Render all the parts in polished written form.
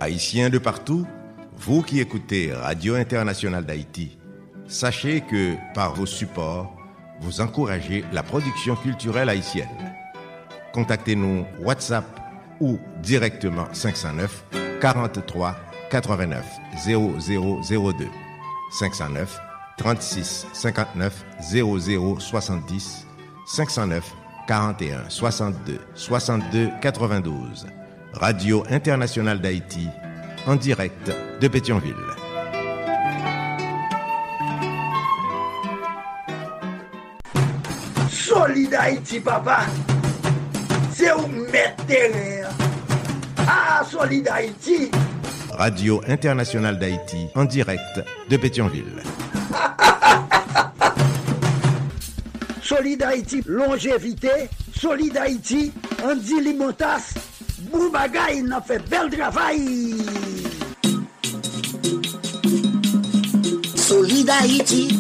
Haïtiens de partout, vous qui écoutez Radio Internationale d'Haïti, sachez que par vos supports, vous encouragez la production culturelle haïtienne. Contactez-nous WhatsApp ou directement 509 43 89 0002 509 36 59 00 70 509 41 62 62 92. Radio Internationale d'Haïti, en direct de Pétionville. Solid Haïti, papa, c'est où mettre terre. Ah, Solid Haïti. Radio Internationale d'Haïti, en direct de Pétionville. Solid Haïti, longévité. Solid Haïti, Andy Limotas. Boubagaï, n'a fait bel travail. Solid Haïti.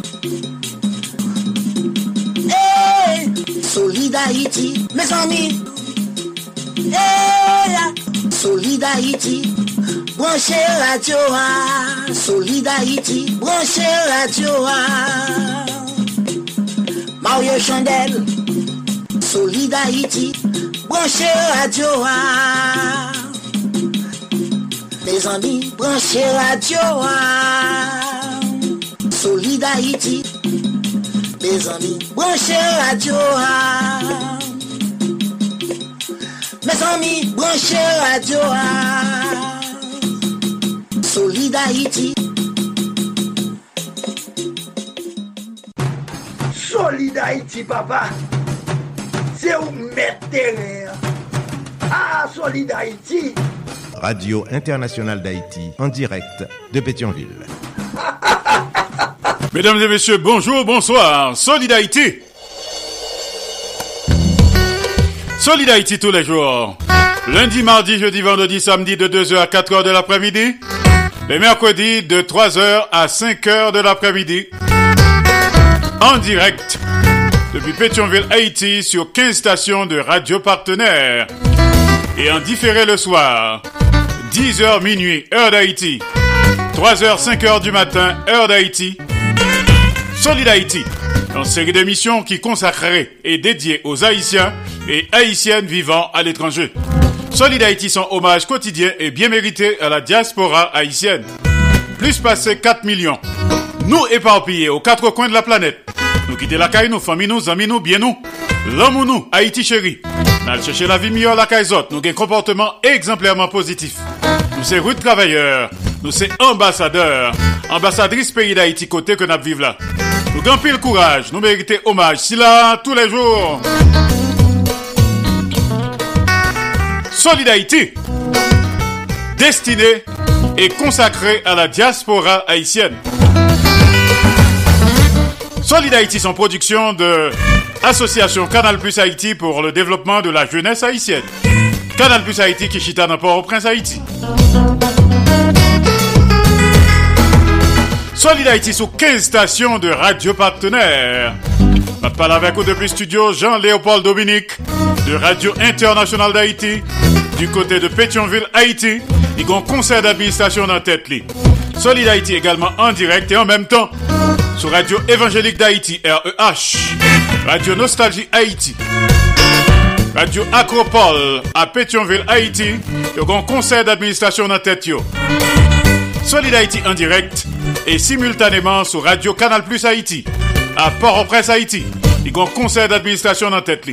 Hey, Solid Haïti, mes amis. Hey, Solid Haïti. Branchez radio, Solid Haïti. Branchez radio, Mario Chandel. Solid Haïti. Branchez radio, mes amis, branchez radio, Solid Haïti, mes amis, branchez radio, mes amis, branchez radio, Solid Haïti. Solid Haïti, papa, c'est où mettre terre. Ah, Solid Haïti. Radio Internationale d'Haïti, en direct de Pétionville. Mesdames et messieurs, bonjour, bonsoir. Solid Haïti. Solid Haïti tous les jours. Lundi, mardi, jeudi, vendredi, samedi de 2h à 4h de l'après-midi. Les mercredis de 3h à 5h de l'après-midi. En direct depuis Pétionville, Haïti, sur 15 stations de radio partenaires. Et en différé le soir, 10h minuit, heure d'Haïti. 3h, 5h du matin, heure d'Haïti. Solid Haïti, une série d'émissions qui consacrée et dédiée aux Haïtiens et Haïtiennes vivant à l'étranger. Solid Haïti, son hommage quotidien et bien mérité à la diaspora haïtienne. Plus passé 4 millions. Nous éparpillés aux quatre coins de la planète. Nous quitter la caille, nous, famille nous, amis nous, bien nous. L'homme ou nous, Haïti chéri. Nous chercher la vie meilleure la caille autres. Nous avons un comportement exemplairement positif. Nous sommes rudes travailleurs. Nous sommes ambassadeurs. Ambassadrices pays d'Haïti côté que nous vivons là. Nous avons pile courage. Nous méritons hommage. Si là, tous les jours. Solid Haïti. Destiné et consacré à la diaspora haïtienne. Solid Haïti, son production de Association Canal Plus Haïti pour le développement de la jeunesse haïtienne. Canal Plus Haïti qui chita dans Port-au-Prince, Haïti. Solid Haïti sous 15 stations de radio partenaires. On parle avec vous depuis studio Jean-Léopold Dominique de Radio Internationale d'Haïti du côté de Pétionville, Haïti. Il y a un conseil d'administration dans tête. Solid Haïti également en direct et en même temps sur Radio Évangélique d'Haïti, REH, Radio Nostalgie Haïti, Radio Acropole à Pétionville, Haïti, il y a un conseil d'administration dans tête. Solid Haïti en direct et simultanément sur Radio Canal Plus Haïti à Port-au-Prince, Haïti, il y a un conseil d'administration dans tête.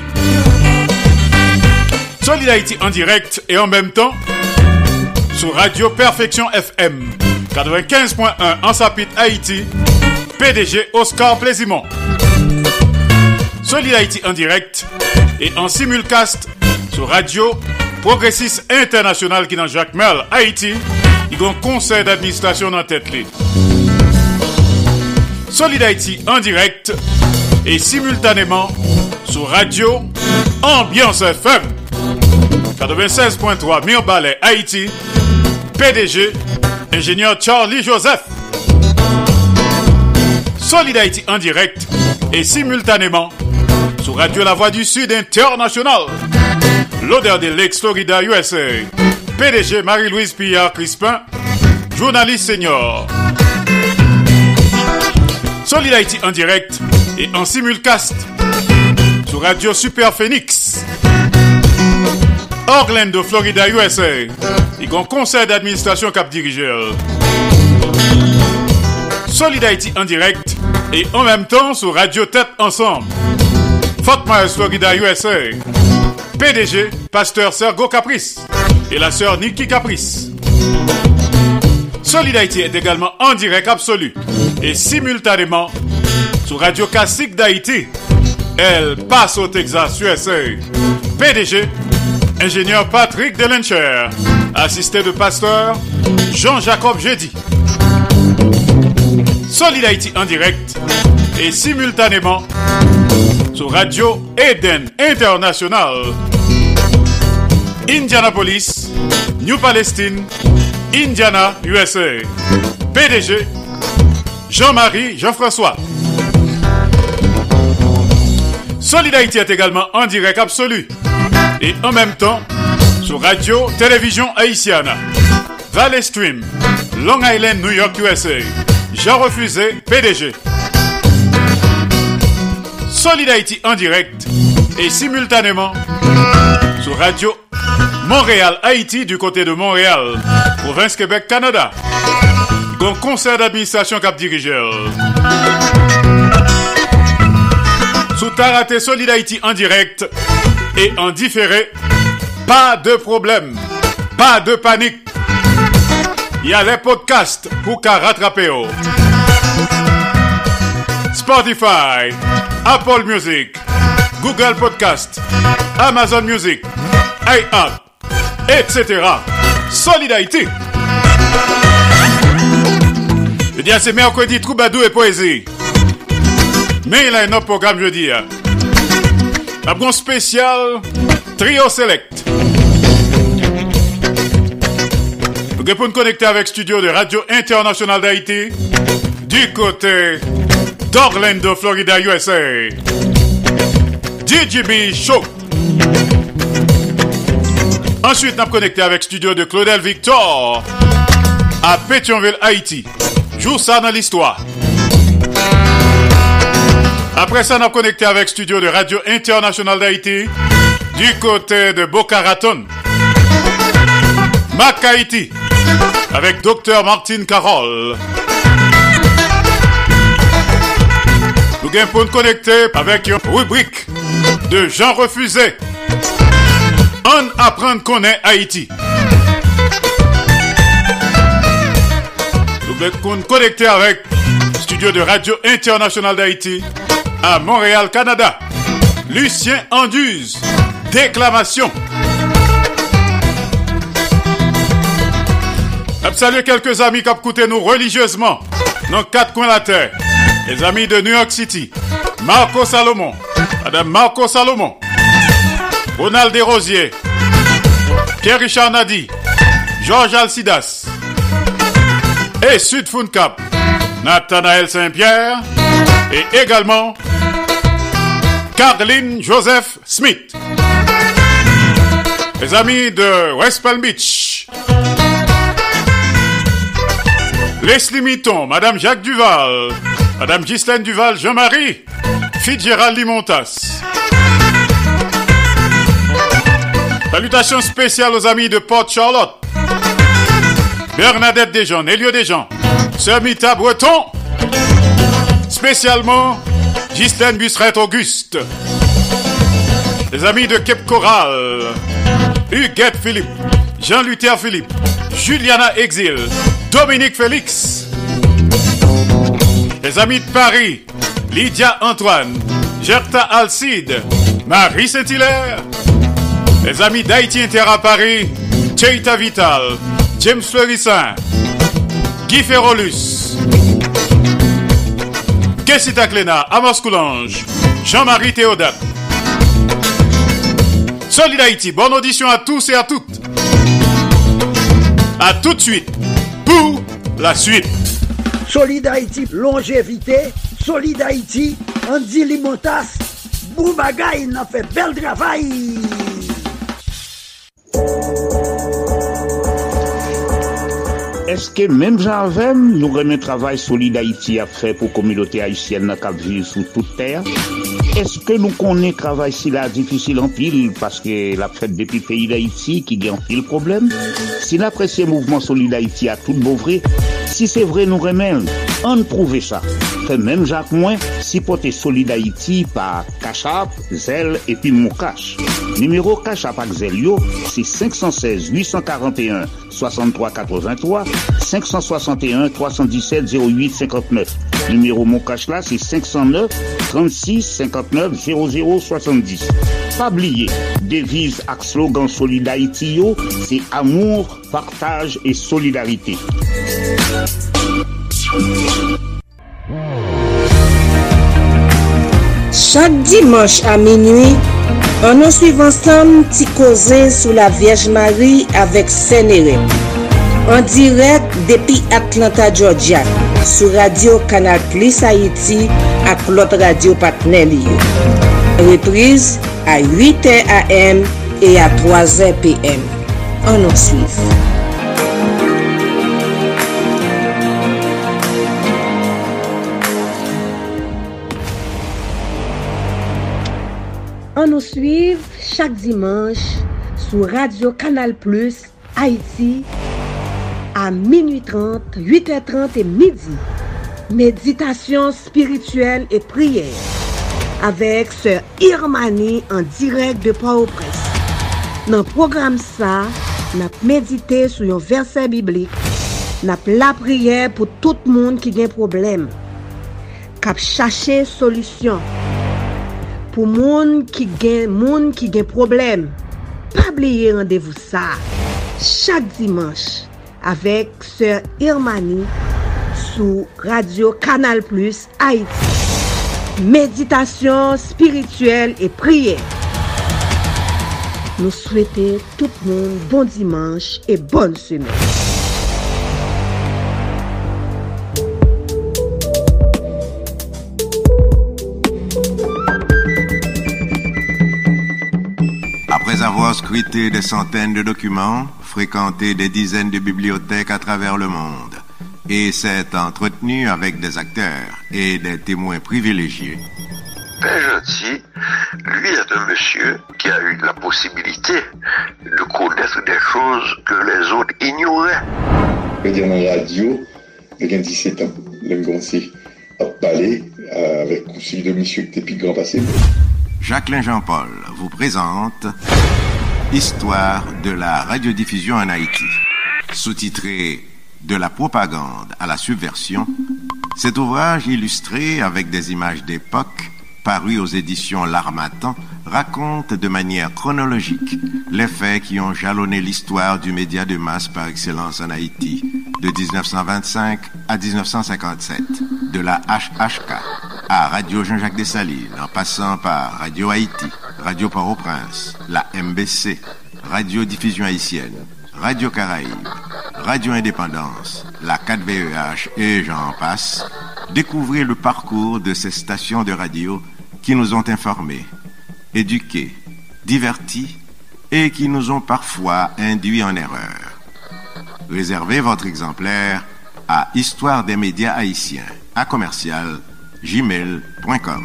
Solid Haïti en direct et en même temps sur Radio Perfection FM 95.1 en Sapit, Haïti, PDG Oscar Plaisimont. Solid Haïti en direct et en simulcast sur Radio Progressiste International qui dans Jacques Merle, Haïti. Il y a un conseil d'administration dans tête. Solid Haïti en direct et simultanément sur Radio Ambiance FM 96.3 Mirbalais, Haïti. PDG ingénieur Charlie Joseph. Solid Haïti en direct et simultanément sur Radio La Voix du Sud International. L'odeur de Lake Florida, USA. PDG Marie-Louise Pillard Crispin, journaliste senior. Solid Haïti en direct et en simulcast sur Radio Super Phoenix, Orlando, Florida, USA. Il y a un conseil d'administration cap dirigeur. Solid Haïti en direct et en même temps sur Radio Tête Ensemble, Fort Myers, Florida, USA. PDG, pasteur Sergo Caprice et la sœur Nikki Caprice. Solid Haïti est également en direct absolu et simultanément sur Radio Classique d'Haïti. Elle passe au Texas, USA. PDG, ingénieur Patrick Delencher, assisté de pasteur Jean-Jacob Jeudi. Solid Haïti en direct et simultanément sur Radio Eden International, Indianapolis, New Palestine, Indiana, USA. PDG, Jean-Marie Jean-François. Solid Haïti est également en direct absolu et en même temps sur Radio Télévision Haïtiana, Valley Stream, Long Island, New York, USA. Jean Refusé, PDG. Solid Haïti en direct et simultanément sur Radio Montréal, Haïti du côté de Montréal, province Québec, Canada. Gon conseil d'administration cap dirigeur. Sous Taraté Solid Haïti en direct et en différé, pas de problème, pas de panique. Il y a les podcasts pour qu'à rattraper. Spotify, Apple Music, Google Podcast, Amazon Music, iHeart, etc. Solid Haïti. Je dis à c'est mercredi, Troubadou et Poésie. Mais il y a un autre programme jeudi. Un bon spécial Trio Select. Vous pouvez nous connecter avec studio de Radio International d'Haïti du côté d'Orlando, Florida, USA. DJB Show. Ensuite, nous avons connecté avec studio de Claudel Victor à Pétionville, Haïti. Joue ça dans l'histoire. Après ça, nous avons connecté avec studio de Radio International d'Haïti du côté de Boca Raton, Mac Haïti, avec Dr Martine Carole. Nous avons pour nous connecter avec une rubrique de Jean Refusé. On apprend qu'on est Haïti. Nous avons nous connecter avec studio de Radio International d'Haïti à Montréal, Canada. Lucien Anduze, déclamation. Je salue quelques amis qui ont écouté nous religieusement dans 4 coins de la terre. Les amis de New York City, Marco Salomon, Madame Marco Salomon, Ronald Desrosiers, Pierre-Richard Nadi, Georges Alcidas et Sud Funcap, Nathanaël Saint-Pierre et également Caroline Joseph Smith. Les amis de West Palm Beach, Leslie Mitton, Madame Jacques Duval, Madame Ghislaine Duval, Jean-Marie, Fitzgerald Limontas. Salutations spéciales aux amis de Port Charlotte, Bernadette Desjans, Elio Desjans, Sœur Mita Breton, spécialement Ghislaine Busseret Auguste. Les amis de Cape Coral, Huguette Philippe, Jean-Luther Philippe, Juliana Exil, Dominique Félix. Les amis de Paris, Lydia Antoine, Gerta Alcide, Marie Saint-Hilaire. Les amis d'Haïti Inter à Paris, Cheita Vital, James Fleurissin, Guy Ferrolus, Kessita Cléna, Amos Coulange, Jean-Marie Théodate. Solid Haïti, bonne audition à tous et à toutes. À tout de suite pour la suite. Solid Haïti, longévité. Solid Haïti, Andy Limontas. Boubagaï, n'a fait bel travail. Est-ce que même j'avais nous remet travail solide Haïti a fait pour communauté haïtienne qui vit sur toute terre? Est-ce que nous connaissons travail si la difficile en pile parce que la fête depuis pays d'Haïti qui gagne en pile problème? Si l'apprécié mouvement solide Haïti a tout beau vrai, si c'est vrai nous remet, on prouve ça. Fait même Jacques Moins, si porter solide Haïti par Cachap, Zel et puis Moukache. Numéro Cachap avec Zelio, c'est 516 841 63 83 561 317 08 59. Numéro Moukache là, c'est 509 36 59 00 70. Pas oublier, devise avec slogan Solid Haïti, c'est amour, partage et solidarité. Chaque dimanche à minuit, on nous suit ensemble petit causer sur la Vierge Marie avec Sénéré. En direct depuis Atlanta, Georgia, sur Radio Canal Plus Haïti avec l'autre radio partenaire. Reprise à 8h AM et à 3h PM. On nous suit. On nous suit chaque dimanche sur Radio Canal Plus Haïti à minuit 30, 8h30 et midi. Méditation spirituelle et prière avec Sœur Irmani en direct de Port-au-Prince. Dans le programme ça, nous avons médité sur un verset biblique. Nous avons la prière pour tout le monde qui a un problème. Qui cherche solution. Pour moun qui gen problème, pas oublier rendez-vous ça chaque dimanche avec Sœur Irmani sur Radio Canal Plus Haïti. Méditation spirituelle et prière. Nous souhaitons tout le monde bon dimanche et bonne semaine. Après avoir scruté des centaines de documents, fréquenté des dizaines de bibliothèques à travers le monde, et s'est entretenu avec des acteurs et des témoins privilégiés. Père Gentil, lui est un monsieur qui a eu la possibilité de connaître des choses que les autres ignoraient. Je dis dans la radio, il y a 17 ans, je me commencé à parler avec un conseil de monsieur qui était plus grand passé. Jacqueline Jean-Paul vous présente Histoire de la radiodiffusion en Haïti. Sous-titré De la propagande à la subversion, cet ouvrage illustré avec des images d'époque, paru aux éditions L'Harmattan, raconte de manière chronologique les faits qui ont jalonné l'histoire du média de masse par excellence en Haïti, de 1925 à 1957, de la HHK à Radio Jean-Jacques Dessalines, en passant par Radio Haïti, Radio Port-au-Prince, la MBC, Radio Diffusion Haïtienne, Radio Caraïbes, Radio Indépendance, la 4VEH et j'en passe. Découvrez le parcours de ces stations de radio qui nous ont informés, éduqués, divertis et qui nous ont parfois induits en erreur. Réservez votre exemplaire à Histoire des médias haïtiens à commercial@gmail.com.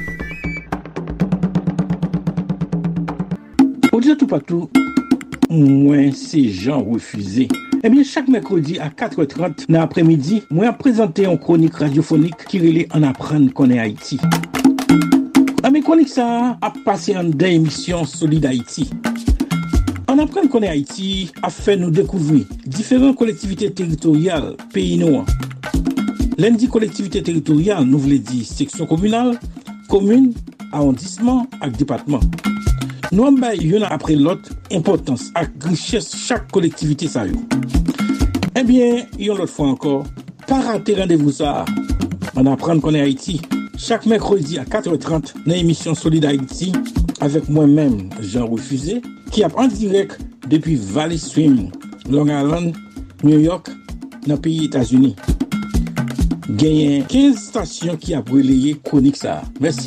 Au dire tout partout, moi c'est Jean Refusé. Eh bien, chaque mercredi à 4h30 dans l'après-midi, moi présenter une chronique radiophonique qui relève en apprendre qu'on est Haïti. Mes chroniques ça a passé en deux émissions Solid Haïti. En apprendre qu'on est Haïti a fait nous découvrir différentes collectivités territoriales pays noirs. Lundi collectivité territoriale, nous voulons dire section communale, commune, arrondissement et département. Nous avons une après l'autre importance et richesse chaque collectivité ça yo. Eh bien, une autre fois encore, pas rater rendez-vous ça. On apprend qu'on est Haïti chaque mercredi à 4h30 dans l'émission Solid Haïti avec moi-même Jean Refusé qui est en direct depuis Valley Stream, Long Island, New York, dans le pays États-Unis. Gagne 15 stations qui a relayé chronique ça. Merci.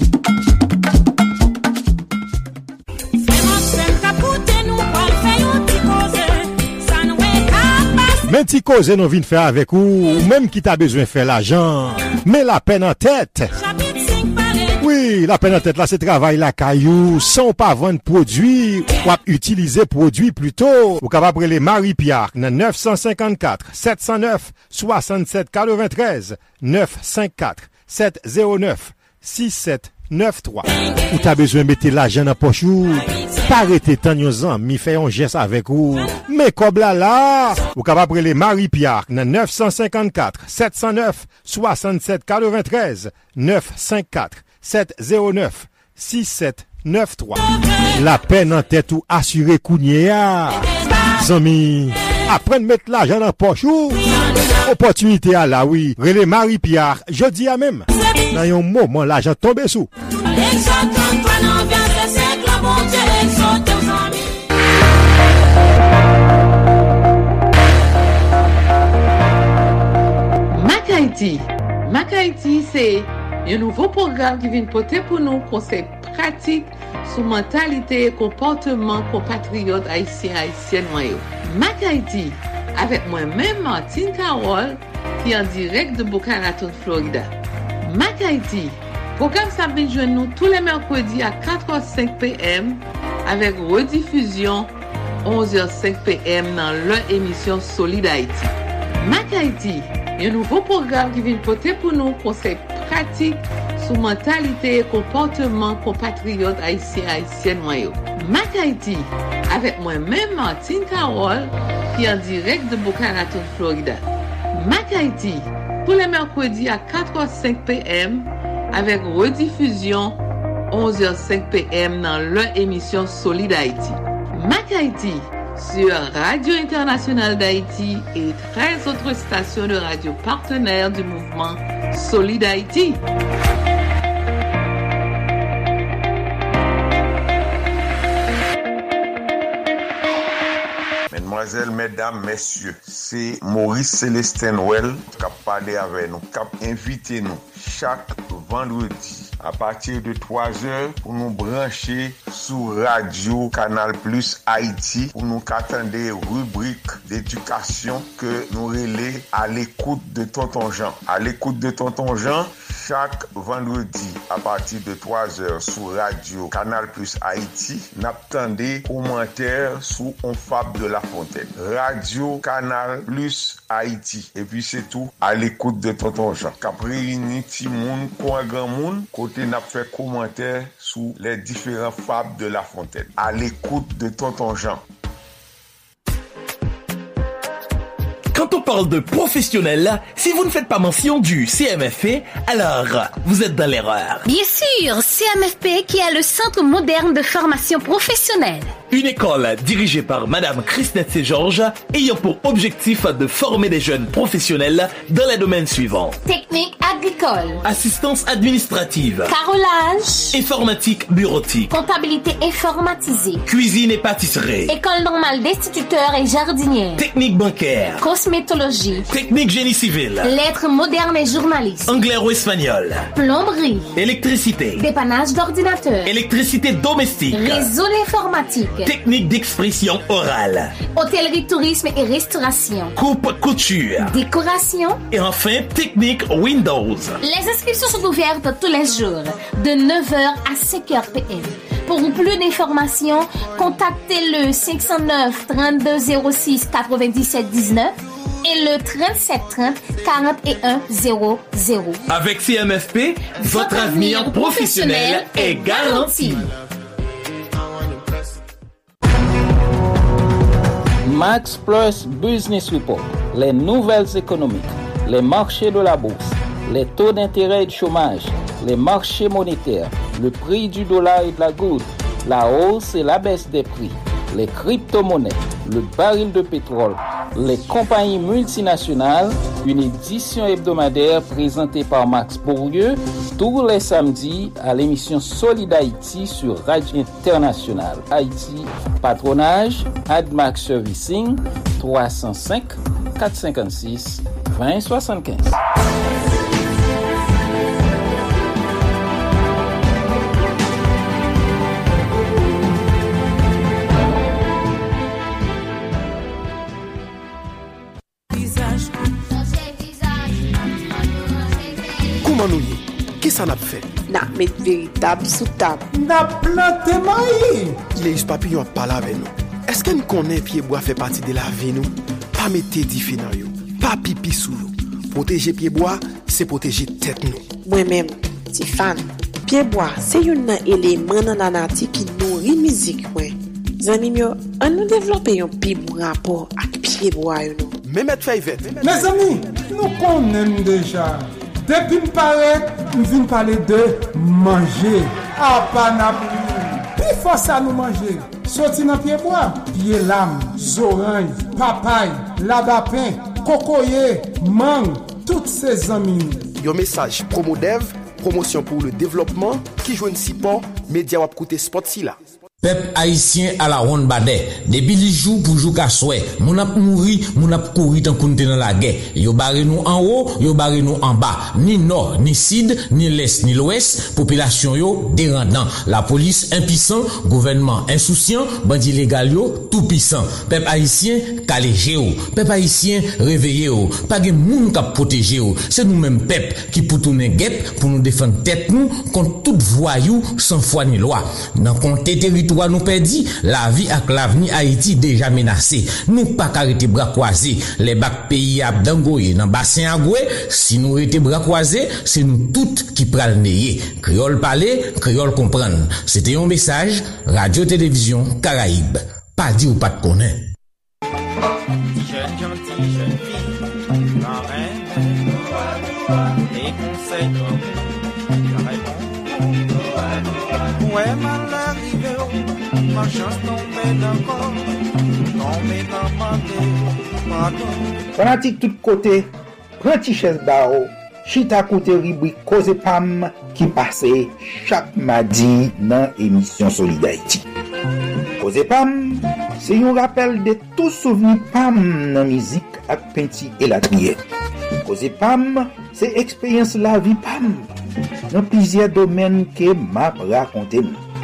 petit cause nous vient faire avec ou même qui t'a besoin de faire l'argent, mais la peine en tête. Oui, la peine en tête là, c'est travail la caillou, sans pas vendre produit, ou utiliser produit plutôt. Ou capable les Marie-Pierre, 954 709 67 93 954 709 6793. Ou t'as besoin de mettre l'argent dans poche ou pas arrêter tant yon mi fait un geste avec ou. Mais comme là, ou capable les Marie-Pierre, 954 709 67 93 954 709 6793. La peine en tête ou assuré Kounia. Zami, après de mettre l'argent dans la poche ou opportunité à la oui. Relais Marie-Pierre, je dis à même. Dans un moment, l'argent tombe sous. Mac Haïti, c'est un nouveau programme qui vient porter pour nous conseils pratiques sur mentalité et comportement compatriotes haïtiennes noyaux. Mac Haïti, avec moi-même Martine Carole, qui est en direct de Boca Raton, Florida. Mac Haïti, programme ça vient joindre nous tous les mercredis à 4h05 p.m. avec rediffusion 11h05 p.m. dans leur émission Solid Haïti. Mac Haïti, un nouveau programme qui vient porter pour nous conseils pratiques sur mentalité et comportement compatriotes haïtiennes noyaux. Mac Haïti, avec moi-même Martine Carole, qui est en direct de Boca Raton, Florida. Mac Haïti, tous les mercredis à 4h05 p.m. avec rediffusion 11h05 p.m. dans leur émission Solid Haïti. Mac Haïti, sur Radio Internationale d'Haïti et 13 autres stations de radio partenaires du mouvement Solid Haïti. Mesdemoiselles, mesdames, messieurs, c'est Maurice Célestin Well qui a parlé avec nous, qui a invité nous chaque vendredi à partir de 3h pour nous brancher sur Radio Canal Plus Haïti pour nous attendre des rubriques d'éducation que nous relais à l'écoute de Tonton Jean. À l'écoute de Tonton Jean, chaque vendredi à partir de 3h sur Radio Canal Plus Haïti, n'attendez commentaires sous On Fable de la Fontaine. Radio Canal Plus Haïti. Et puis c'est tout à l'écoute de Tonton Jean. Qu'après une petit monde, quoi grand monde, côté n'a fait commentaire sous les différents fables de la Fontaine. À l'écoute de Tonton Jean. Quand on parle de professionnels, si vous ne faites pas mention du CMFP, alors vous êtes dans l'erreur. Bien sûr, CMFP qui est le Centre moderne de formation professionnelle. Une école dirigée par Madame Christine Georges ayant pour objectif de former des jeunes professionnels dans les domaines suivants. Technique agricole. Assistance administrative. Carrelage. Informatique bureautique. Comptabilité informatisée. Cuisine et pâtisserie. École normale d'instituteurs et jardiniers. Technique bancaire. Cosmétologie. Technique génie civil. Lettres modernes et journalistes. Anglais ou espagnol. Plomberie. Électricité. Dépannage d'ordinateurs. Électricité domestique. Réseau informatique. Technique d'expression orale. Hôtellerie, tourisme et restauration. Coupe, couture. Décoration. Et enfin, technique Windows. Les inscriptions sont ouvertes tous les jours, de 9h à 5h p.m. Pour plus d'informations, contactez le 509 32 06 97 19 et le 37 30 41 00. Avec CMFP, votre avenir professionnel est garanti. Max Plus Business Report, les nouvelles économiques, les marchés de la bourse, les taux d'intérêt et de chômage, les marchés monétaires, le prix du dollar et de la goutte, la hausse et la baisse des prix, les crypto-monnaies, le baril de pétrole, les compagnies multinationales, une édition hebdomadaire présentée par Max Bourdieu tous les samedis à l'émission Solid Haïti sur Radio Internationale Haïti, patronage AdMax Servicing 305 456 2075. ça n'a fait? N'a met véritable sous table. N'a planté maïs. Les papillons parlent avec nous. Est-ce que nous connaissons pied bois fait partie de la vie nous? Pas mettre diffé dans yo, pas pipi sous l'eau. Protéger pied bois, c'est protéger tête nous. Moi-même, Tiffany, pied bois, c'est un élément dans la nature qui nourrit musique moi. Zami mio, on nous développer un plus bon rapport avec pied bois nous. Même être fait. Mes amis, nous connaissons déjà. Depuis me paraît, nous venons parler de manger. Ah, pas n'a plus. Puis faut ça nous manger. Sorti dans pied bois, pied lame, orange, papaye, labapin, cocoyer, mangue, toutes ces amis. Yo message Promodev, promotion pour le développement, qui joue un support, média wap koute spot si là. Peuple haïtien à la ronde badé. Depuis les jours pour jouer qu'à souhait. Mon ap mouri, mon ap couru tant qu'on était dans la guerre. Yo barré nous en haut, yo barré nous en bas. Ni nord, ni sud, ni l'est, ni l'ouest. Population yo dérendant. La police impuissant, gouvernement insouciant, bandit légal yo tout puissant. Peuple haïtien calégé yo. Peuple haïtien réveillé yo. Pas de moun qui protéger yo. C'est nous-mêmes peuple qui pour tourner guêpe pour nous défendre tête nous contre toute voyou sans foi ni loi. Dans compter territoire nous perdit, la vie avec l'avenir Haïti déjà menacée. Nous pas arrêter bras croisés. Les bacs pays abdangoye dans bassin agoué, si nous étions bras croisés, c'est nous toutes qui pral neye. Créole parler, créole comprendre. C'était un message Radio-Télévision Caraïbe. Pas dit ou pas de connaître. Jeune gentille, jeune fille, la reine, les conseils comme ouais, mal arrivé, ma chance tombée d'accord, tombée dans ma tête, pardon. Fanatique tout côté, prends t-shirt bao, chita côté rubrique Cause Pam qui passe chaque mardi dans émission Solid Haïti. Cause Pam, c'est un rappel de tout souvenir Pam dans musique avec Penti et la trier. Cause Pam, c'est expérience la vie Pam. Dans plusieurs domaines que m'a raconté.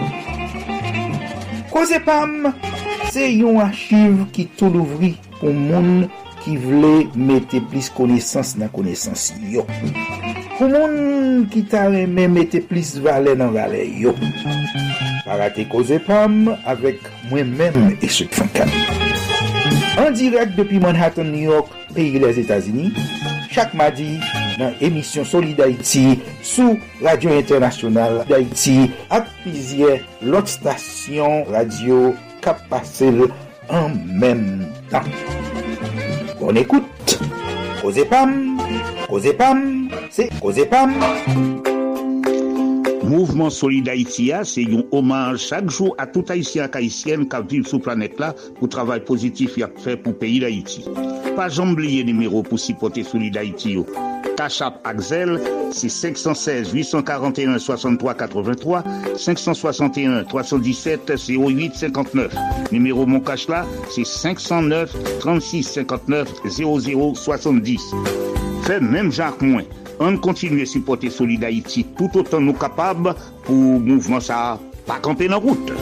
Cause Pam, c'est une archive qui tout l'ouvrit pour moun qui voulait mettre plus connaissance dans connaissance yo. Pour moun qui t'a aimé mettre plus valeur dans valeur yo. Paraté Cause Pam avec moi-même et ce Franck. En direct depuis Manhattan, New York, pays des États-Unis, chaque mardi dans l'émission Solid Haïti sous Radio Internationale d'Haïti avec plusieurs l'autre station radio cap passé en même temps. On écoute Cause Pam, c'est Cause Pam. Mouvement Solid Haïti, c'est un hommage chaque jour à tout Haïtien et Haïtienne qui vivent sur la planète là pour le travail positif qu'il a fait pour le pays d'Haïti. Pas jamais oublier numéro pour supporter Solid Haïti. Cachap Axel, c'est 516 841 63 83, 561 317 08 59. Numéro mon cash là, c'est 509 36 59 00 70. Fait même Jacques Moins. On continue à supporter Solid Haïti tout autant nous capables pour mouvement ça pas camper dans route.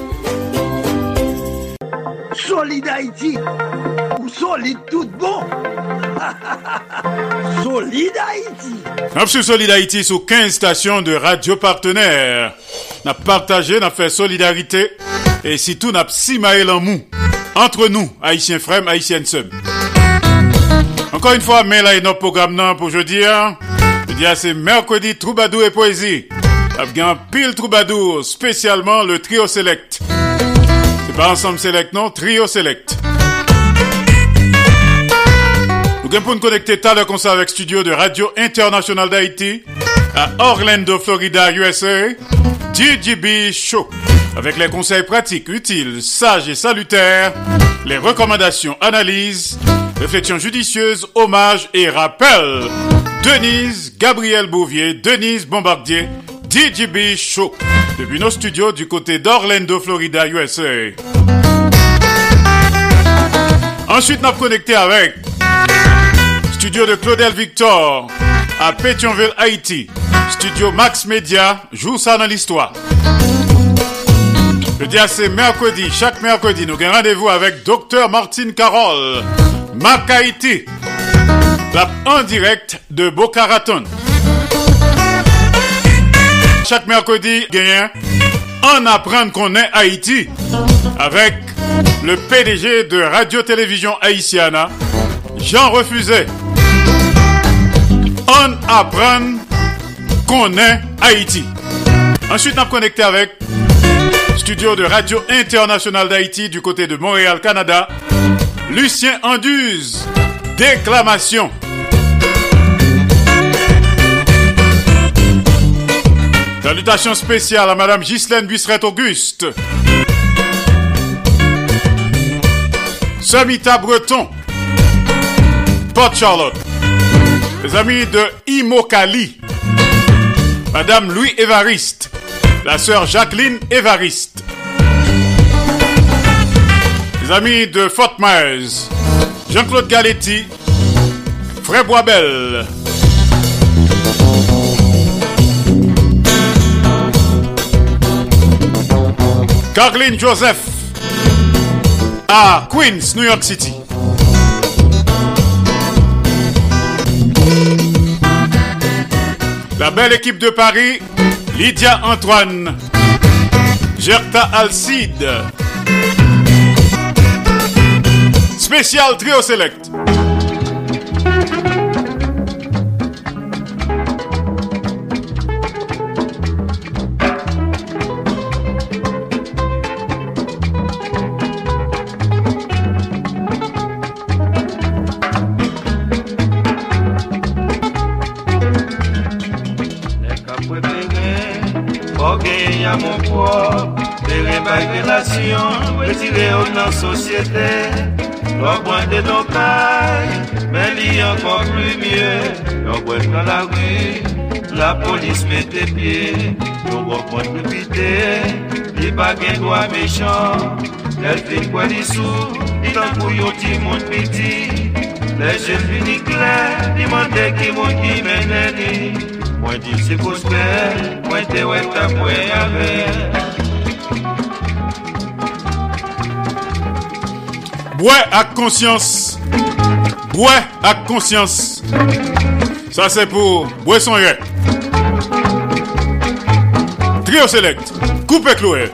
Solid Haïti ou solide tout bon. Solid Haïti. Nous sur Solid Haïti sur 15 stations de radio partenaires. N'a partagé, n'a fait solidarité et si tout n'a si maël en mou entre nous, Haïtiens frères, Haïtiennes sœurs. Encore une fois, mais là il notre programme pour jeudi. C'est mercredi troubadour et poésie. Afghan pile troubadour, spécialement le trio select. C'est pas ensemble select, non, trio select. Nous allons nous connecter tout à l'heure comme ça avec studio de Radio Internationale d'Haïti à Orlando, Florida, USA. DJB Show. Avec les conseils pratiques, utiles, sages et salutaires, les recommandations, analyses, réflexions judicieuses, hommages et rappels. Denise Gabriel Bouvier, Denise Bombardier, DJB Show, depuis nos studios du côté d'Orlando, Florida, USA. Ensuite, nous avons connecté avec studio de Claudel Victor à Pétionville, Haïti. Studio Max Media, joue ça dans l'histoire. Le dia c'est mercredi, chaque mercredi, nous avons rendez-vous avec Dr Martine Carole, Mac Haïti. En direct de Boca Raton. chaque mercredi, gagnant, on apprend qu'on est Haïti avec le PDG de Radio-Télévision Haïtiana, Jean Refusé. On apprend qu'on est Haïti. Ensuite, on est connecté avec studio de Radio Internationale d'Haïti du côté de Montréal, Canada, Lucien Anduze, déclamation. Salutations spéciales à Madame Ghislaine Busseret-Auguste. Samita Breton, Port Charlotte. Les amis de Imokali, Madame Louis Évariste, la sœur Jacqueline Évariste. Les amis de Fort Myers, Jean-Claude Galetti, Frère Boisbel. Caroline Joseph à Queens, New York City. La belle équipe de Paris, Lydia Antoine, Gerta Alcide. Spécial Trio Select. À mon propre, des révélations, retirer dans la société, l'objet de nos cailles, mais il y a encore plus mieux, l'objet dans la rue, la police met tes pieds, l'objet de piter, il pas qu'un droit méchant, elle fait quoi des sous, il t'en couille au petit monde petit, les jeunes finis clairs, demandez qui monte qui mène. Moi dis c'est prospère, moi te ouais ta moi avec. Bois avec conscience. Bois avec conscience. Ça c'est pour boisson ret. Trio Select. Coupe cloué.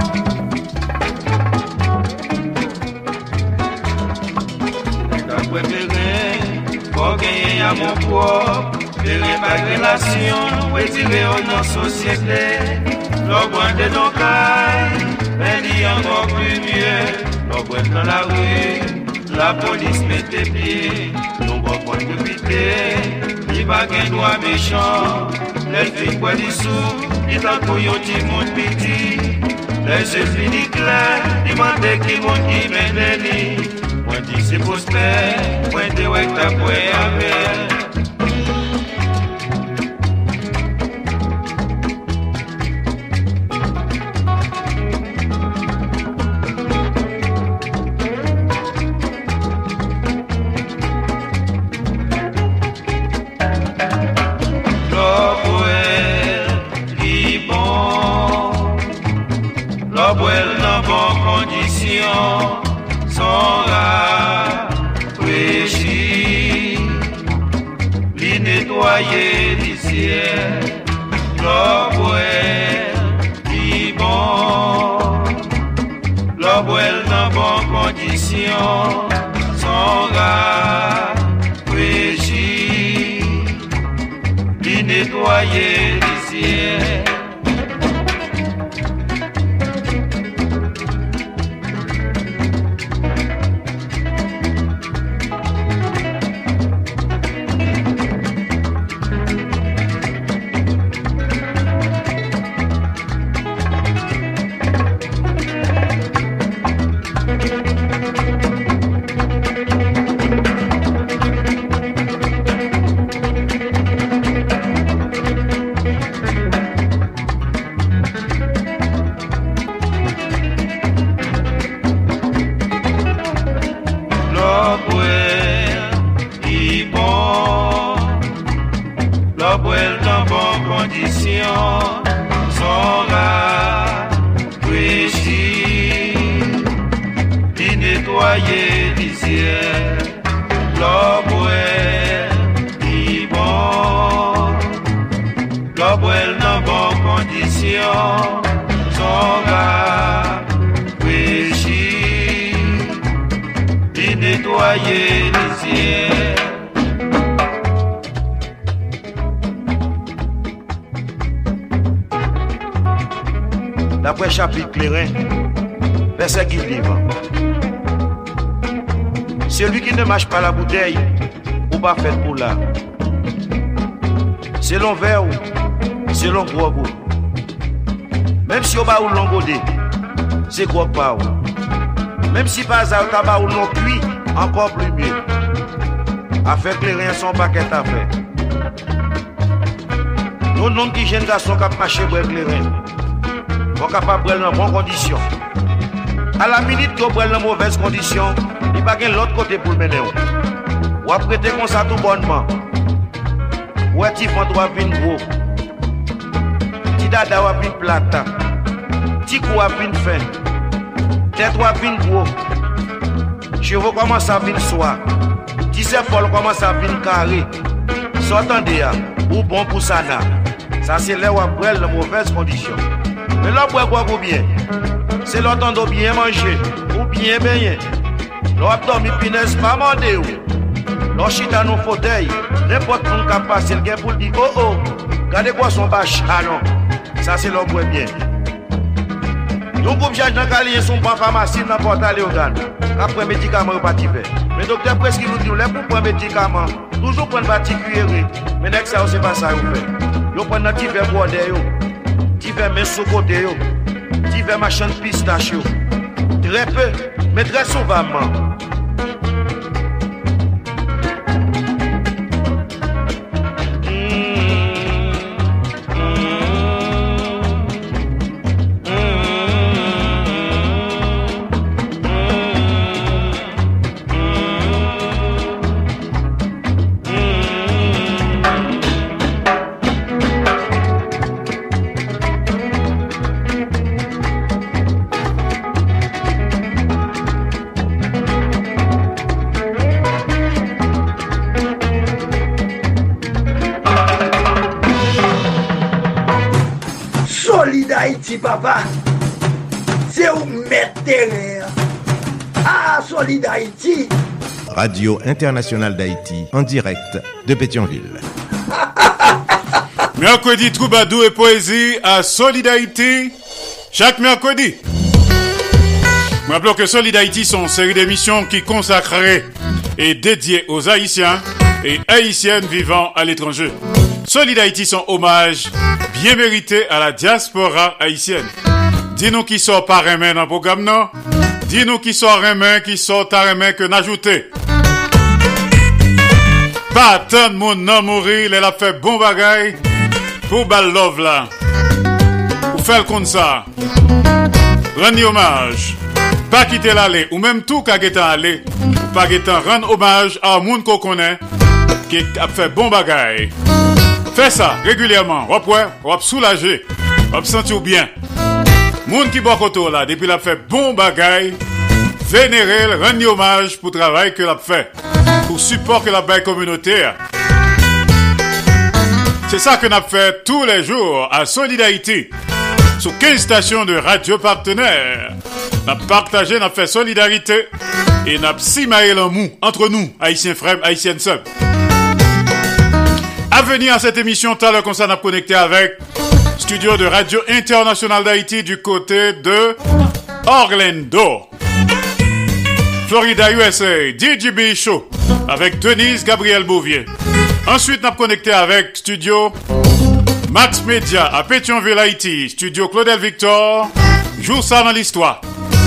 Pour gagner à mon propre. De révélations, retirer dans la société, l'objet de nos cailles, mais il y a encore plus mieux, l'objet dans la rue, la police met tes pieds, l'objet de piter, il va qu'un droit méchant, les filles quoi des sous, il t'en couille au petit monde petit, les jeux finis clairs, demandez qui monte qui mène, moi dis c'est prospère, moi te ouais ta poêle avec. Nettoyer les ciels, l'obouel qui bon, l'obouel dans bonne condition, sans rafraîchir, les nettoyer les ciels. Seigneur, son gars, péché, il nettoyer les ciels. D'après chapitre clairin, verset qui livre. Celui qui ne marche pas la bouteille, ou pas fait pour là. Selon verre ou, selon gros goût. Même si on va ou l'engodé, c'est gros pas ou. Même si pas à tabac ou non cuit, encore plus mieux. Affaire clairin son paquet à faire. Nous non qui jeunes garçons qui marché pour clairin. Vous capable de prendre en bonne condition. À la minute que vous prenez en mauvaise condition, il n'y a pas l'autre côté pour le mener. Vous apprêtez comme ça tout bonnement. Ou est-il fond doit venir gros? Ti dada va venir plata. Ti cou va venir fin. Tête va venir gros. Cheveux commence à venir soir. Ti folle commence à venir carré. S'entendez ya, ou bon pour ça là. Ça c'est là où vous prenez en mauvaise condition. Mais là, pour quoi ou bien? C'est l'entendre bien manger, ou bien baigner. L'on dormi pinesse pas mandé ou. L'on chita nos fauteuils, n'importe qui qui passe, le gars pour dire oh oh, regardez quoi son bâche, ah non. Ça c'est l'on bien. Nous groupe j'ai dans calier son pan pharmacie n'importe aller au gan. Après médicaments pas tiver. Mais docteur presque nous dit là pour prendre médicaments, toujours prendre particulier. Mais dès que ça c'est pas ça vous fait. Yo prendre notre tiver boire yo. Tiver mes sous-côté yo. Tiver machin de pistache yo. Très peu, mais très souvent. Haïti, papa, c'est où mettre terre. Ah, Solid Haïti. Radio Internationale d'Haïti, en direct de Pétionville. Mercredi, Troubadou et Poésie à Solid Haïti, chaque mercredi. Rappelons que Solid Haïti sont une série d'émissions qui consacrées et dédiées aux Haïtiens et Haïtiennes vivant à l'étranger. Solid Haïti sont hommage bien mérité à la diaspora haïtienne. Dis-nous qui sort par main dans le programme, non? Dis-nous qui sort main, qui sort ta main que n'ajouter. Pas tant de monde non mourir, elle a fait bon bagay pour bal love là. Pour faire comme ça. Rendre hommage. Pas quitter l'aller, ou même tout qu'à guetan aller, ou pas guetan rendre hommage à un monde qu'on connaît, qui a fait bon bagay. Fais ça régulièrement, hop soulager, hop sentir bien. Moun qui boit autour là, depuis l'a fait bon bagay, vénérer, rendre hommage pour le travail que l'a fait, pour support que la baille communautaire. C'est ça que n'a fait tous les jours à Solid Haïti, sur 15 stations de radio partenaires. N'a partagé, n'a fait solidarité et n'a simaé le mou entre nous, haïtiens frères, haïtiennes sœurs. À venir à cette émission, tout à l'heure, qu'on s'en a connecté avec studio de Radio Internationale d'Haïti du côté de Orlando. Florida, USA, DJB Show avec Denise Gabriel Bouvier. Ensuite, on a connecté avec studio Max Media à Pétionville, Haïti. Studio Claudel Victor, joue ça dans l'histoire.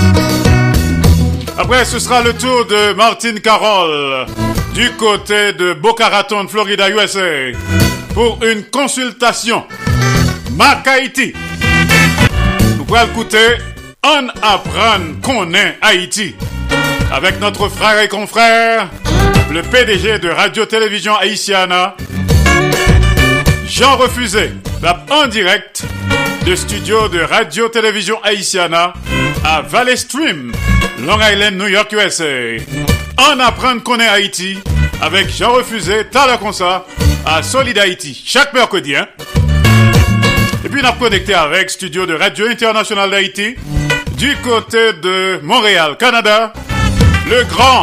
Après, ce sera le tour de Martine Carole du côté de Boca Raton, Florida, USA, pour une consultation. Mac Haïti. Nous pourrons écouter On apprend qu'on est Haïti avec notre frère et confrère, le PDG de Radio-Télévision Haïtiana, Jean Refusé, en direct de studio de Radio-Télévision Haïtiana à Valley Stream, Long Island, New York, USA. On apprend qu'on est Haïti avec Jean Refusé, t'as comme ça, à Solid Haïti, chaque mercredi, hein. Et puis, on a connecté avec studio de Radio Internationale d'Haïti, du côté de Montréal, Canada, le grand,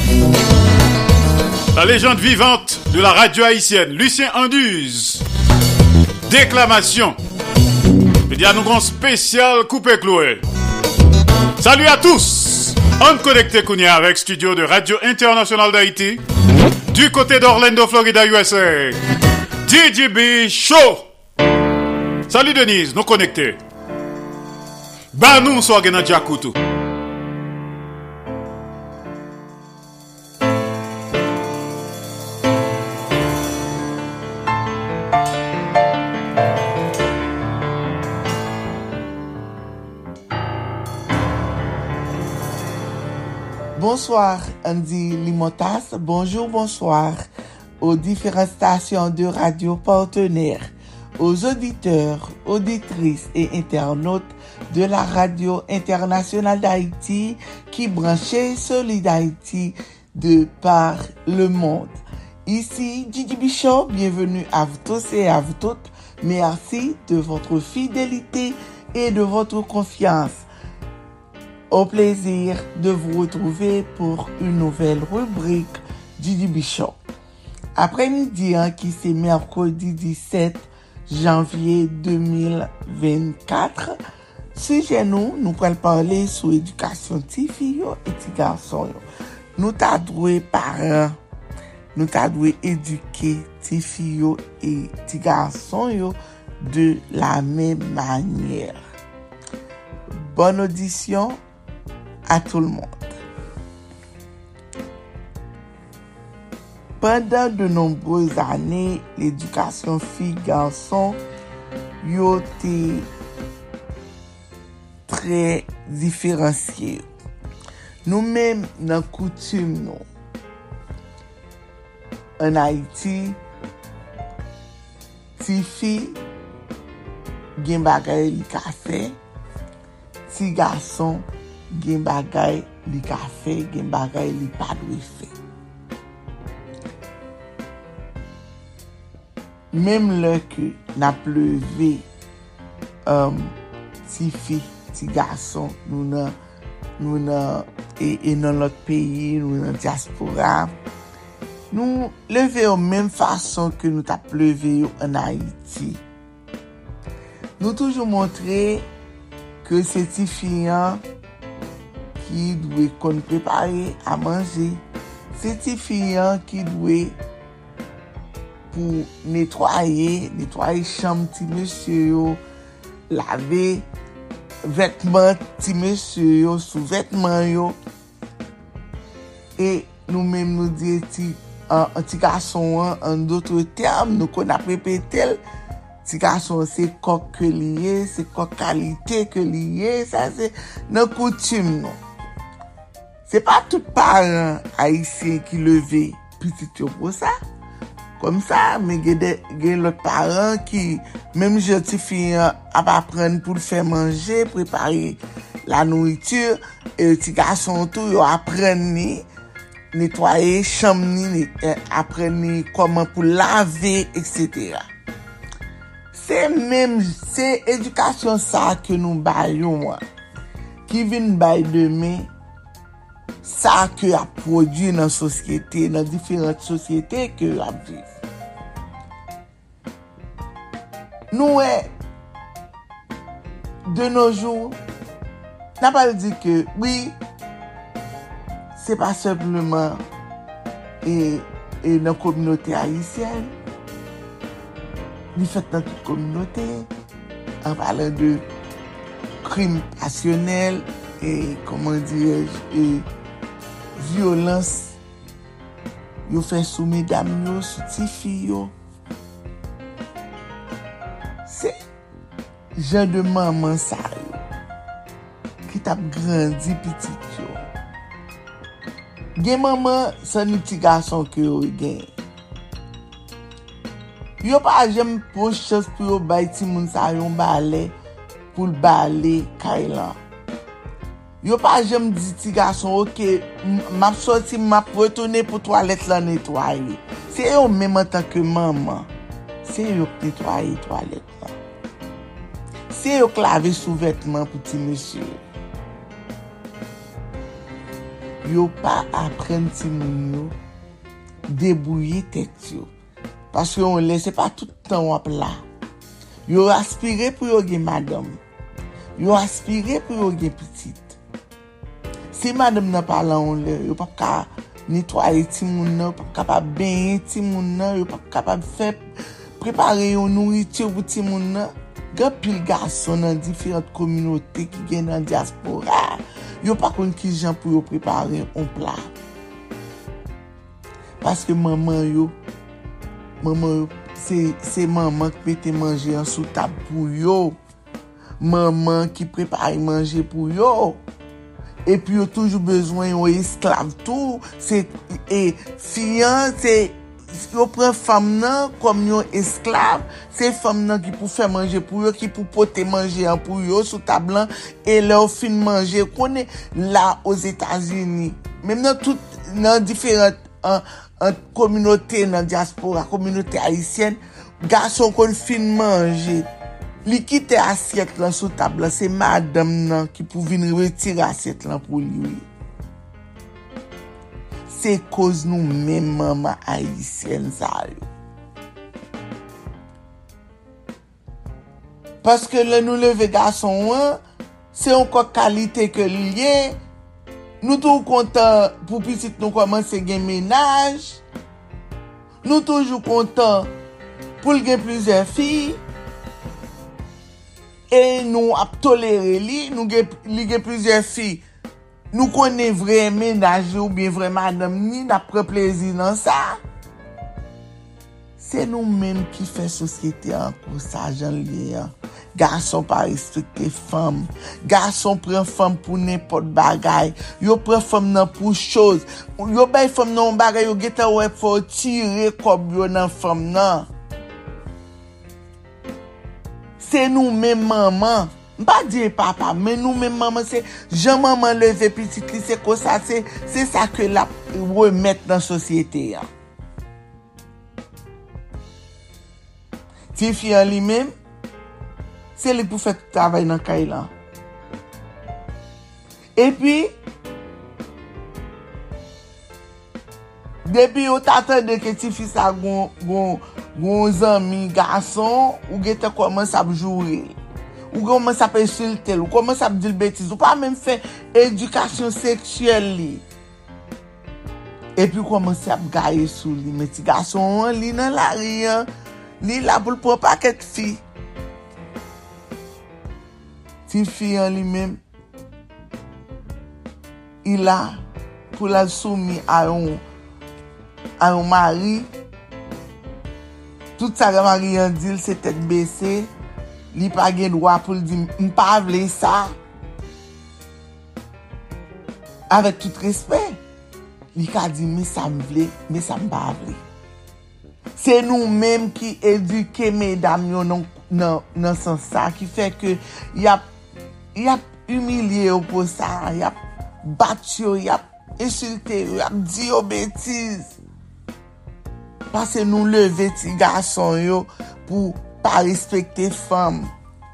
la légende vivante de la radio haïtienne, Lucien Anduze. Déclamation. Il y a un grand spécial coupé cloué. Salut à tous. On connecté Kounia avec studio de Radio Internationale d'Haïti, du côté d'Orlando, Florida, USA. DJB Show. Salut Denise, nous connectés. Bah nous sommes dans Djakoutou. Bonsoir Andy Limotas, bonjour, bonsoir aux différentes stations de radio partenaires, aux auditeurs, auditrices et internautes de la Radio Internationale d'Haïti qui branchait Solid Haïti de par le monde. Ici Gigi Bichot, bienvenue à vous tous et à vous toutes. Merci de votre fidélité et de votre confiance. Au plaisir de vous retrouver pour une nouvelle rubrique Gigi Bichot. Après-midi, qui c'est mercredi 17 janvier 2024. Sujet nous allons parler sur l'éducation des filles et des garçons. Nous t'adouer parents, nous t'adouer éduquer des filles et des garçons de la même manière. Bonne audition à tout le monde. Pendant de nombreuses années, l'éducation filles-garçons a été très différenciée. Nous-mêmes, dans la coutume, en Haïti, les filles gen bagay li ka fait, les garçons gen bagay li ka fait, gen bagay li pa dwe fait. Même le que n'a pleuvé si filles, si garçons, nous et dans notre pays, nous dans diaspora, nous lever de même façon que nous t'a pleuvé en Haïti. Nous toujours montrer que c'est ces filles qui doivent préparer à manger, c'est ces filles qui doivent pour nettoyer chambre petit monsieur, laver vêtements petit monsieur, sous-vêtements yo. Et nous-mêmes nous disons un petit garçon en d'autres termes nous qu'on a répété petit garçon c'est coq que lié, c'est coq qualité que lié, ça c'est nos coutumes non. C'est pas tout parent haïtien qui lever petit pour ça. Comme ça, mais il y a l'autre parent qui, même jeune fille, a apprendre pour faire manger, préparer la nourriture, et le petit garçon tout, il apprendre nettoyer chambre, apprendre comment pour laver, etc. C'est éducation ça que nous baillons, moi, qui vient bailler demain, ça que a produit dans la société, dans différentes sociétés que a vivre. Nous, de nos jours, n'a pas dit que oui, c'est pas simplement et dans la communauté haïtienne, il fait dans toute communauté, en parlant de crimes passionnels et, comment dirais-je, et violence, il fait sous mesdames, sous petites filles. C'est genre de maman ça qui t'a grandi petit yo. Gen maman c'est un petit garçon que yo gen. Yo pas j'aime pour chance pour yo bay ti moun sa yon balai pour le balai kailan. Yo pas j'aime dit petit garçon OK, m'a sorti m'a retourner pour toilette la nettoyer. C'est eux même en tant que maman. C'est eux qui nettoyer toilette. Se yo clavé sous vêtement pour ti monsieur. Yo pas apprendre ti moun yo débrouiller tête yo. Parce que on laisse pas tout le temps wap là. Yo aspiré pour yo gen madame. Yo aspiré pour yo gen petite. Si madame n'a pas là on le, yo pas ka nettoyer ti moun nan, pas capable baigner ti moun nan, yo pas capable faire préparer une nourriture pour ti moun nan. Gan pile garçon dans différentes communautés qui gen dans diaspora. Yo pas konn ki jan pour yo préparer un plat. Parce que maman c'est maman qui mette manger en sous table pour yo. Maman qui prépare manger pour yo. Et puis yo toujours besoin yon esclave tout. C'est et fiant c'est yo prend femme nan comme yon esclave, c'est femme nan qui pour faire manger pour yo, qui pour porter manger pour yo sous table et leur fin manger connaît là aux États-Unis. Même dans différentes communautés dans diaspora, communauté haïtienne, garçon qu'on fin manger. Li quitte assiette là sous table, c'est madame nan qui pour venir retirer assiette là pour lui. C'est cause nous même maman haïtienne ça yo. Parce que le nous lever garçon c'est encore qualité que lié. Nous tout content pour petit nous commencer gain ménage. Nous toujours content pour gain plusieurs filles. Et nous a toléré li, nous gain plusieurs filles. Nous connaissons vrai ménage ou bien vrai madame ni n'a prend plaisir dans ça. C'est nous-mêmes qui fait société en cours ça j'en lien. Garçon pas respecter femme. Garçon prend femme pour n'importe bagaille. Yo prend femme nan pour chose. Yo bay femme nan bagaille yo geta ouais faut tirer comme yo nan femme nan. C'est nous-mêmes maman. Pas dire papa, mais nous-mêmes maman c'est Jean maman lever petite li c'est comme ça c'est ça que la remettre dans société. Ti fille en lui-même c'est lui pour faire travail dans caille là. Et puis depuis on t'attendait que ti fille ça gon ami garçon ou gete commence à jouer. Ou commence à insulter, ou commence à dire bêtises, ou pas même faire éducation sexuelle li. Et puis commence à gailler sous lui, mais ti garçon li nan la rien, li la pour prendre paquet de filles. Ti fille en lui-même il a pour la soumis à un mari. Tout ça que mari en dit c'est tête baissée. Li pa gen droit pour dire m'pa vle ça. Avec tout respect, li ka dit mais ça me vle, mais ça m'pa vle. C'est nous-mêmes qui éduquer mesdames yo dans sens ça qui fait que y a humilié pour ça, y a battu, y a insulté, y a dit aux bêtises. Parce que nous lever ti garçon yo pour pas respecter femme.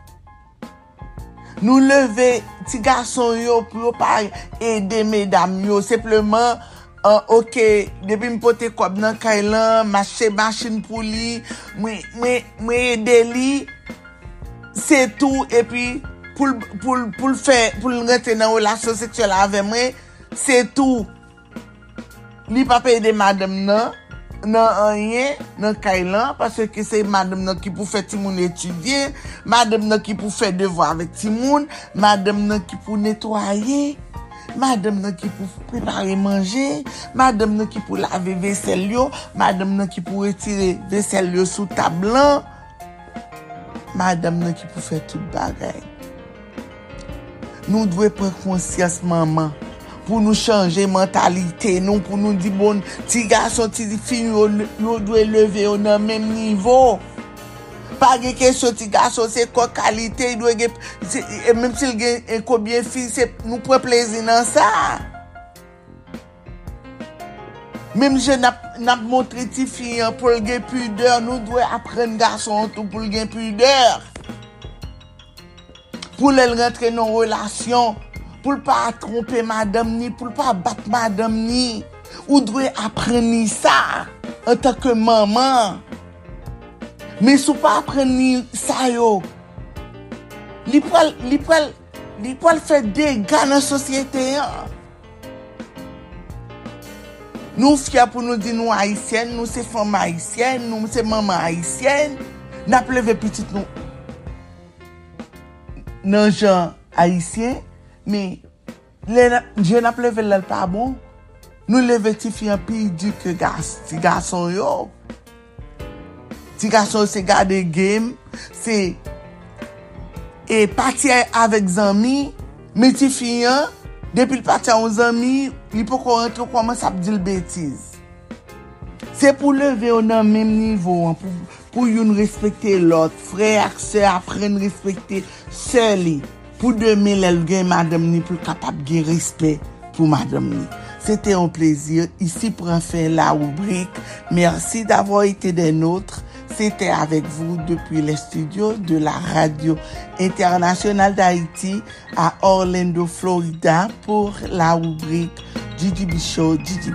Nous lever ti garçon yo pour pas aider mesdames yo simplement OK depuis me porter comme dans kailan marcher machine pour lui moi aider lui c'est tout et puis pour faire pour rentrer dans relation sexuelle avec moi c'est tout. Li pas aider madame non rien dans kailan parce que c'est madame nan qui pour faire ti moun étudier, madame nan qui pour faire devoir avec ti moun, madame nan qui pour nettoyer, madame nan qui pour préparer manger, madame nan qui pour laver vaisselle yo, madame nan qui pour retirer vaisselle yo sous table, madame nan qui pour faire tout bagaille. Nous devons prendre conscience maman pour nous changer mentalité, nous pour nous dire bon, ti garçon, ti fille, yo doit lever au même niveau. Pas de question ti garçon, c'est quoi qualité, il doit même s'il gagne combien fille, c'est nous prend plaisir dans ça. Même je n'a montré ti fille pour gagner pudeur, nous doit apprendre garçon tout pour gagner pudeur. pour elle rentrer dans une relation, pour ne pas tromper madame ni, pour ne pas battre madame ni. Ou doit apprendre ça en tant que maman. Mais si vous pas apprendre ça yo, li pral faire dégâts dans la société. Nous fiers pour nous dire nous haïtiennes, nous c'est femmes haïtiennes, nous c'est maman haïtienne, n'a plevé petit nous. Non gens haïtiens, mais je n'a plevé là pas bon. Nous les petits filles plus du que garçons yo. Ti garçon c'est garder game, c'est et partir avec amis, mais ti filles depuis le partir aux amis, il peut rentrer commence à dire bêtise. C'est pour lever au même niveau pour une respecter l'autre, frère, sœur apprendre respecter seul. Pour 2000 elle gagne madame ni pour capable de respect pour madame ni. C'était un plaisir. Ici prend fin la rubrique. Merci d'avoir été des nôtres. C'était avec vous depuis les studios de la Radio Internationale d'Haïti à Orlando, Florida pour la rubrique GGB Show GGB.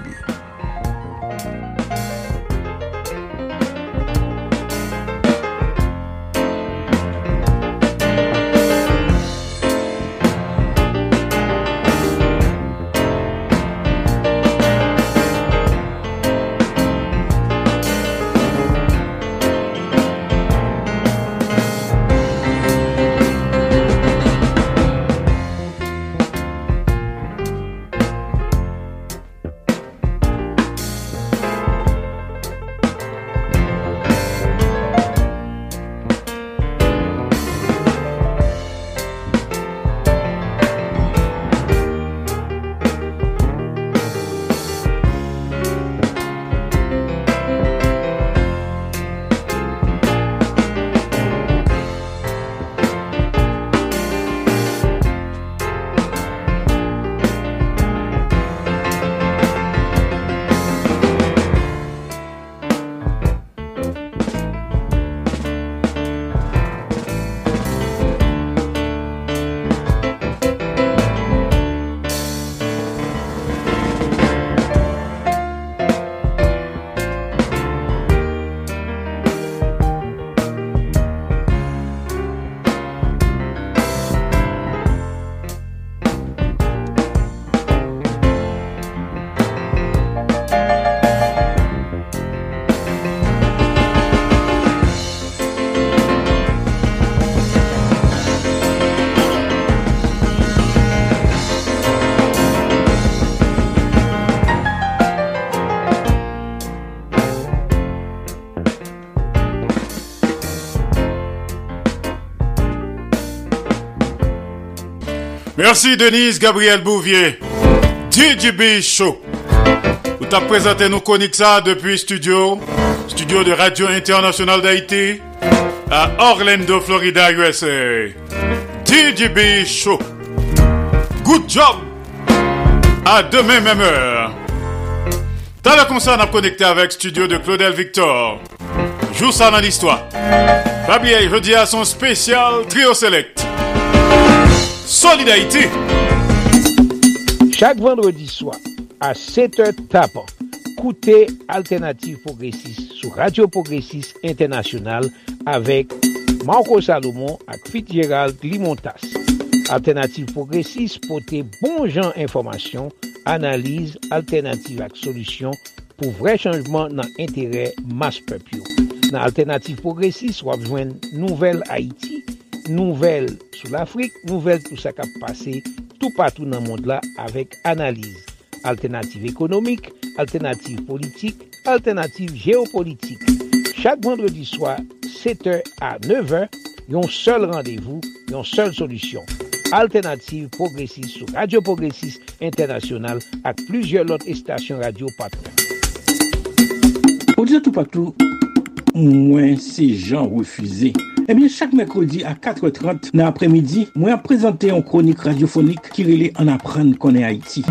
Merci Denise Gabriel Bouvier. GGB Show. Vous t'as présenté nos chroniques ça depuis studio de Radio Internationale d'Haïti à Orlando, Florida, USA. GGB Show. Good job. À demain même heure. Dans le concert, on a connecté avec studio de Claudel Victor. Joue ça dans l'histoire. Fabier, jeudi à son spécial Trio Select. Solid Haïti. Chaque vendredi soir, à 7h tapant, écoutez Alternative Progressiste sur Radio Progressiste International avec Marco Salomon et Fitzgerald Limontas. Alternative Progressiste pour tes bons gens informations, analyse, alternative et solutions pour vrai changement dans l'intérêt mass peuple. Dans Alternative Progressiste, on va besoin nouvelle Haïti, nouvelle sur l'Afrique, nouvelle tout ça qui a passé tout partout dans le monde là avec analyse, alternative économique, alternative politique, alternative géopolitique. Chaque vendredi soir, 7h à 9h, il y a un seul rendez-vous, il y a une seule solution. Alternative Progressiste sur Radio Progressiste International avec plusieurs autres stations radio partenaires. Pour dire tout partout, moi c'est Jean Refusé. Eh bien, chaque mercredi à 4h30 dans l'après-midi, moi présenter une chronique radiophonique qui relève en apprendre qu'on est Haïti.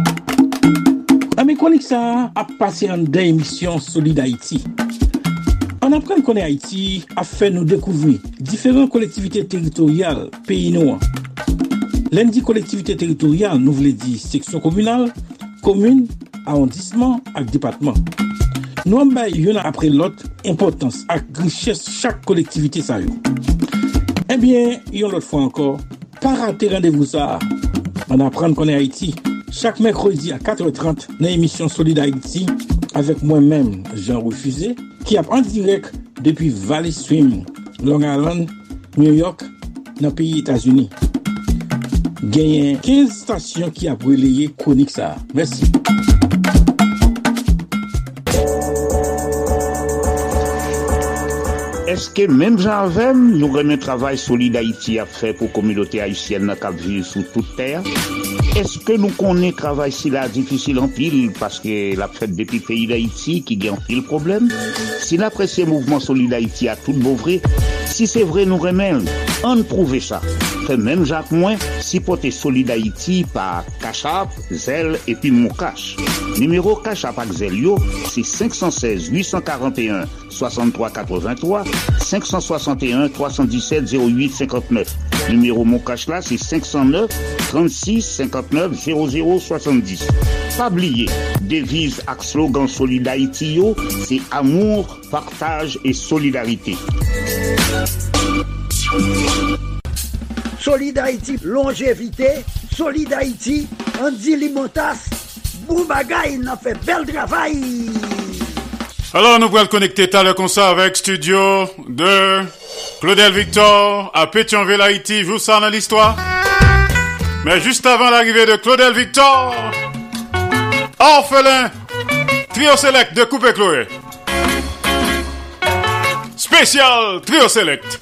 Mes chroniques ça a passé en deux émissions Solid Haïti. En apprendre qu'on est Haïti a fait nous découvrir différentes collectivités territoriales pays noirs. Lundi collectivité territoriale, nous voulons dire section communale, commune, arrondissement et département. Nous avons une après l'autre importance et richesse chaque collectivité ça yo. Eh bien, une autre fois encore, pas rater rendez-vous ça. On apprend qu'on est Haïti chaque mercredi à 4h30 dans l'émission Solid Haïti avec moi-même Jean Refusé qui est en direct depuis Valley Stream, Long Island, New York, dans le pays États-Unis. Gagné 15 stations qui a relayé chronique ça. Merci. Est-ce que même j'avais, nous remet travail Solid Haïti a fait pour la communauté haïtienne qui vit sous toute terre? Est-ce que nous connaissons travail si la difficile en pile parce que la fête depuis le pays d'Haïti qui gagne en pile problème? Si l'apprécié mouvement Solid Haïti a tout beau vrai, si c'est vrai nous remet, on prouve ça. Fait même Jacques Moins, si porter Solid Haïti par Cachap, Zelle et puis mon cash. Numéro Cachap avec Zelio, c'est 516 841 63 83 561 317 08 59. Numéro mon cash là, c'est 509 36 59 00 70. Pas oublier, devise ak slogan Solid Haïti yo, c'est amour, partage et solidarité. Solid Haïti, longévité. Solid Haïti, Andy Limotas. Boubagaï, n'a fait bel travail. Alors, nous pourrons connecter tout à l'heure comme ça avec studio de Claudel Victor à Pétionville, Haïti. Joue ça dans l'histoire. Mais juste avant l'arrivée de Claudel Victor, Orphelin, Trio Select de Coupé Chloé. Spécial Trio Select.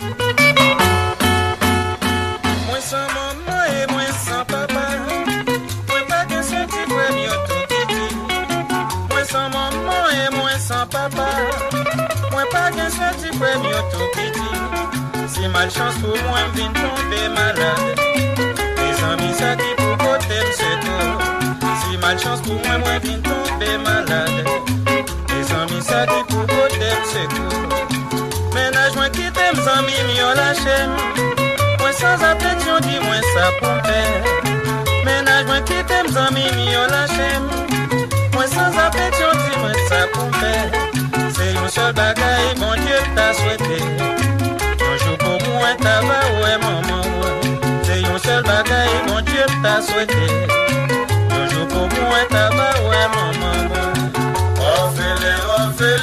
Si malchance pour moi, je viens tomber malade. Les amis, ça qui pour côté c'est tout. Si malchance pour moi, je viens tomber malade. Les amis, ça qui pour côté c'est tout. Ménage, moi qui t'aime, amis, m'y lâché. Moi sans affection, dis-moi ça pour me. Ménage, moi qui t'aime, amis, m'y lâché. Moi sans affection, dis-moi ça pour me. C'est une seule bagaille, mon Dieu t'a souhaité. Un jour pour moi, t'as va, ouais, maman, ouais. C'est une seule bagaille, mon Dieu t'a souhaité. Un jour pour moi, t'as va, ouais, maman, ouais. Orphelin,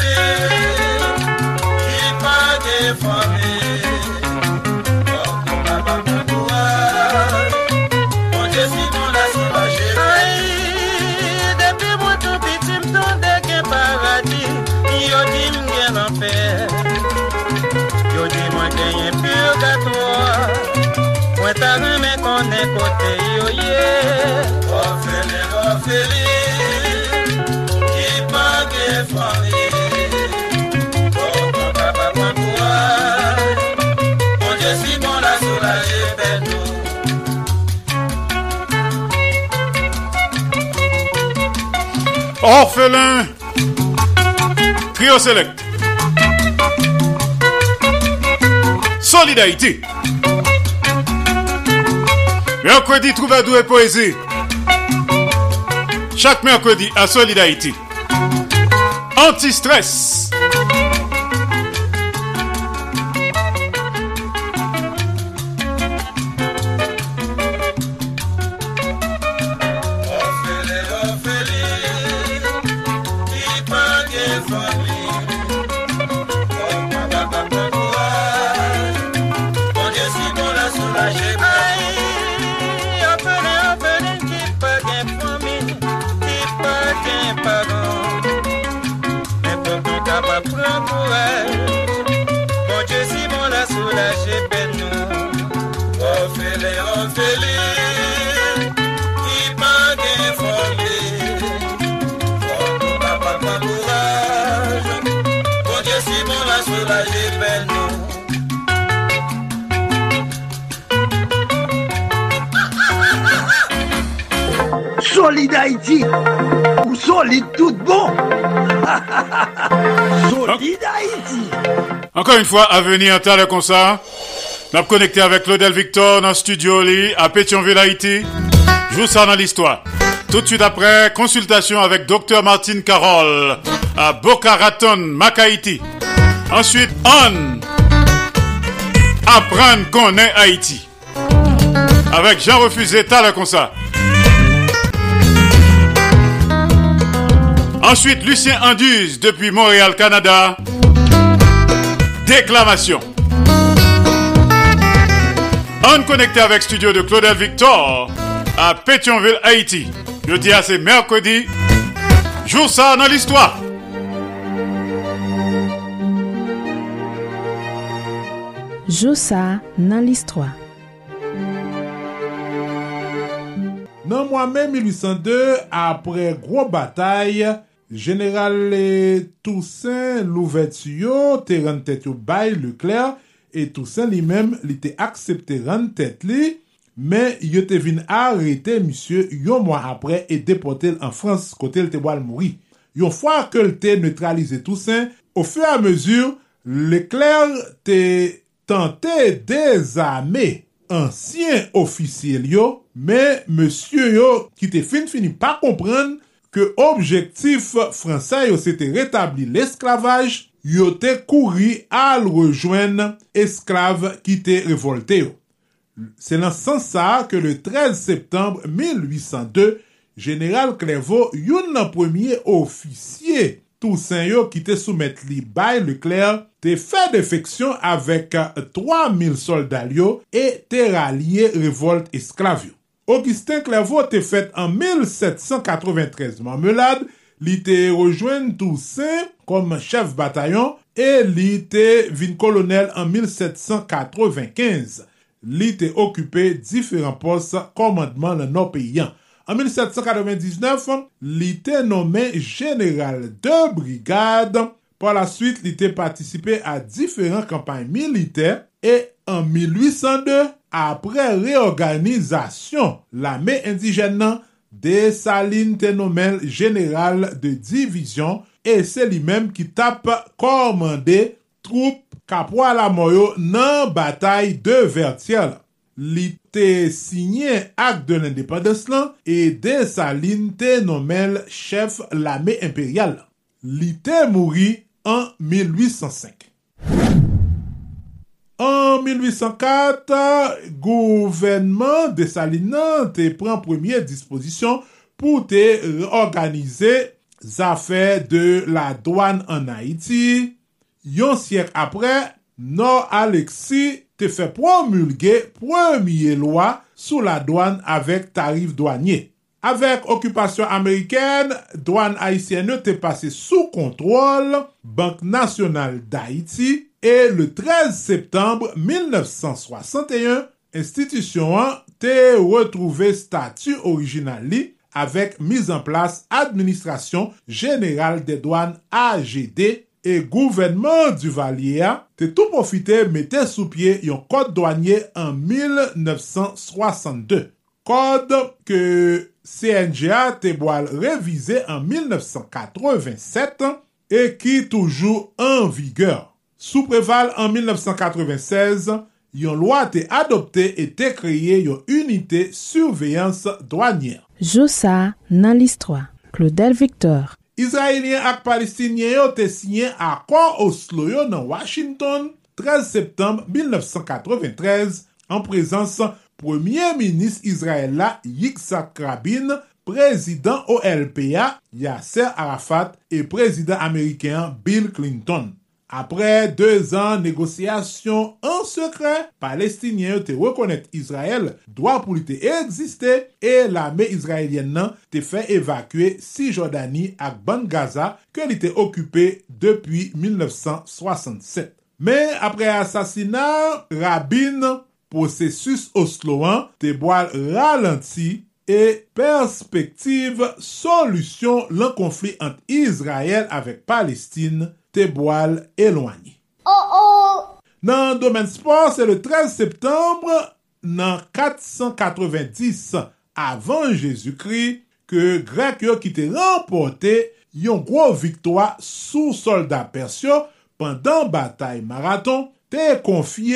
qui pas de famille. Oh, papa, mon Dieu, si mon la soulagé. Aïe, depuis moi tout petit, m'tendais qu'un paradis. Yo di m'gen l'enfer. Yo di moi gagne purgatoire. Moi ta remet qu'on est côté yo yeah. Orphelin, qui pas de famille. Oh ton papa prend courage. Mon Dieu si bon la soulager ben nous. Orphelin. Trio Select. Solid Haïti. Mercredi, troubadour et poésie. Chaque mercredi à Solid Haïti. Anti-stress. Solid Haïti, ou solide tout bon. Solid Haïti. Encore une fois, à venir en temps comme ça. Nous avons connecté avec Claudel Victor dans le studio à Pétionville, Haïti. Joue ça dans l'histoire. Tout de suite après, consultation avec Dr Martine Carole à Boca Raton, Mac-Haïti. Ensuite, on apprendre qu'on est Haïti. Avec Jean Refusé, t'as comme ça. Ensuite, Lucien Anduze depuis Montréal, Canada. Déclamation. On connecté avec studio de Claudel Victor à Pétionville, Haïti. Je dis à c'est mercredi. Jour ça dans l'histoire. Jour ça dans l'histoire. Dans le mois de mai 1802, après grosse bataille, général Toussaint Louverture te rend tête au bail Leclerc et Toussaint lui-même il te accepté rendre tête li, mais il te vinn arrêter monsieur un mois après et déporter en France côté il te boal mourir. Une fois que il te neutralisé Toussaint, au fur et à mesure Leclerc te tenté désarmer ancien officier yo, mais monsieur yo qui te fini pas comprendre que objectif français yo c'était rétablir l'esclavage, yo te couru à rejoindre esclaves qui te révolté yo. C'est dans ce sens ça que le 13 septembre 1802, général Clairvaux, yon premier officier Toussaint yo qui te soumettre li bay Leclerc, te fait défection avec 3000 soldats yo et te rallié révolte esclave yo. Augustin Clairvaux te fait en 1793 Marmelade, li te rejoint Toussaint comme chef bataillon et li te vin colonel en 1795. Li te occupé différents postes commandement dans nos pays. En 1799, li te nommé général de brigade. Par la suite, il a participé à différentes campagnes militaires et en 1802, après réorganisation, l'armée indigène Dessalines te nommé général de division et c'est lui-même qui tape commandé troupes Capoi la Moyo nan bataille de Vertières. Li te signé acte de l'indépendance et Dessalines te nommé chef l'armée impériale. Li te mouri en 1805. En 1804, gouvernement Dessalines te prend première disposition pour te organiser les affaires de la douane en Haïti. Un siècle après, Nord Alexis te fait promulguer première loi sous la douane avec tarif douanier. Avec occupation américaine, douane haïtienne te passée sous contrôle Banque nationale d'Haïti et le 13 septembre 1961, institution te retrouvé statut original avec mise en place administration générale des douanes AGD et gouvernement Duvalier te tout profité mettait sous pied un code douanier en 1962. Code que CNGA te boal révisé en 1987 et qui toujours en vigueur. Sous préval en 1996, une loi te adoptée et te créé une unité surveillance douanière. Josa dans l'histoire. Claudel Victor. Israéliens et Palestiniens ont signé accord Oslo dans Washington 13 septembre 1993 en présence Premier ministre israélien Yitzhak Rabin, président OLPA Yasser Arafat et président américain Bill Clinton. Après 2 ans de négociations en secret, Palestiniens te reconnaître Israël droit pour lui exister et l'armée israélienne te fait évacuer Cisjordanie à Ban Gaza que l'était occupé depuis 1967. Mais après assassinat, Rabin, processus osloan te boal ralenti et perspective solution le conflit entre Israël avec Palestine te boal éloigné. Dans le domaine sport, c'est le 13 septembre, dans 490 avant Jésus-Christ, que Grec qui te remporté une grosse victoire sous soldats persiens pendant bataille marathon, te confié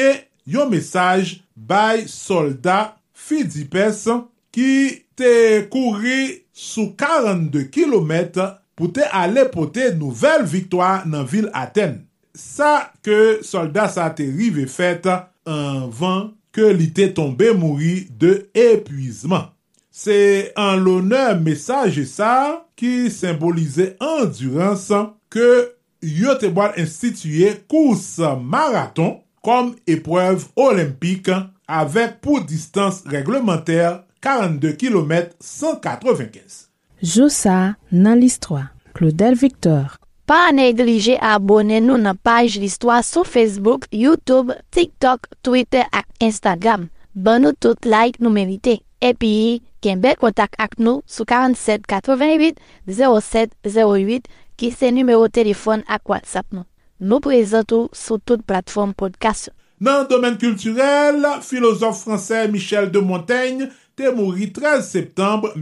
yon message bay soldat Fidipes qui te couru sous 42 km pour te aller porter nouvelle victoire dans ville Athènes. Ça que soldat ça te rive fait avant que l'ité tombé mourir de épuisement. C'est en l'honneur message ça qui symbolisait endurance que yo te boit institué course marathon comme épreuve olympique avec pour distance réglementaire 42 km 195. Josa dans l'histoire. Claudel Victor. Pas négliger à abonner nous dans page l'histoire sur Facebook, YouTube, TikTok, Twitter et Instagram. Bon nous tout like nous mériter. Et puis, Kembe contact avec nous sur 47 88 07 08 qui c'est numéro de téléphone à WhatsApp nous. Nous présentons sur toute plateforme podcast. Dans le domaine culturel, philosophe français Michel de Montaigne est mort 13 septembre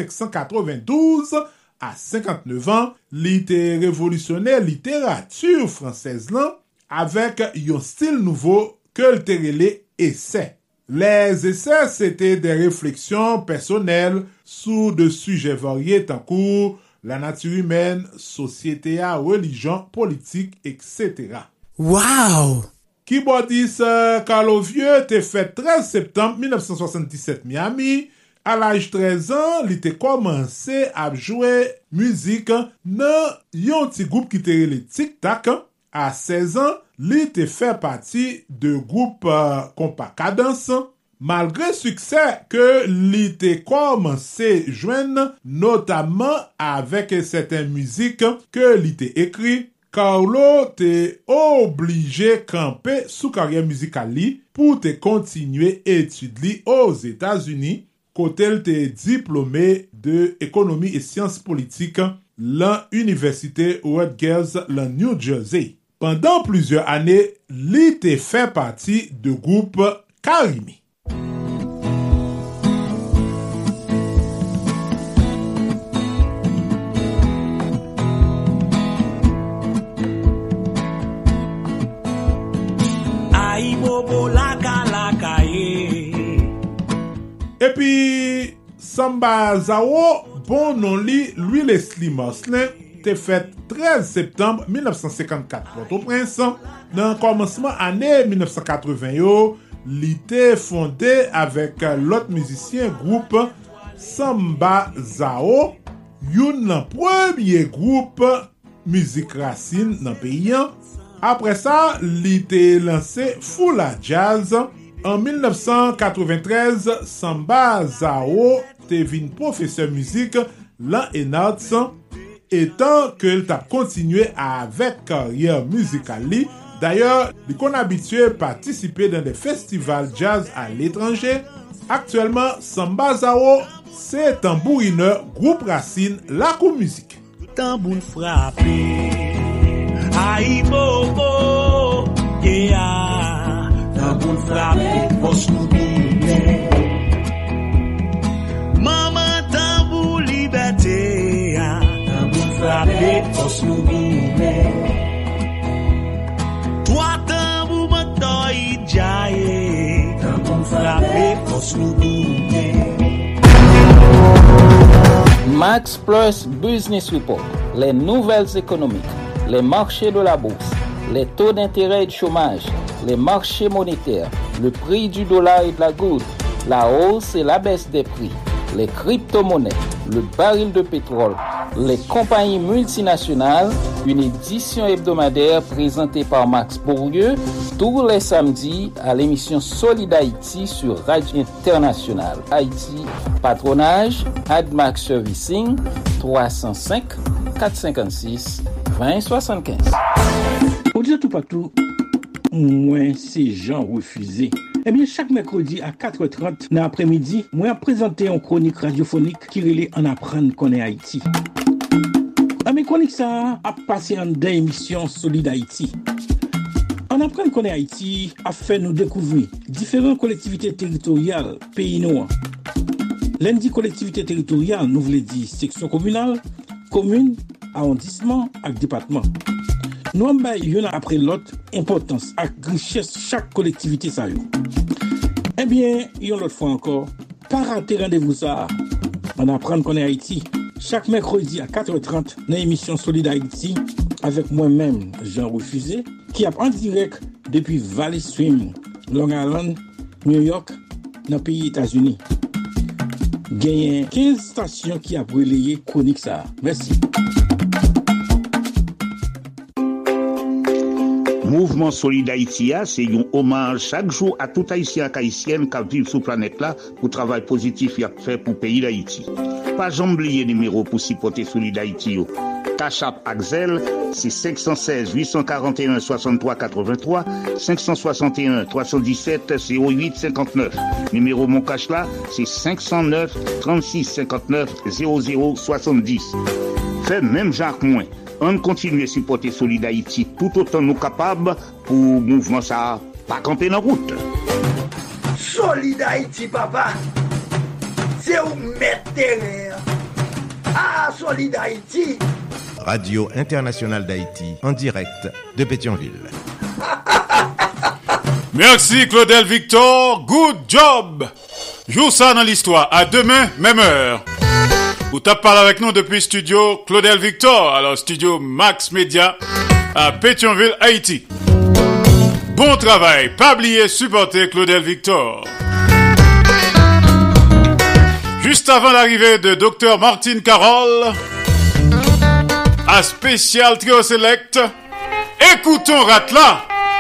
1592 à 59 ans. Il était révolutionnaire littérature française là avec un style nouveau que le relé essai. Les essais, c'était des réflexions personnelles sur des sujets variés tant que la nature humaine, société, religion, politique, etc. Wow! Keyboardiste Carlo Vieux te fait 13 septembre 1977 Miami. À l'âge 13 ans, il a commencé à jouer musique dans un petit groupe qui était le Tic Tac. À 16 ans, il a fait partie de groupe Compas Cadence. Malgré succès que il a commencé à jouer, notamment avec certaines musiques que il a écrit, Carlo t'es obligé de camper sous carrière musicale pour te continuer à étudier aux États-Unis. Côté il t'es diplômé de économie et sciences politiques l'université Rutgers, la New Jersey. Pendant plusieurs années, il t'es fait partie du groupe Karimi. Et puis, Samba Zao, bon nom lui Leslie Marcelin, te fait 13 septembre 1954 Port-au-Prince. Dans le commencement année 1980, il était fondé avec l'autre musicien groupe Samba Zao, un premier groupe musique racine dans le pays. Après ça, il était lancé Fula Jazz. En 1993, Samba Zao devint professeur musique là et Arts, étant qu'il a continué avec carrière musicale. D'ailleurs, il est habitué à participer dans des festivals jazz à l'étranger. Actuellement, Samba Zao, c'est tambourineur groupe racine la musique. Tambour frappé, aïe bobo, yeah. Tambour frappé, poche nous douler. Maman tambour liberté, tambour frappé, poche nous douler. Toi tambour m'entoi jaye, tambour frappé, poche nous douler. Max Plus Business Report, les nouvelles économiques, les marchés de la bourse, les taux d'intérêt et de chômage, les marchés monétaires, le prix du dollar et de la goutte, la hausse et la baisse des prix, les crypto-monnaies, le baril de pétrole, les compagnies multinationales, une édition hebdomadaire présentée par Max Bourdieu tous les samedis à l'émission Solid Haïti sur Radio Internationale. Haïti, patronage, AdMax Servicing, 305 456 2075. Au dire tout partout, moi c'est Jean refusé. Eh bien, chaque mercredi à 4h30 dans l'après-midi, moi présenter une chronique radiophonique qui relève en apprendre qu'on est Haïti. Mes chroniques ça a passé en deux émissions Solid Haïti. En apprendre qu'on est Haïti a fait nous découvrir différentes collectivités territoriales pays noirs. Lundi collectivité territoriale, nous voulons dire section communale, commune, arrondissement et département. nous avons une après l'autre importance à richesse chaque collectivité ça yo. Eh bien, une autre fois encore, pas rater rendez-vous ça. On apprend qu'on est Haïti chaque mercredi à 4h30 dans l'émission Solid Haïti avec moi-même Jean Refusé qui est en direct depuis Valley Stream, Long Island, New York, dans le pays États-Unis. Gagné 15 stations qui a relayé chronique ça. Merci. Mouvement Solid Haïti, c'est un hommage chaque jour à tout Haïtien et Haïtienne qui vivent sur la planète là pour le travail positif qu'il a fait pour le pays d'Haïti. Pas jamais oublier le numéro pour supporter Solid Haïti. Tachap Axel, c'est 516 841 63 83, 561 317 08 59. Numéro mon cash là, c'est 509 36 59 00 70. Fait même Jacques Moins. On continue à supporter Solid Haïti tout autant nous capables pour mouvement ça pas camper dans route. Solid Haïti papa, c'est où mettre terre. Ah Solid Haïti. Radio Internationale d'Haïti, en direct de Pétionville. Merci Claudel Victor, good job. Joue ça dans l'histoire, à demain, même heure. Vous tapez parlé avec nous depuis studio Claudel Victor, alors studio Max Media à Pétionville, Haïti. Bon travail, pas oublier supporter Claudel Victor. Juste avant l'arrivée de Dr Martine Carole, à Spécial Trio Select, écoutons Ratla.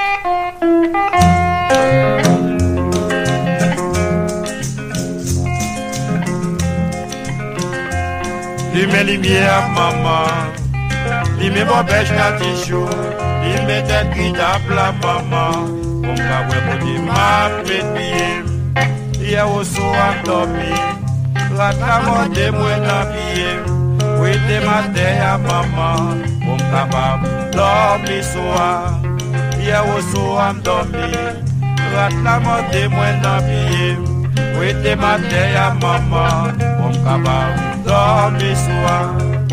Li met lumière maman, li met mon bêche natichou, li met tête grit à plat maman, on ka wè poti ma pet pied, yè ou sou an dormi, Ratla monte mwen nan pied, ou ete matin ya maman, on capable dormi soir, yè ou sou an dormi, Ratla monte mwen nan pied, ou ete matin ya maman, on capable dormi soir.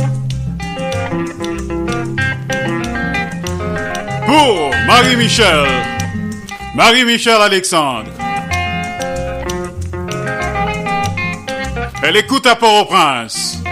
Pour Marie-Michel Alexandre. Elle écoute à Port-au-Prince.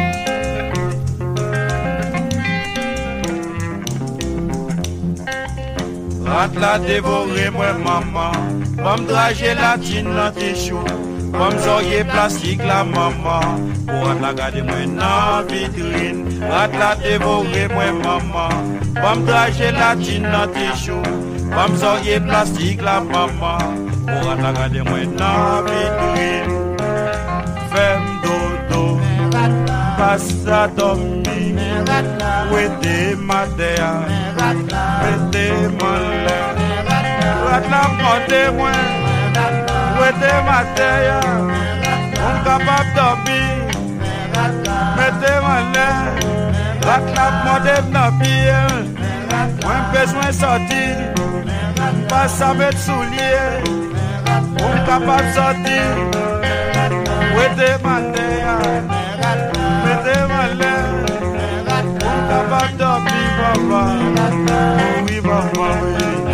Ratla dévoré moi maman, bam dragé latine dans tes choux, bam zoye plastique la maman, pour Ratla garder moi dans vitrine. Ratla dévoré moi maman, bam dragé latine dans tes choux, bam zoye plastique la maman, pour Ratla garder moi dans vitrine. Femme dodo, passe à dormir, ouete madea, ouete malè, Ratla monte moi, ouete madea, on capable dormir, mette malè, Ratla monte dans pied, on besoin sortir, pas à mettre soulier, on capable sortir. Wete matea, wete malè, on capable dormir papa, oui papa oui,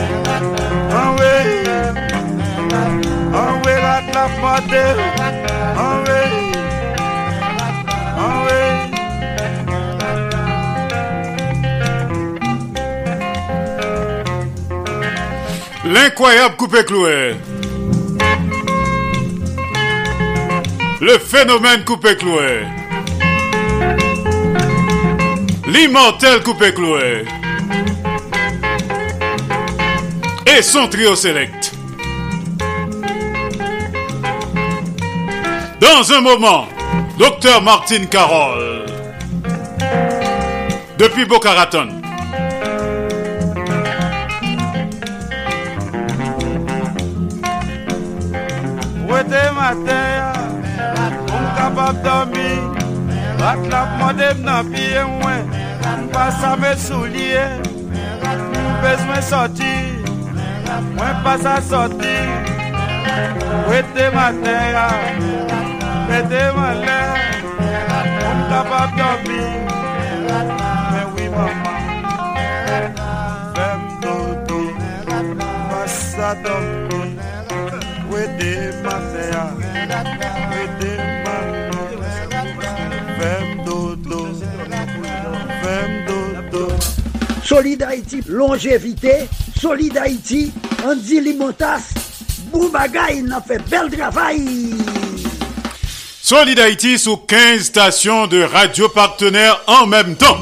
on oui, Ratla monte, on oui. L'incroyable coupé cloué. Le phénomène coupé cloué. L'immortel coupé cloué. Et son trio select. Dans un moment, Dr Martine Carole. Depuis Boca Raton. Wete matin, on capable dormir, Ratla monte dans pied moi, pas à mettre soulier, besoin sortir, moi pas à sortir. Wete matin, wete malè, on capable dormir, mais oui maman, Solid Haïti, longévité. Solid Haïti, Andy Limotas. Boubagaï, n'a fait bel travail. Solid Haïti sous 15 stations de radio partenaires en même temps.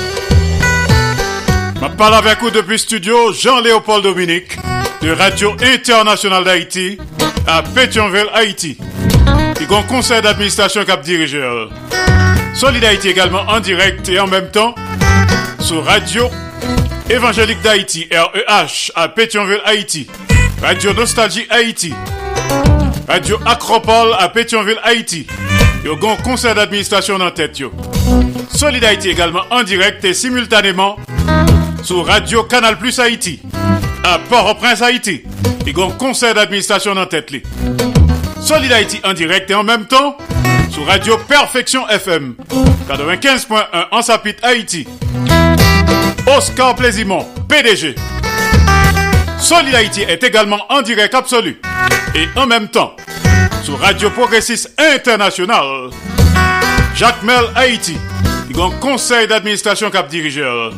Je parle avec vous depuis studio Jean-Léopold Dominique de Radio Internationale d'Haïti à Pétionville, Haïti. Il y a un conseil d'administration qui dirige. Solid Haïti également en direct et en même temps sur Radio Évangélique d'Haïti, REH à Pétionville, Haïti. Radio Nostalgie Haïti. Radio Acropole à Pétionville, Haïti. Il y a un conseil d'administration en tête. Solid Haïti également en direct et simultanément sur Radio Canal Plus Haïti à Port-au-Prince, Haïti. Il y a un conseil d'administration en tête. Solid Haïti en direct et en même temps sur Radio Perfection FM 95.1 en Sapit, Haïti. Oscar Plaisimont, PDG. Solid Haïti est également en direct absolu et en même temps sur Radio Progressiste International. Jacques Mel, Haïti. Il y a un conseil d'administration cap dirigeur.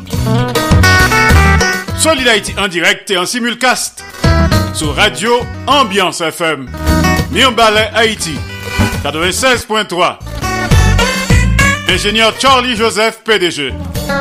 Solid Haïti en direct et en simulcast sur Radio Ambiance FM. Mirbalais, Haïti. 96.3. Ingénieur Charlie Joseph, PDG.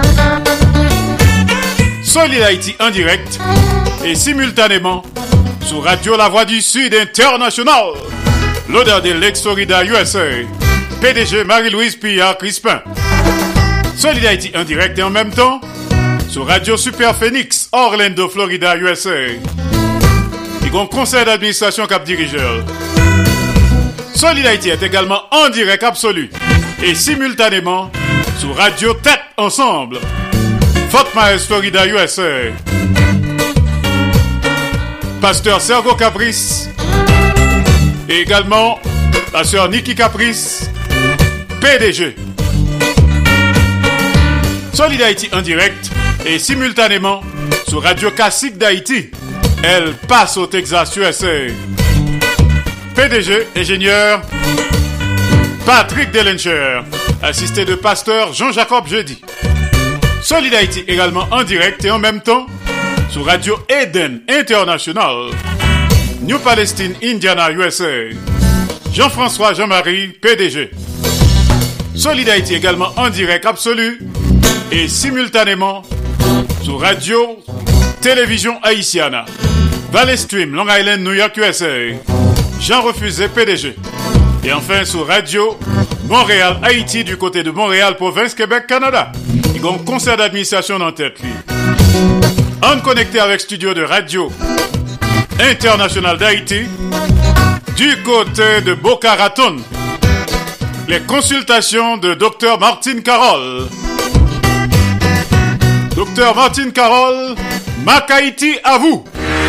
Solid Haïti en direct et simultanément sur Radio La Voix du Sud International. L'odeur de l'ex-Florida USA. PDG Marie-Louise Pillard Crispin. Solid Haïti en direct et en même temps sur Radio Super Phoenix Orlando, Florida, USA. Il y a un conseil d'administration cap dirigeur. Solid Haïti est également en direct absolu et simultanément sur Radio Tête Ensemble. Fort Myers, Florida, USA. Pasteur Sergo Caprice et également la sœur Nikki Caprice, PDG. Solid Haïti en direct et simultanément sur Radio Classique d'Haïti. Elle passe au Texas, USA. PDG, ingénieur Patrick Delencher, assisté de pasteur Jean-Jacob Jeudi. Solid Haïti également en direct et en même temps sur Radio Eden International, New Palestine, Indiana, USA. Jean-François Jean-Marie, PDG. Solid Haïti également en direct absolu et simultanément sur Radio Télévision Haïtiana, Valley Stream, Long Island, New York, USA. Jean Refusé, PDG. Et enfin sur Radio Montréal, Haïti, du côté de Montréal, province Québec, Canada. Il y a un conseil d'administration en tête. En connecté avec studio de Radio International d'Haïti, du côté de Boca Raton, les consultations de Dr Martine Carole. Dr Martine Carole, Mac Haïti à vous.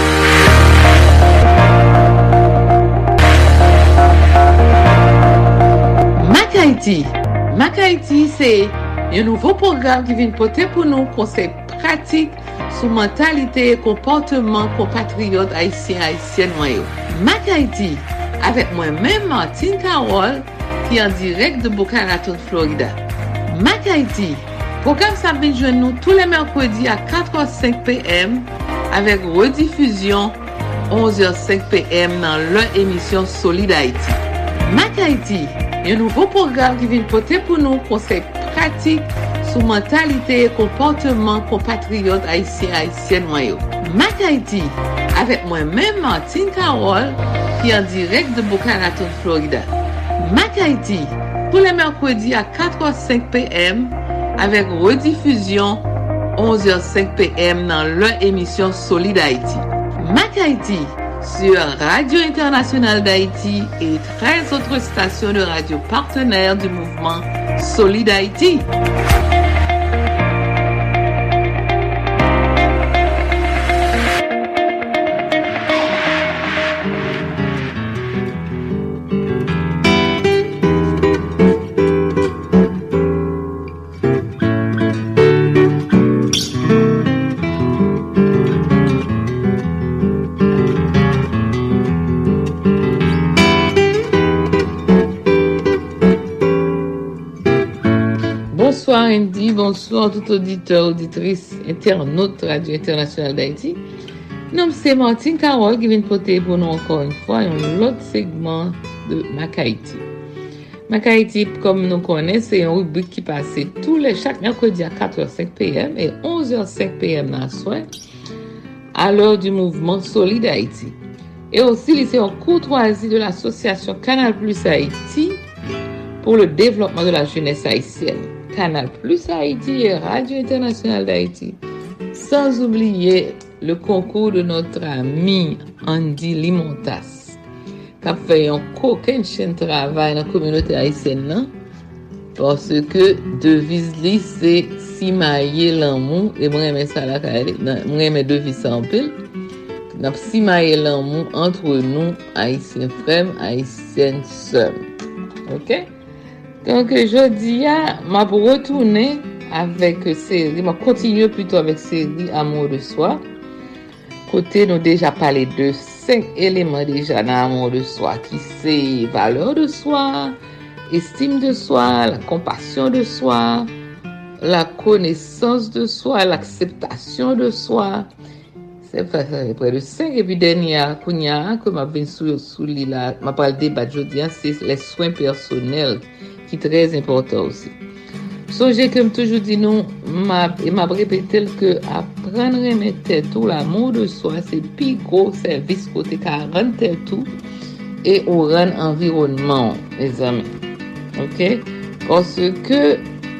Mac Haïti, c'est un nouveau programme qui vient porter pour nous conseils pratiques sur mentalité et comportement compatriotes haïtiennes. Mac Haïti, avec moi-même Martine Carole, qui est en direct de Boca Raton, Florida. Mac Haïti, programme ça vient joindre nous tous les mercredis à 4h05 p.m. avec rediffusion 11h05 p.m. dans leur émission Solid Haïti. Mac Haïti, un nouveau programme qui vient porter pour nous conseils pratiques sur mentalité et comportement compatriotes haïtiennes. Mac Haïti, avec moi-même Martine Carole, qui est en direct de Boca Raton, Florida. Mac Haïti, tous les mercredis à 4h05 p.m. avec rediffusion 11h05 p.m. dans leur émission Solid Haïti. Mac Haïti, sur Radio Internationale d'Haïti et 13 autres stations de radio partenaires du mouvement Solid Haïti. Bonsoir Andy, bonsoir tout auditeur, auditrice, internaute Radio Internationale d'Haïti. Non, c'est Martine Carole qui vient porter pour nous encore une fois un autre segment de Mac Haïti. Mac Haïti, comme nous connaissons, c'est une rubrique qui passe chaque mercredi à 4h05 p.m. et 11h05 p.m. dans le soir, à l'heure du mouvement Solide Haïti. Et aussi, c'est en courtoisie de l'association Canal Plus Haïti pour le développement de la jeunesse haïtienne. Canal Plus Haïti et Radio Internationale d'Haïti. Sans oublier le concours de notre ami Andy Limontas, qui a fait un coquin chaîne travail dans la communauté haïtienne, parce que devise li c'est simailler l'amour, et moi j'aime ça là, moi j'aime devise en pile, n'a simailler l'amour entre nous, haïtiens frères, haïtiennes sœurs. OK? Donc jeudi m'a retourner avec série, m'a continuer plutôt avec série Amour de soi. Côté nous déjà parlé de 5 éléments déjà dans Amour de soi qui c'est valeur de soi, estime de soi, la compassion de soi, la connaissance de soi, l'acceptation de soi. C'est près de 5 et puis dernier que m'a venu sous là, m'a parlé débat aujourd'hui, c'est les soins personnels qui est très important aussi. Songez comme toujours dit nous m'a répété que apprendre à remettre tout l'amour de soi c'est plus gros service côté 40 tout et au rend environnement les amis. OK? Parce que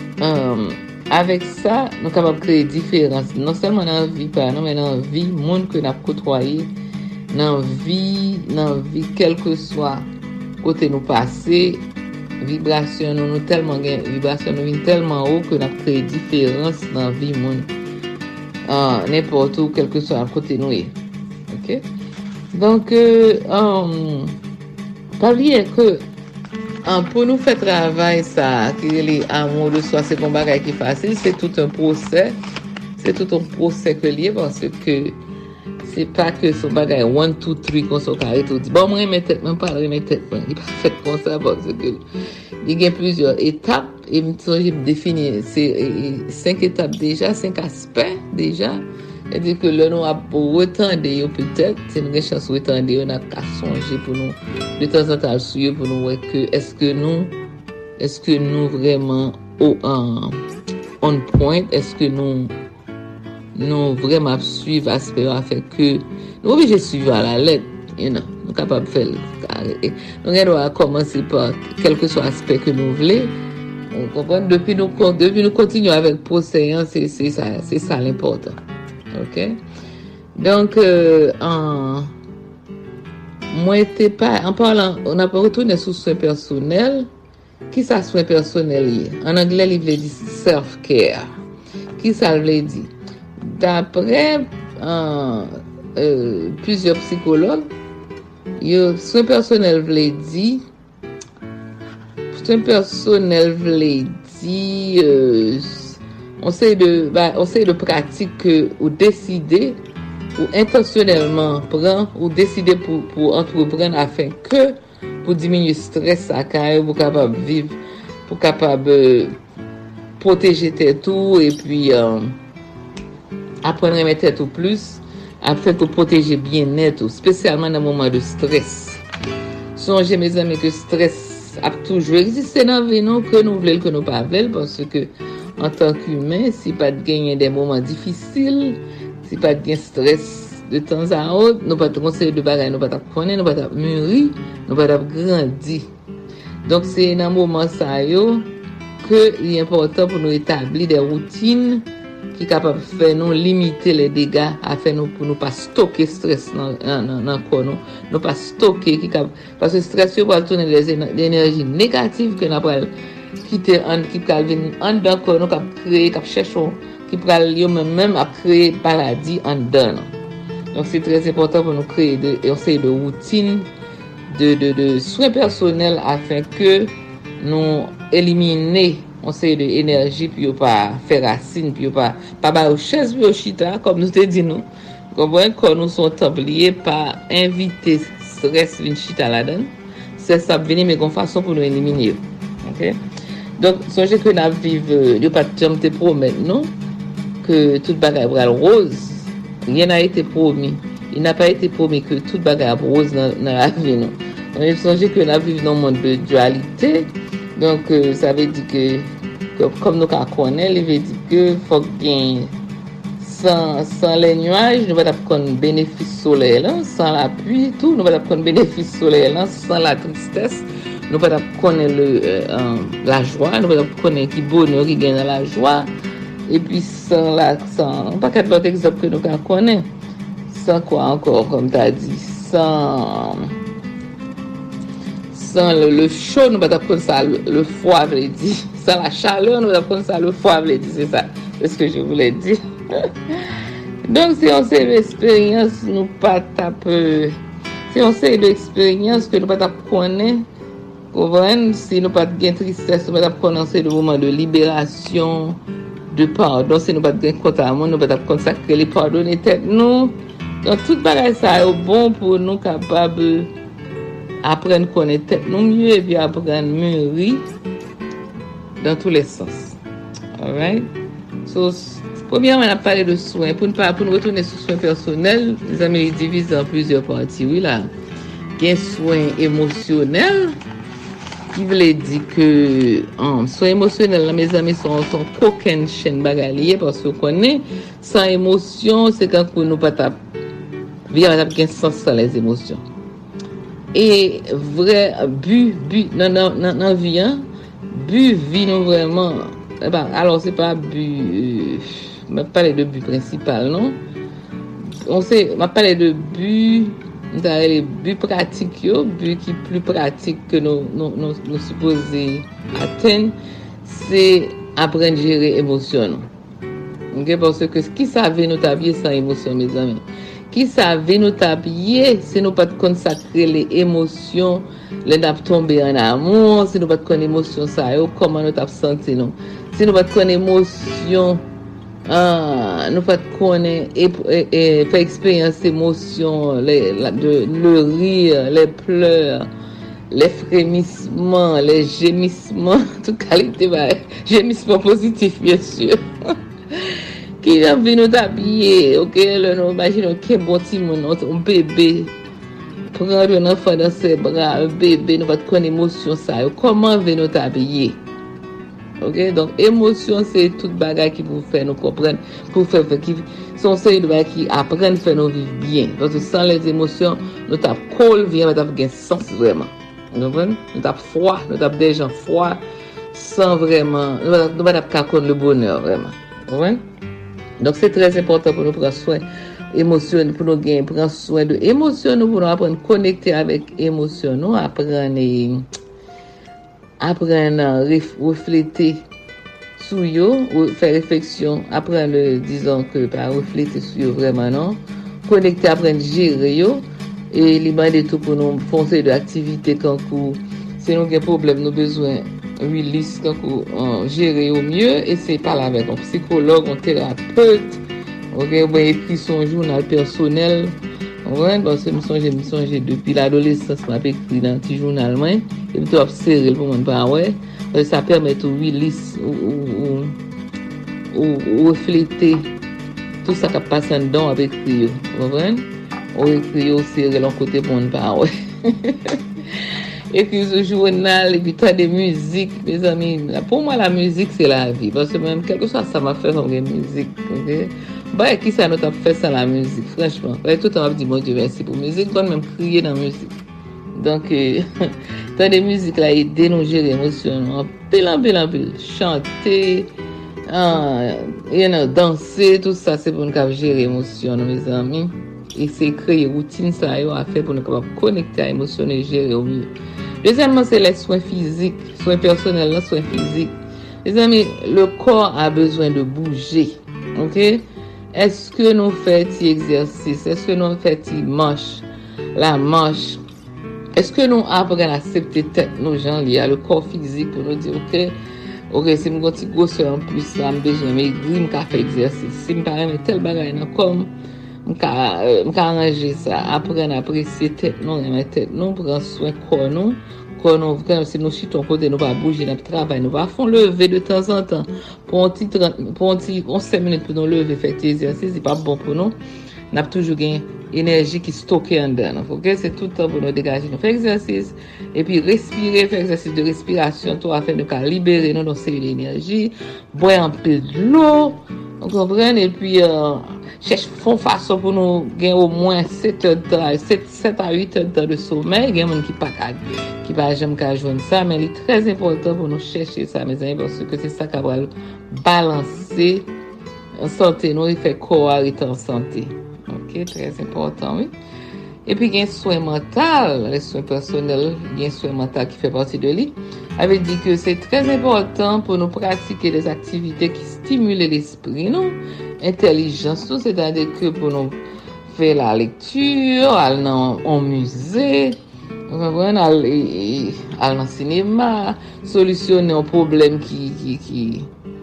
avec ça nous capable créer différence non seulement dans la vie pas non mais dans la vie monde que n'a côtoyé dans vie quel que soit côté nous passé vibration nous tellement vibration nous tellement haut que n'a créé différence dans la vie monde n'importe où quel que soit à côté nous. OK? Donc pas oublier que pour nous faire travail ça qui est l'amour de soi c'est pas un bagage qui est facile, c'est tout un procès que lié parce que c'est pas que son bagage 1 2 3 qu'on se carré tout dit bon moi remettre tête même pas remettre tête il pas fait comme ça parce que il y a plusieurs étapes et j'ai défini c'est 5 étapes déjà 5 aspects déjà. C'est-à-dire que là, nous avons retendre peut-être, c'est une chance de retendre, on a qu'à songer pour nous, de temps en temps, pour nous voir que est-ce que nous vraiment on point, est-ce que nous vraiment suivre aspect afin que nous obligés de suivre à la lettre, nous capables de faire. Nous devons commencer par quel que soit l'aspect que nous voulons. On comprend depuis nous continuer avec procès, c'est ça l'important. OK? Donc moi était pas en parlant on a pas retourné sur soins personnels. Qui ça soins personnels en anglais il veut dire self care. Qui ça veut dire? D'après plusieurs psychologues, soins personnels veut dire on sait de pratiques ou décider ou intentionnellement prendre ou décider pour entreprendre afin que pour diminuer le stress à carrière pour capable vivre pour capable protéger tout et puis apprendre à mettre tout plus afin de protéger bien-être spécialement dans le moment de stress. Songez mes amis que stress a toujours existé dans la vie non que nous voulons que nous pas voulons parce que en tant qu'humain, si pas de gagner des moments difficiles, si pas de stress de temps à autre, nous pas de conseiller de bagaille, nous pas de connaître, nous pas de mûrir, nous pas de grandir. Donc c'est dans moment ça que il est important pour nous établir des routines qui capable faire nous limiter les dégâts afin nous pour nous pas stocker stress dans corps nous pas stocker parce que stress va tourner des énergies négatives que n'a pas qui venir en dedans que nous cap créer cap chercher qui pral même à créer maladie en dedans. Donc c'est très important pour nous créer une série de routines de soins personnels afin que nous éliminer on série de énergie puis pas faire racine puis pas ba chaise puis chita comme nous te dit nous comprendre que nous sommes templiers pas inviter stress vinn chita là-dedans c'est ça venir mais une façon pour nous éliminer. OK? Donc, songez que nous vivons, nous pas de promettre, non? Que tout bagage va rose. Rien n'a été promis. Il n'a pas été promis que tout bagage rose dans la vie, non? On songez que nous vivons dans un monde de dualité. Donc, ça veut dire que comme nous connaissons, il veut dire que faut gagner sans les nuages, nous allons avoir un bénéfice solaire, sans la pluie, tout, nous allons avoir un bénéfice solaire, sans la tristesse. Nous ne pouvons pas connaître la joie, nous ne pouvons pas connaître qui bonheur qui gagne dans la joie. Et puis sans pas qu'à d'autres exemples que nous connaissons. Sans quoi encore, comme tu as dit, sans le chaud, nous ne pouvons pas connaître ça, le froid, veut dire. Sans la chaleur, nous ne pouvons pas connaître ça, le froid, veut dire. C'est ça, c'est ce que je voulais dire. Donc, si on sait l'expérience, nous pas taper. Si on sait l'expérience que nous pas connaître, si nous pas de tristesse, nous pas connaître le moment de libération, de pardon, si nous pas de compte à nous pas consacrer les pardonner tête nous. Donc tout bagage ça est bon pour nous capables apprendre connaître tête nous mieux et puis apprendre mûrir dans tous les sens. Alright? So, premièrement, on a parlé de soins. Pour nous retourner sur soins personnels, les amis divisent en plusieurs parties. Oui, là. Il y a soins émotionnels, qui veut dire que soins émotionnels, là, mes amis, sont aucune chaîne bagalier parce qu'on connaît, sans émotion, c'est quand nous pas vivre avec un sens sans les émotions. Et vrai, non, vie, vie, nous vraiment. Alors, c'est pas but. Je ne parle de but principal, non? On parle de but, les buts pratiques, but qui est plus pratique que nous supposons atteindre, c'est apprendre à gérer l'émotion. Okay? Parce que qui savait nous t'habiller sans émotion, mes amis? Qui savait nous t'habiller si nous pas consacrer les émotions, les n'a tomber en amour, si nous pas connaître émotion ça, comment nous t'as senti, non? Si nous pas connaître émotion, nous pas connaître et faire expérience émotion, le rire, les pleurs, les frémissements, les gémissements, toute qualité, gémissements positifs bien sûr. Qui vient nous t'habiller, ok, nous imaginons qu'un bon petit monde, un bébé, prendre un enfant dans ses bras, un bébé, nous pas connaître émotion ça, comment vient nous t'habiller? Ok, donc émotion c'est toute bagarre qui vous fait nous comprendre, pour faire qui sont série de bagarre qui apprennent faire nous vivre bien. Parce que sans les émotions, nous t'a colle vient nous gain sens vraiment. Vous comprenez? Nous t'a froid, nous t'a des gens froid sans vraiment nous pas connaître le bonheur vraiment. Vous comprenez? Donc c'est très important pour nous prendre soin émotion, pour nous gagner prendre soin de émotion, nous pour apprendre à connecter avec émotion, nous apprendre refléter sur yo, faire réflexion, apprendre disons que par refléter sur yo vraiment non, connecter apprendre gérer yo et libérer tout pour nous foncer de activité quand si nous avons problème nous besoin release quand gérer au mieux et c'est parler avec un psychologue, un thérapeute, OK, ou bien écrire son journal personnel. Ouais, parce que me songe depuis l'adolescence m'a écrit dans un petit journal moi et puis observer pour mon pas ouais ça permet de release ou refléter tout ça qui passe en dedans avec écrit vous comprenez on écrit aussi de côté pour mon pas ouais écrire ce journal et puis tas de musique mes amis pour moi la musique c'est la vie parce que même quelque chose ça m'a fait dans la musique OK. Bah, qui ça nous a fait ça la musique, franchement. Tout le temps, on dit, mon Dieu, merci pour la musique, on même crier dans la musique. Donc, tant de musique là, aider nous gérer l'émotion, en pile, chanter, danser, tout ça, c'est pour nous gérer l'émotion, mes amis. Et c'est créer routine, ça, à faire pour nous connecter à l'émotion et gérer au mieux. Deuxièmement, c'est les soins physiques, soins personnels, soins physiques. Les amis, le corps a besoin de bouger, ok? Est-ce que nous faisons exercice? Est-ce que nous faisons la marche? Est-ce que nous apprenons à accepter nos gens liés à le corps physique pour nous dire ok, si je suis gros en plus, je j'ai besoin de maigrir, je vais faire exercice. Si je parle de tel bagage comme je vais arranger ça, apprendre à apprécier tête nous, prendre soin corps nous, quand nous vraiment si nous chutons côté nous pas bouger notre travail nous va font lever de temps en temps pour un petit 5 minutes pour nous lever faire exercice c'est pas bon pour nous n'a toujours gain énergie qui stockée en dedans OK c'est tout le temps pour nous dégager nous faire exercice et puis respirer faire exercice de respiration tout afin de libérer nous série d'énergie boire un peu de l'eau vous comprenez et puis cherche font façon pour nous gagner au moins 7 à 8 heures de temps de sommeil. Il y a des gens qui pas jamais joindre ça, mais il est très important pour nous chercher ça, mes amis, parce que c'est ça qui va balancer en santé, nous, il fait corps être en santé. Ok, très important, oui. Et puis, il y a un soin mental, les soins personnels, il y a un soin mental qui fait partie de lui. Avait dit que c'est très important pour nous pratiquer des activités qui stimulent l'esprit, non? Intelligence, tout, c'est-à-dire que pour nous faire la lecture, aller au musée, aller dans le cinéma, solutionner un problème qui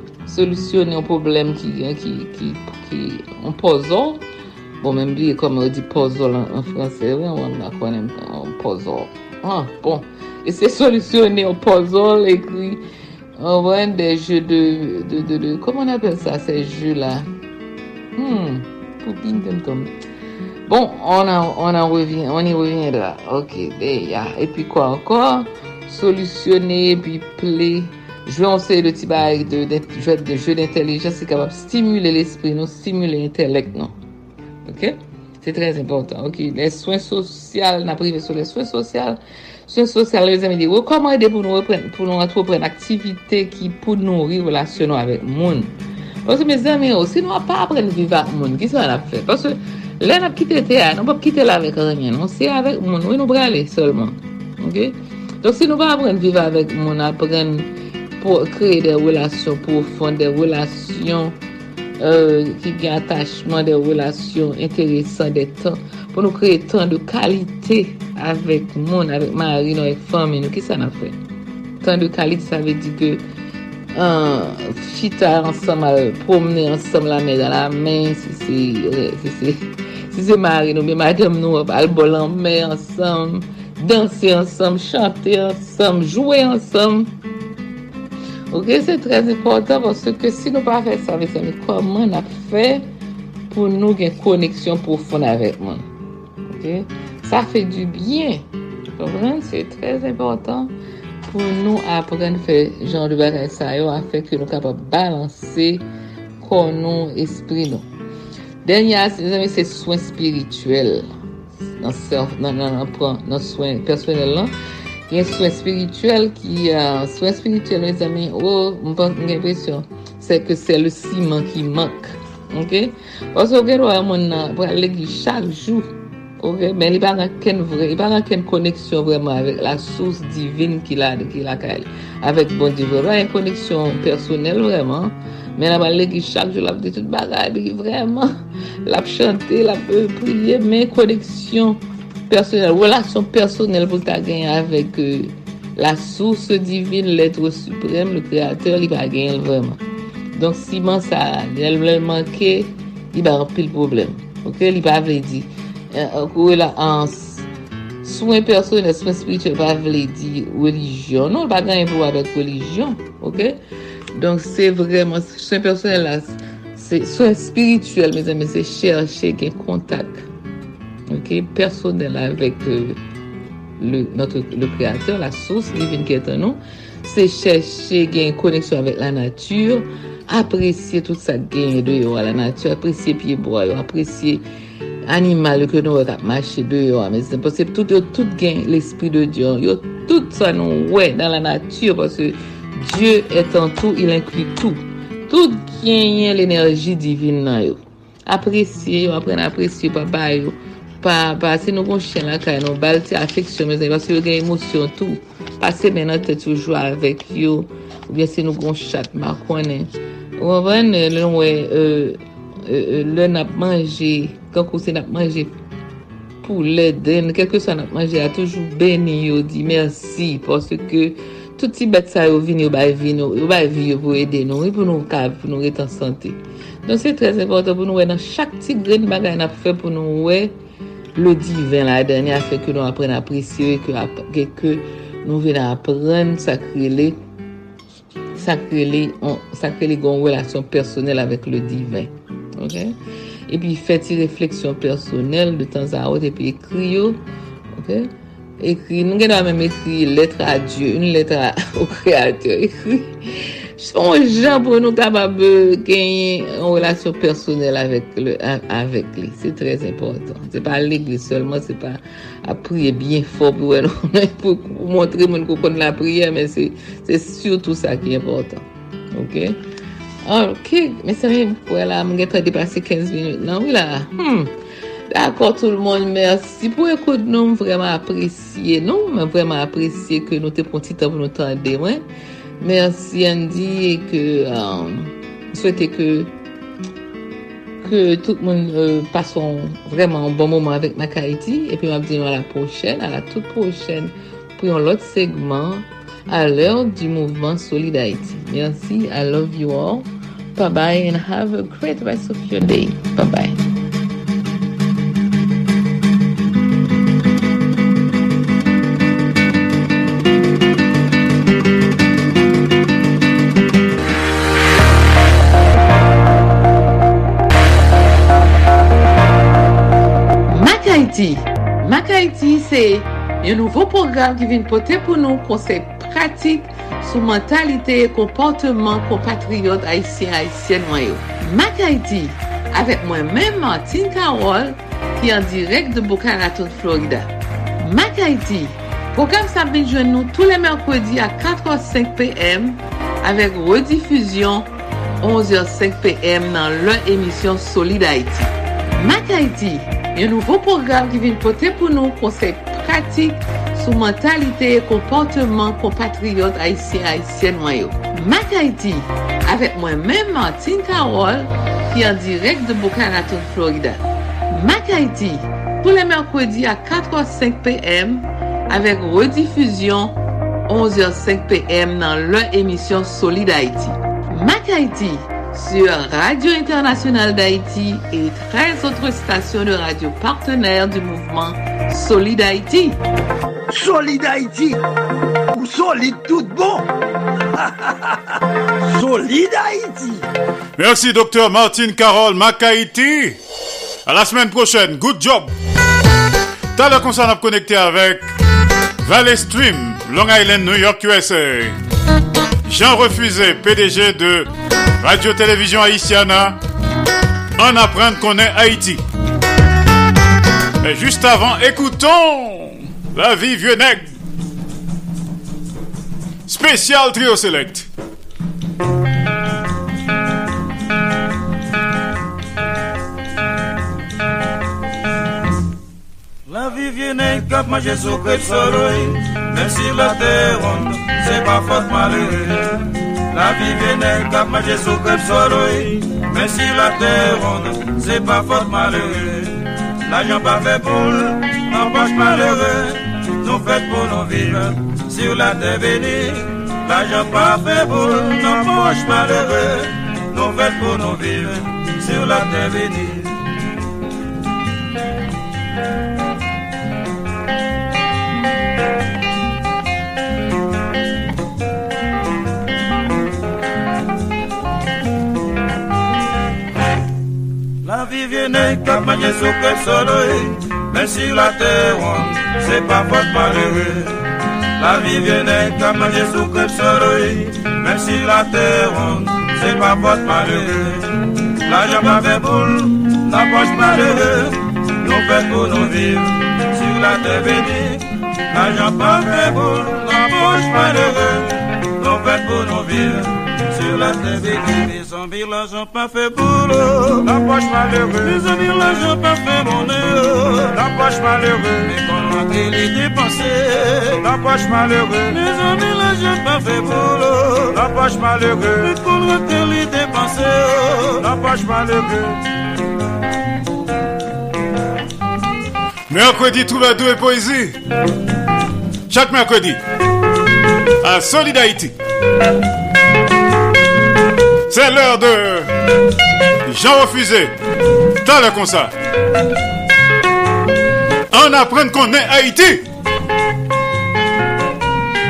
un puzzle. Bon, même bien comme on dit puzzle en français, oui, on connaît un puzzle. Ah, bon. Et c'est solutionner un puzzle écrit on voit des jeux de comment on appelle ça ces jeux là bon on y reviendra ok et puis quoi encore solutionner puis play jouer on sait le petit bail de jeux d'intelligence c'est capable de stimuler l'esprit non stimuler l'intellect non ok c'est très important ok les soins sociaux on a privé sur les soins sociaux soins sociaux les amis dit comment aider pour nous entreprendre une activité qui pour nourrir relation avec monde parce que mes amis aussi nous pas apprendre vivre avec monde qui ça on a fait parce que là on a quitté terre on pas quitter là avec rien non c'est avec monde oui nous aller seulement ok donc si nous pas apprendre vivre avec monde apprendre pour créer des relations profondes des relations qui ont attachement des relations intéressantes des temps pour nous créer tant de qualité avec monde avec mari avec famille nous qui ça n'a fait tant de qualité ça veut dire que chita ensemble promener ensemble la main dans la main si c'est mari nous mais madame nous al bol en mer ensemble danser ensemble chanter ensemble jouer ensemble. Ok, c'est très important parce que si nous pas faire ça avec ça, comment on a fait pour nous avoir une connexion profonde avec moi? Ok, ça fait du bien. Vous comprenez? C'est très important pour nous apprendre à faire genre de bagaille ça, afin que nous capables de balancer corps nous, esprit nous. Dernier, c'est soins spirituels. Dans soins personnels il y a un soin spirituel soin spirituel mes amis j'ai l'impression c'est que c'est le ciment qui manque ok parce que on pour l'église chaque jour ok mais il n'y a pas qu'une connexion vraiment avec la source divine qu'il a avec bon Dieu il y a une connexion personnelle vraiment mais là l'église chaque jour la dit toute bagaille vraiment la chanter la prier mais connexion personnelle, relation personnelle pour ta gagner avec la source divine, l'être suprême, le créateur, il va gagner vraiment. Donc si ça il manqué, il va remplir le problème. OK, il va veut dire en soins personnels, soins spirituels va veut dire religion. Non, pas gagner pour avec religion. OK? Donc c'est vraiment soins personnels là, c'est soins spirituels mes amis, c'est chercher un contact. Ok, personnel avec le créateur, la source divine qui est en nous, c'est chercher une connexion avec la nature, apprécier tout ça gain dehors à la nature, apprécier pied bois, apprécier animal que nous avons marché dehors, mais c'est possible tout gain l'esprit de Dieu, tout ça nous ouais dans la nature parce que Dieu est en tout, il inclut tout gain l'énergie divine dans yo. Apprécier, apprendre à apprécier papa yo. Pas si nous avons chien là quand nous balti affection mais parce que il y a émotion tout passer maintenant tête toujours avec yo ou bien si nous avons chat ma connaît on va le n'a manger quand on n'a manger poulet den quelque chose n'a manger a toujours béni yo dit merci parce que tout petit bête ça yo vinn yo ba vie pour aider nous et pour nous être en santé donc c'est très important pour nous dans chaque petit grain de bagage n'a fait pour nous le divin la dernière fait que nous apprenons à apprécier que nous venons apprendre ça crée les relations personnelles avec le divin. OK? Et puis faites une réflexion personnelle de temps à autre et puis écrire. OK? Écrit, nous avons même écrit une lettre à Dieu, une lettre au Créateur. Écrit, gens pour nous capables de gagner une relation personnelle avec lui. C'est très important. C'est pas l'église seulement, c'est pas à prier bien fort pour montrer qu'on connaît la prière, mais c'est surtout ça qui est important. OK? OK, mais c'est rien, voilà, je vais dépasser 15 minutes. Non, oui là. D'accord tout le monde, merci pour écouter nous, vraiment apprécier que nous te prenions temps pour nous entendre. Ouais. Merci Andy et que souhaitez que tout le monde passe vraiment un bon moment avec Makaiti et puis on va dire à la toute prochaine pour un autre segment à l'heure du mouvement Solid Haïti. Merci, I love you all. Bye bye and have a great rest of your day. Bye bye. Makaiti, c'est un nouveau programme qui vient porter pour nous conseils pratiques sur mentalité et comportement compatriotes haïtiennes. Makaiti, avec moi-même Martine Carole, qui est en direct de Boca Raton, Florida. Makaiti, programme ça vient joindre nous tous les mercredis à 4h05 p.m. avec rediffusion 11h05 p.m. dans leur émission Solid Haïti. Makaiti, un nouveau programme qui vient porter pour nous conseils pratiques sur mentalité et comportement compatriotes haïtiennes. Makaiti, avec moi-même Martine Carole, qui est en direct de Boca Raton, Florida. Makaiti, tous les mercredis à 4h05 p.m. avec rediffusion 11h05 p.m. dans leur émission Solid Haïti. Makaiti, sur Radio Internationale d'Haïti et 13 autres stations de radio partenaires du mouvement Solid Haïti. Solid Haïti, ou solide tout bon. Solid Haïti. Merci Dr Martine Carole Makaiti. À la semaine prochaine. Good job. T'as le concert à connecter avec Valley Stream, Long Island, New York, USA. Jean Refusé, PDG de Radio-Télévision Haïtiana, en apprendre qu'on est Haïti. Mais juste avant, écoutons La Vie Vieux Nègre. Spécial Trio Select. La vie vieux nègre cap manger sous crêpe soroy. Même si la terre ronde, c'est pas faute malheureux. La vie vieux nègre cap manger sous crêpe soroy. Même si la terre ronde, c'est pas faute malheureux. L'argent pas fait pour n'empêche malheureux. Nous faites pour nous vivre sur la terre bénie. L'argent pas fait pour n'empêche malheureux. Nous faites pour nous vivre sur la terre bénie. La vie vient cap manger sous crêpe soleil, même si la terre ronde, c'est pas faute malheureux. La vie vient cap manger sous crêpe soleil, même si la terre ronde, c'est pas faute malheureux. L'argent pas fait boule, la poche malheureux, nous fait pour nous vivre sur la terre bénie. L'argent pas fait boule, la poche malheureux, nous fait pour nous vivre sur la terre bénie. Les zombies, l'argent pas fait boulot, la poche malheureux. Les zombies, l'argent pas fait monnaie, la poche malheureux. Mais qu'on rentre les dépenser, la poche malheureux. Les zombies, l'argent pas fait boulot, la poche malheureux. Mais qu'on rentre les dépenser, la poche malheureux. Mercredi, troubadour et poésie. Chaque mercredi, à Solid Haïti. C'est l'heure de Jean Refusé. T'as le concert. On apprend qu'on est Haïti.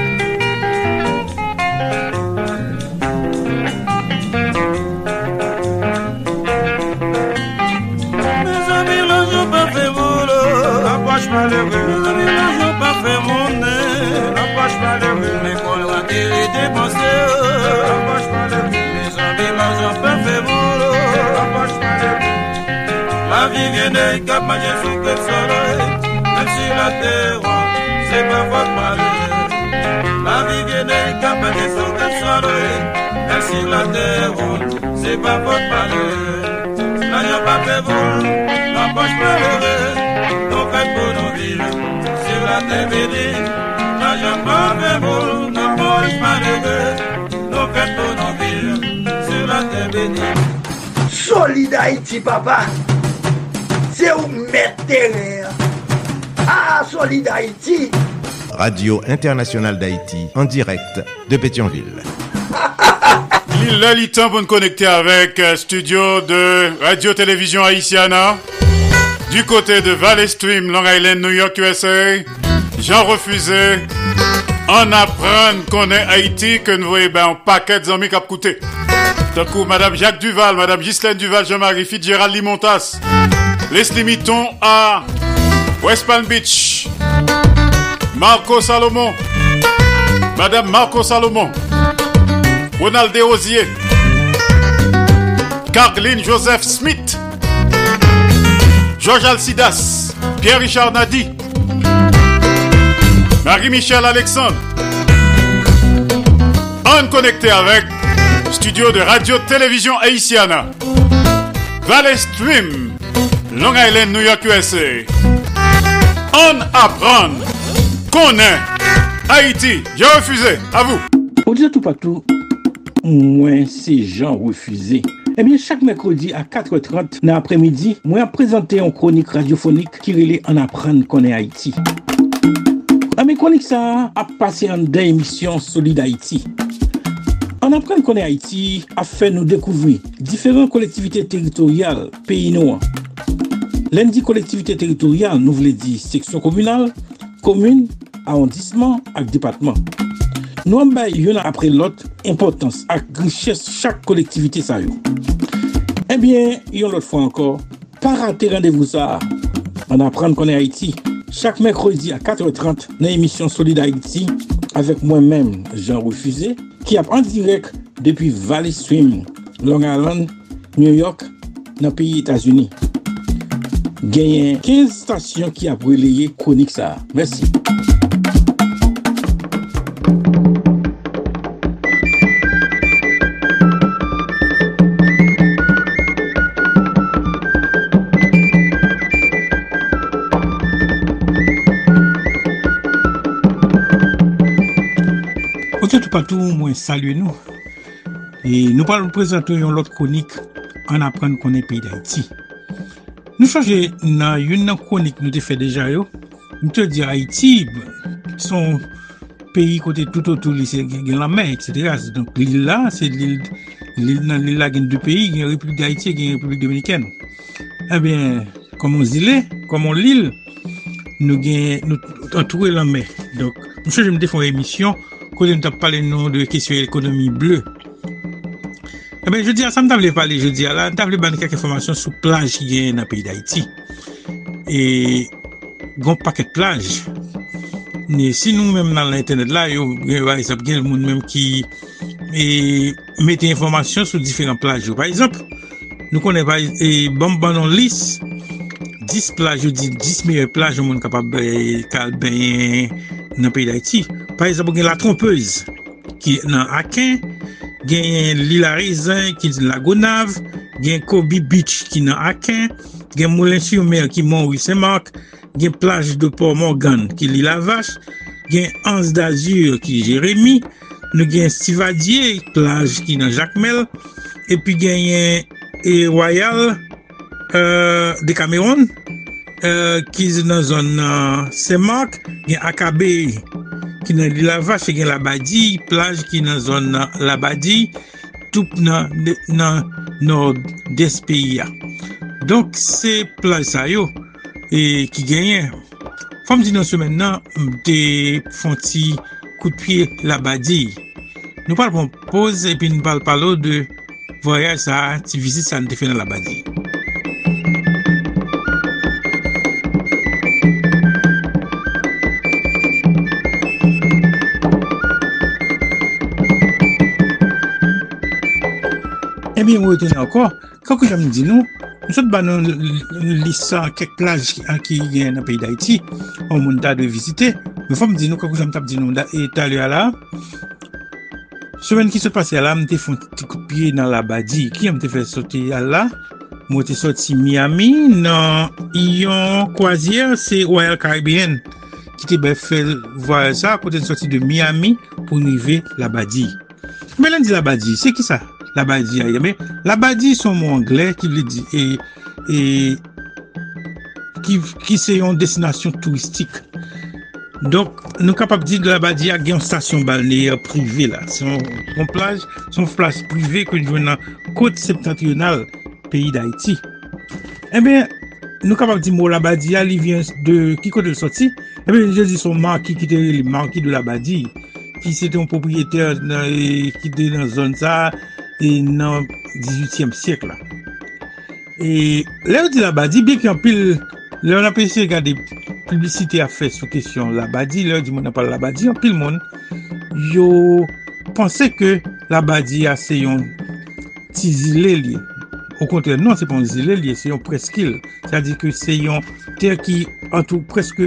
malheureux, l'argent pas fait monnaie, la poche malheureux, l'école la télé dépensée, la poche malheureux, les amis l'argent pas fait boulot, la poche malheureux. La vie vient d'un cap manger sous quel soleil, même si la terre c'est pas votre malheur. La vie vient d'un cap manger sous quel soleil, même si la terre c'est pas votre malheur. L'argent pas fait boulot, la poche malheureuse, nos fêtes pour nos villes, sur la terre bénie. L'argent pas fait boulot, la poche malheureuse, nos fêtes pour nos villes, sur la terre bénie. Solid Haïti, papa. C'est où mettre terre. Ah, Solid Haïti. Radio Internationale d'Haïti, en direct de Pétionville. Il a le temps pour nous connecter avec studio de Radio-Télévision Haïtiana. Du côté de Valley Stream, Long Island, New York, USA. Jean Refusé. On apprend qu'on est Haïti, que nous voyons un paquet d'amis qui a coûté. Donc, Madame Jacques Duval, Madame Ghislaine Duval, Jean-Marie Fitzgerald Limontas. Leslie Mitton à West Palm Beach. Marco Salomon. Madame Marco Salomon. Ronald Desrosiers. Carline Joseph Smith. Georges Alcidas. Pierre-Richard Nadi. Marie-Michel Alexandre. On connecté avec studio de Radio-Télévision Haïtiana. Valley Stream, Long Island, New York, USA. On apprend qu'on est Haïti. J'ai refusé. À vous. Au dire tout partout, moi c'est Jean Refusé. Eh bien, chaque mercredi à 4h30 dans l'après-midi, moi présenter une chronique radiophonique qui relève en apprendre qu'on est Haïti. Mes chroniques ça a passé en deux émissions Solid Haïti. En apprenant qu'on est Haïti a fait nous découvrir différentes collectivités territoriales pays noirs. Lundi collectivité territoriale, nous voulons dire section communale, commune, arrondissement et département. Nous avons une après l'autre importance et richesse chaque collectivité ça yo. Eh bien, une autre fois encore, pas rater rendez-vous ça. On apprend qu'on est Haïti chaque mercredi à 4h30 dans l'émission Solid Haïti avec moi-même Jean Refusé qui est en direct depuis Valley Stream, Long Island, New York, dans le pays États-Unis. Gagné 15 stations qui a relayé chronique ça. Merci. Tout partout, moi salut nous. Et nous parlons présenter l'autre chronique en apprendre qu'on est pays d'Haïti. Nous changeons dans une chronique nous te fait déjà yo. Nous te dire Haïti son pays côté tout autour c'est la mer etc. Donc l'île là c'est l'île là il y a deux pays, il y a la République d'Haïti et la République dominicaine. Eh bien comme on dit comme on l'île nous entouré la mer. Donc nous changeons de faire une émission quand on t'a parlé de questions d'économie bleue. Eh bien, je dis à ça, je parler, je dis à là, je donner quelques informations sur plage qui y a dans le pays d'Haïti. Et, il y a un paquet de plages. Mais si nous-mêmes dans l'internet là, il y a par exemple, il y a le monde même qui met des informations sur différentes plages. Par exemple, nous connaissons bon liste 10 plages, je dis 10 meilleures plages au monde capable de baigner dans le pays d'Haïti. Par exemple, il y a la Trompeuse qui est dans Akin, il y a l'île à Raisin qui est dans la Gonave, il y a Kobe Beach qui est dans Akin, il y a Moulin-sur-Mer qui est Mont-Rue-Saint-Marc, il y a plage de Port-Morgan qui est l'île à Vache, il y a Anse d'Azur qui est Jérémy, nous avons Stivadier, plage qui est dans Jacmel, et puis il y a Royal de Cameroun, qui est dans la zone Saint-Marc, il y a Akabé qui est dans l'île à Vache, il y a la Badi, plage qui est dans la zone la Badi, tout dans nord des pays. Donc, c'est plage ça yo, et qui gagne. Comme dit dans ce maintenant, des fontis coup de pied la Badi. Nous parlons pause et puis nous parlons de voyage ça, qui visite ça, nous fait dans la Badi. bien retenir encore, quand je me dis nous sommes dans une liste quelques plages qui y a dans le pays d'Haïti, on monde de visiter. Mais faut me dire nous quand je me dis nous et là semaine qui se passait là, me fait un petit coup de pied dans la Badi, qui me fait sauter là. Moi t'ai sorti Miami dans une croisière, c'est Royal Caribbean qui t'a fait voir ça côté sorti de Miami pour arriver la Badi. Mais là dit la Badi, c'est qui ça? La Badi, mais la Badi son mot anglais qui veut dire et qui c'est une destination touristique. Donc nous capables de dire de la Badi a une station balnéaire privée là, son plage privée que nous dans côte septentrionale pays d'Haïti. Eh bien nous capables de dire la Badi il vient de qui côté sorti? Eh bien je dis son marquis qui était le marquis de la Badi qui c'était un propriétaire qui était dans zone ça et dans 18e siècle là. Et là on dit la Badi bien qu'il y a pile là on a essayé de regarder publicité à faire sur question la Badi là dit on a parlé la Badi en pile monde yo pensait que la Badi a c'est un petit îlet lié. Au contraire non, c'est pas un îlet lié, c'est un presqu'île. C'est-à-dire que c'est une terre qui entoure presque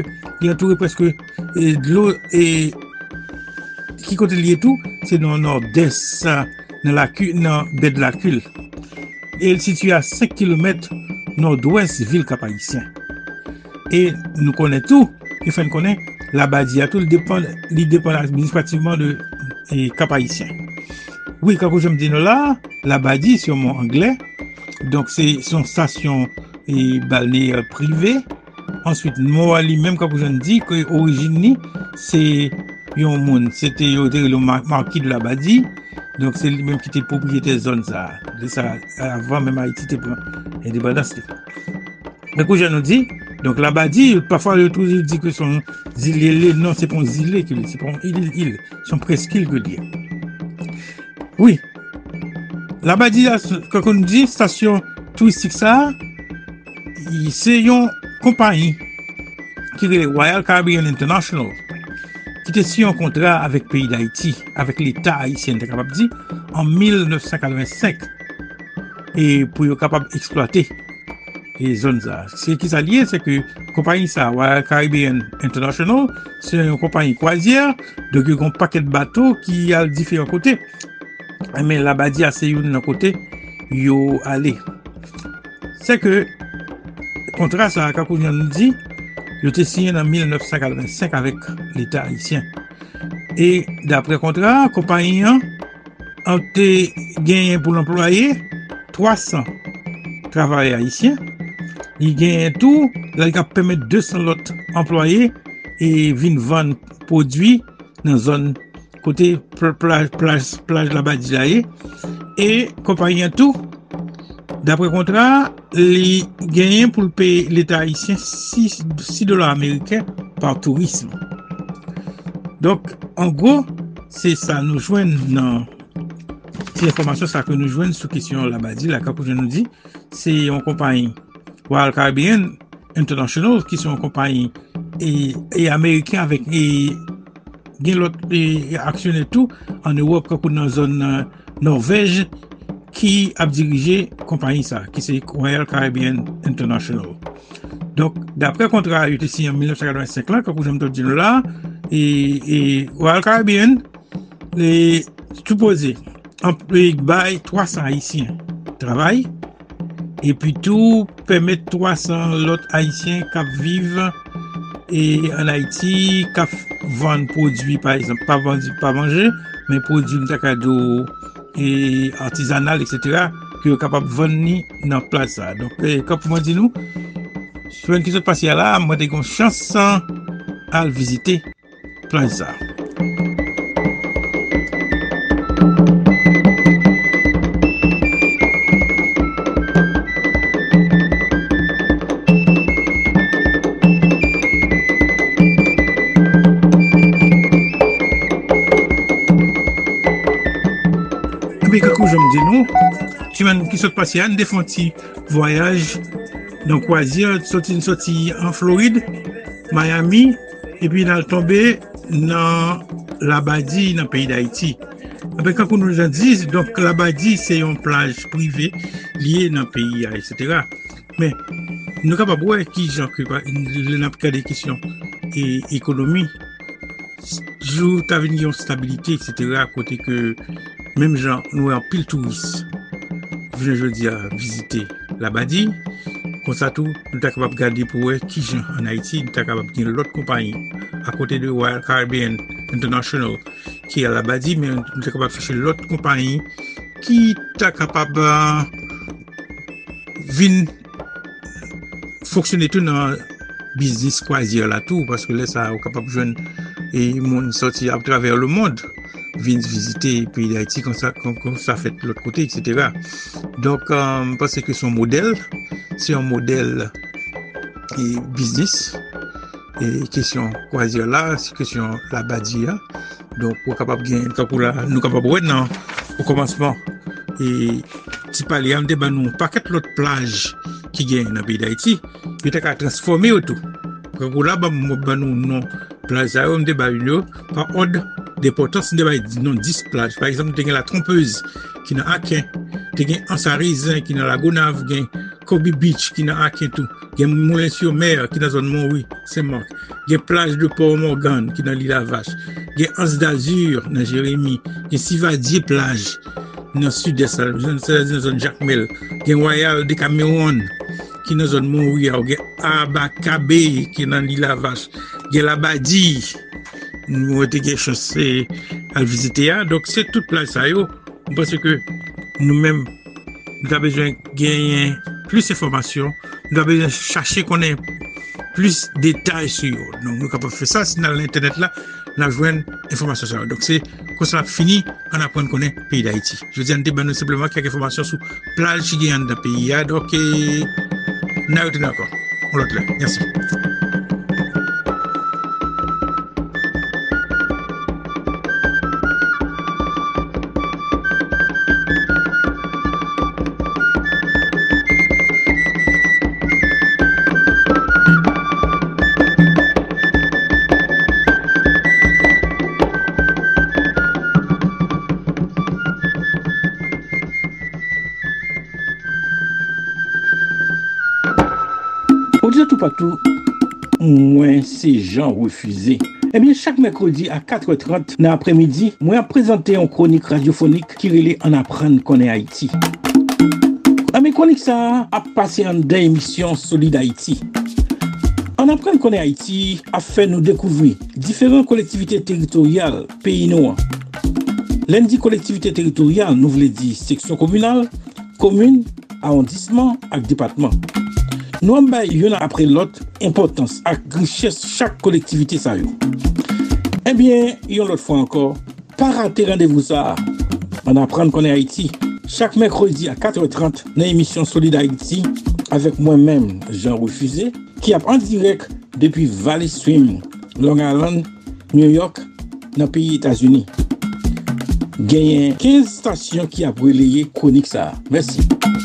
de l'eau et qui côté lié tout, c'est dans le nord-est dans baie de la Cule. Et elle situe à 5 km nord-ouest ville Cap-Haïtien. Et nous connaissons tout, il faut connaître la Badi, tout dépend administrativement de Cap-Haïtien. Oui, quand je me dis là, la Badi c'est un mot anglais, donc c'est son station balnéaire privée. Ensuite, moi lui-même quand je me dis que origine c'est un monde, c'était le marquis de la Badi. Donc c'est lui-même qui était propriétaire de zone ça. De ça avant même Haïti était pour indépendance. Mais quand je nous dis donc la Badi parfois le tout dit que son île non c'est pas un île que c'est pas une île, son presqu'île que dire. Oui. La Badi quand on dit station touristique ça c'est une compagnie qui est Royal Caribbean International qui était signé un contrat avec le pays d'Haïti, avec l'État haïtien, capable de dire, en 1985, et pour être capable d'exploiter les zones. Ce qui est lié, c'est que la compagnie ça, Royal Caribbean International, c'est une compagnie croisière, donc il y a un paquet de bateaux qui a différents côtés. Mais la Badi a c'est un côté, yo allé. C'est que, contrat ça, quand on nous dit, il a été signé en 1985 avec l'État haïtien. Et d'après le contrat, la compagnie a gagné pour l'employé 300 travailleurs haïtiens. Il gagne tout, là, il a permis 200 autres employés et venir vendre produits dans la zone côté plage de la Badi. Et la compagnie a tout. D'après le contrat, les gagnent pour payer l'État haïtien $6 américains par tourisme. Donc, en gros, c'est ça, nous joignons dans c'est l'information ça que nous joignons sur question la Badi, la quand je nous dis, c'est une compagnie Royal Caribbean International qui sont une compagnie et américain avec et l'autre actionnaire tout en Europe comme dans la zone Norvège qui a dirigé compagnie ça qui c'est Royal Caribbean International. Donc d'après le contrat il était signé en 1985 là quand je me dis là et Royal Caribbean les supposé employé bail 300 haïtiens travail et puis tout permettre 300 l'autre haïtiens qui vivent et en Haïti qui vendent produits par exemple pas manger mais produits de cadeau et artisanal etc. qui est capable de vendre dans place ça. Donc comme moi dit nous sur une qui se passe là moi j'ai une chance à visiter place ça. Mais quand je me dis non, tu m'as qui se passe un défendu voyage donc croisière sorti en Floride, Miami et puis dans tomber dans la Badi dans le pays d'Haïti. Quand on nous a dit, donc là-bas dit c'est une plage privée liée dans le pays, etc. Mais nous sommes capables de voir qui j'en crée des questions et économie. Jour t'as venu une stabilité, etc. à côté que même gens nous en pile touristes. Je dis à visiter là-bas dit. Comme ça tout, nous sommes capables de garder pour voir qui j'en en Haïti, nous sommes capables de l'autre compagnie à côté de Royal Caribbean International qui est à la Badi, mais nous sommes capables de chercher l'autre compagnie qui est capable de fonctionner tout dans le business croisière là tout, parce que là, ça est capable de joindre et monde sortir à travers le monde, venir visiter le pays d'Haïti comme ça fait de l'autre côté, etc. Donc, parce que son modèle, c'est un modèle et business. Et question croisière là, c'est question la Badia. Donc, pour capable gagner, nous capable ouais non au commencement. Et si parler am débat nous paquet l'autre plage qui gagne dans le pays d'Haïti, peut-être qu'à transformer tout. Pour là bah nous non plage ça on débat par ordre d'importance débat non 10 plages. Par exemple, tu as la Trompeuse qui dans Akin, tu as Ansarizin qui dans la Gonave, tu Kobe Beach qui dans Akin tout. Il y a Moulin-sur-Mer qui dans zone Montrouge, Saint-Marc. Il y a plage de Port-Morgan qui dans l'île à Vache. Il y a Anse d'Azur dans Jérémy. Il y a Sivadier plage dans le sud-est, dans la zone Jacmel. Il y a Royal de Cameroun qui dans zone Montrouge. Il y a Abakabe qui dans l'île à Vache. Il y a la Badi. Nous avons été chanceux à visiter. Donc c'est toute plage ça yo. Parce que nous-mêmes, nous avons besoin de gagner plus d'informations. Nous avons besoin de chercher qu'on ait plus de détails sur eux. Donc, nous sommes capables de faire ça. Si dans l'internet là, nous avons besoin d'informations sur eux. Donc, c'est quand ça a fini, on apprend qu'on est pays d'Haïti. Je veux dire, nous avons simplement quelques informations sur plage qui gagne dans le pays. Donc, nous avons été d'accord. On l'autre là. Merci. Partout, moi, c'est Jean Refusé. Eh bien, chaque mercredi à 4h30 dans l'après-midi, moi, présenter une chronique radiophonique qui relève en apprendre qu'on est Haïti. Ah, mais chronique ça a passé en deux émissions Solid Haïti. En apprendre qu'on est Haïti a fait nous découvrir différentes collectivités territoriales pays noirs. Lundi collectivité territoriale, nous voulons dire section communale, commune, arrondissement et département. Nous avons une après l'autre importance et richesse chaque collectivité ça yo. Eh bien, une autre fois encore, pas rater rendez-vous ça. On apprend qu'on est Haïti chaque mercredi à 4h30 dans l'émission Solid Haïti avec moi-même Jean Refusé qui est en direct depuis Valley Stream, Long Island, New York, dans le pays États-Unis. Gagné 15 stations qui a relayé chronique ça. Merci.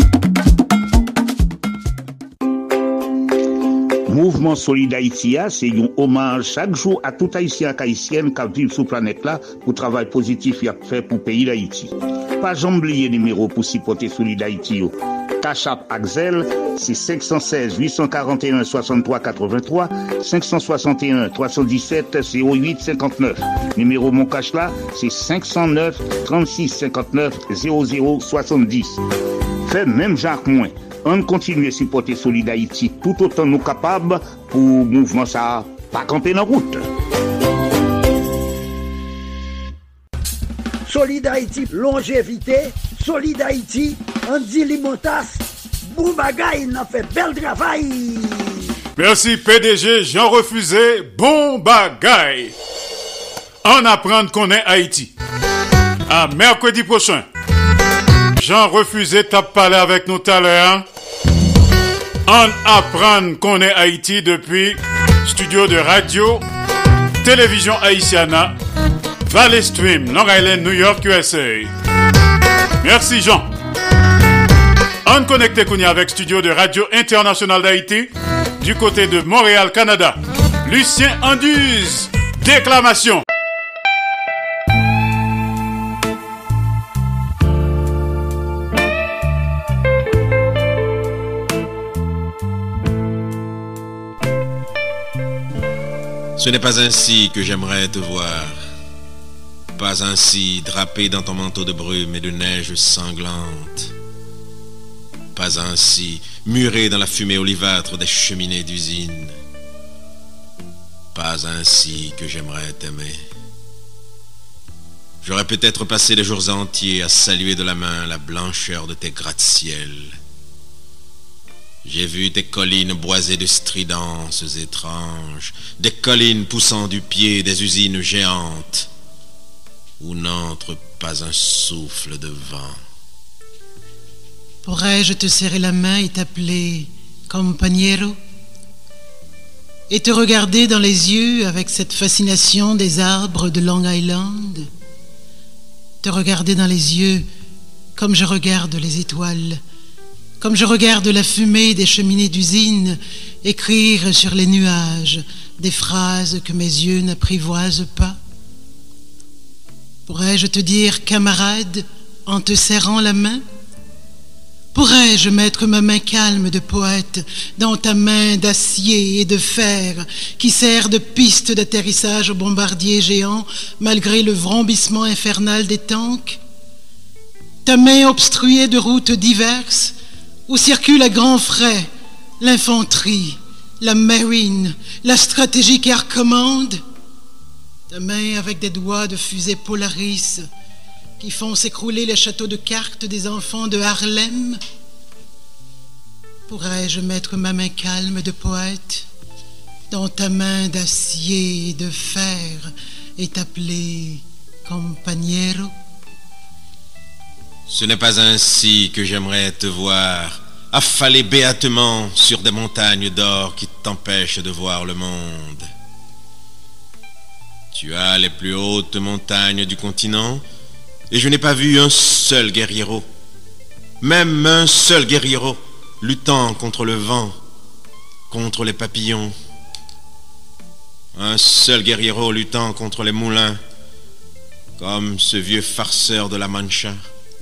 Mouvement Solid Haïti, c'est un hommage chaque jour à tout Haïtien et Haïtienne qui vivent sur la planète là pour le travail positif qu'il a fait pour le pays d'Haïti. Pas jamais oublier numéro pour supporter Solid Haïti. Cachap Axel, c'est 516 841 63 83, 561 317 08 59. Numéro mon cash là, c'est 509 36 59 00 70. Fait même Jacques Moins. On continue à supporter Solid Haïti tout autant nous capables pour le mouvement ça pas camper dans la route. Solid Haïti, longévité. Solid Haïti, Andy Limotas, Boubagaï n'a fait bel travail. Merci PDG Jean Refusé, bon bagaille. On apprend qu'on est Haïti. À mercredi prochain. Jean Refusé t'a parlé avec nous tout à l'heure. On apprend qu'on est Haïti depuis studio de radio, télévision haïtiana, Valley Stream, Long Island, New York, USA. Merci Jean. On connecte Kounia avec studio de radio international d'Haïti du côté de Montréal, Canada. Lucien Anduze, déclamation. Ce n'est pas ainsi que j'aimerais te voir. Pas ainsi drapé dans ton manteau de brume et de neige sanglante. Pas ainsi muré dans la fumée olivâtre des cheminées d'usine. Pas ainsi que j'aimerais t'aimer. J'aurais peut-être passé des jours entiers à saluer de la main la blancheur de tes gratte-ciel. J'ai vu tes collines boisées de stridences étranges, des collines poussant du pied des usines géantes, où n'entre pas un souffle de vent. Pourrais-je te serrer la main et t'appeler compagnero? Et te regarder dans les yeux avec cette fascination des arbres de Long Island? Te regarder dans les yeux comme je regarde les étoiles, comme je regarde la fumée des cheminées d'usine écrire sur les nuages des phrases que mes yeux n'apprivoisent pas? Pourrais-je te dire camarade en te serrant la main? Pourrais-je mettre ma main calme de poète dans ta main d'acier et de fer qui sert de piste d'atterrissage aux bombardiers géants malgré le vrombissement infernal des tanks? Ta main obstruée de routes diverses où circulent à grands frais l'infanterie, la marine, la stratégique air command? Ta main avec des doigts de fusée Polaris qui font s'écrouler les châteaux de cartes des enfants de Harlem? Pourrais-je mettre ma main calme de poète dans ta main d'acier et de fer et t'appeler compagnero? Ce n'est pas ainsi que j'aimerais te voir, affalé béatement sur des montagnes d'or qui t'empêchent de voir le monde. Tu as les plus hautes montagnes du continent, et je n'ai pas vu un seul guerriero, même un seul guerriero, luttant contre le vent, contre les papillons. Un seul guerriero luttant contre les moulins, comme ce vieux farceur de la Mancha.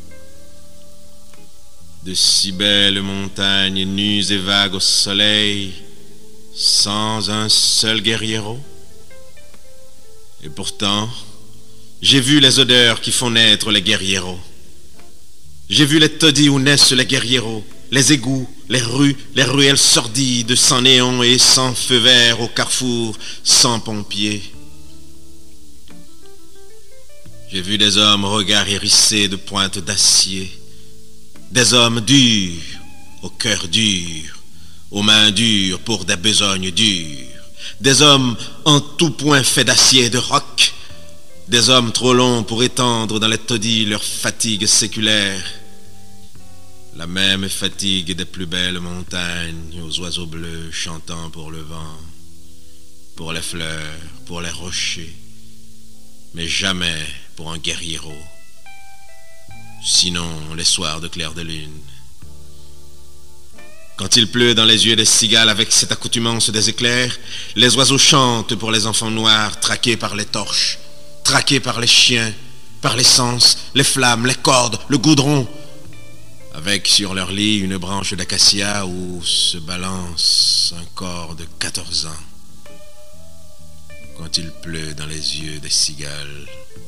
De si belles montagnes nues et vagues au soleil, sans un seul guerriero. Et pourtant, j'ai vu les odeurs qui font naître les guerrieros. J'ai vu les taudis où naissent les guerrieros, les égouts, les rues, les ruelles sordides, sans néon et sans feu vert au carrefour, sans pompiers. J'ai vu des hommes au regard hérissé de pointes d'acier, des hommes durs, au cœur dur, aux mains dures pour des besognes dures, des hommes en tout point faits d'acier et de roc, des hommes trop longs pour étendre dans les taudis leur fatigue séculaire, la même fatigue des plus belles montagnes aux oiseaux bleus chantant pour le vent, pour les fleurs, pour les rochers, mais jamais pour un guerriero, sinon les soirs de clair de lune. Quand il pleut dans les yeux des cigales avec cette accoutumance des éclairs, les oiseaux chantent pour les enfants noirs traqués par les torches, traqués par les chiens, par l'essence, les flammes, les cordes, le goudron, avec sur leur lit une branche d'acacia où se balance un corps de 14 ans. Quand il pleut dans les yeux des cigales.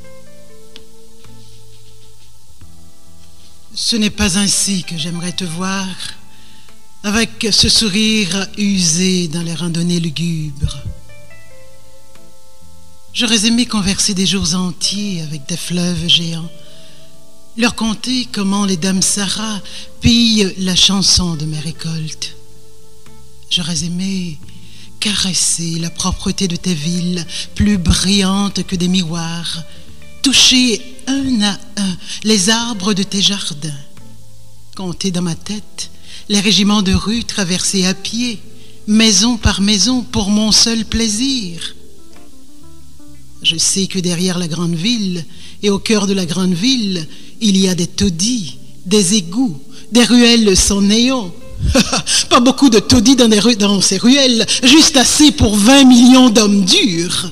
Ce n'est pas ainsi que j'aimerais te voir, avec ce sourire usé dans les randonnées lugubres. J'aurais aimé converser des jours entiers avec des fleuves géants, leur conter comment les dames Sarah pillent la chanson de mes récoltes. J'aurais aimé caresser la propreté de tes villes, plus brillantes que des miroirs, toucher un à un les arbres de tes jardins, compter dans ma tête les régiments de rues traversés à pied, maison par maison, pour mon seul plaisir. Je sais que derrière la grande ville et au cœur de la grande ville, il y a des taudis, des égouts, des ruelles sans néon. Pas beaucoup de taudis dans ces ruelles, juste assez pour 20 millions d'hommes durs.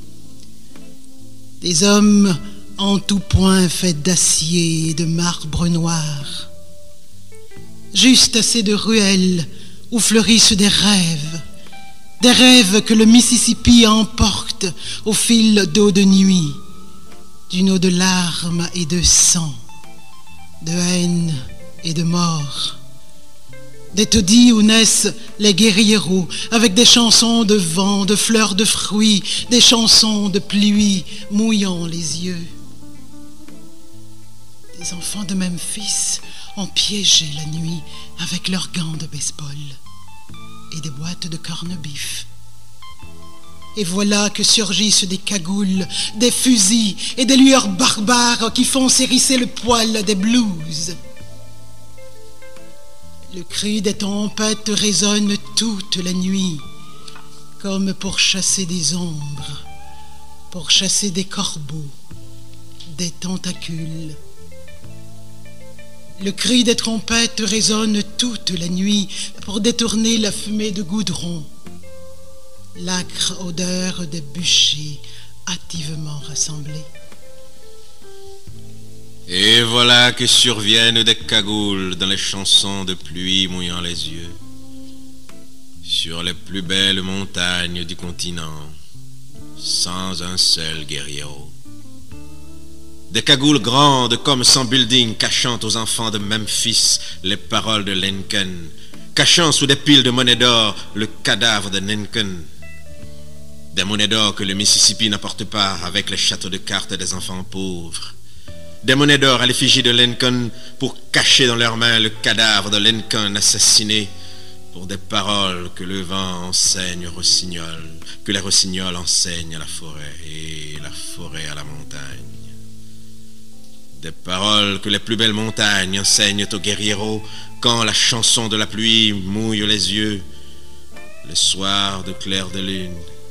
Des hommes en tout point faits d'acier et de marbre noir. Juste assez de ruelles où fleurissent des rêves des rêves que le Mississippi emporte au fil d'eau de nuit, d'une eau de larmes et de sang, de haine et de mort. Des taudis où naissent les guerrieros, avec des chansons de vent, de fleurs de fruits, des chansons de pluie mouillant les yeux. Des enfants de Memphis ont piégé la nuit avec leurs gants de baseball et des boîtes de corned-beef. Et voilà que surgissent des cagoules, des fusils et des lueurs barbares qui font s'hérisser le poil des blues. Le cri des tempêtes résonne toute la nuit, comme pour chasser des ombres, pour chasser des corbeaux, des tentacules. Le cri des trompettes résonne toute la nuit pour détourner la fumée de goudron, l'âcre odeur des bûchers hâtivement rassemblés. Et voilà que surviennent des cagoules dans les chansons de pluie mouillant les yeux, sur les plus belles montagnes du continent, sans un seul guerriero. Des cagoules grandes comme 100 buildings cachant aux enfants de Memphis les paroles de Lincoln, cachant sous des piles de monnaie d'or le cadavre de Lincoln. Des monnaies d'or que le Mississippi n'apporte pas avec les châteaux de cartes des enfants pauvres. Des monnaies d'or à l'effigie de Lincoln pour cacher dans leurs mains le cadavre de Lincoln assassiné, pour des paroles que le vent enseigne aux rossignols, que les rossignols enseignent à la forêt et la forêt à la montagne. Des paroles que les plus belles montagnes enseignent aux guerrieros quand la chanson de la pluie mouille les yeux, le soir de clair de lune.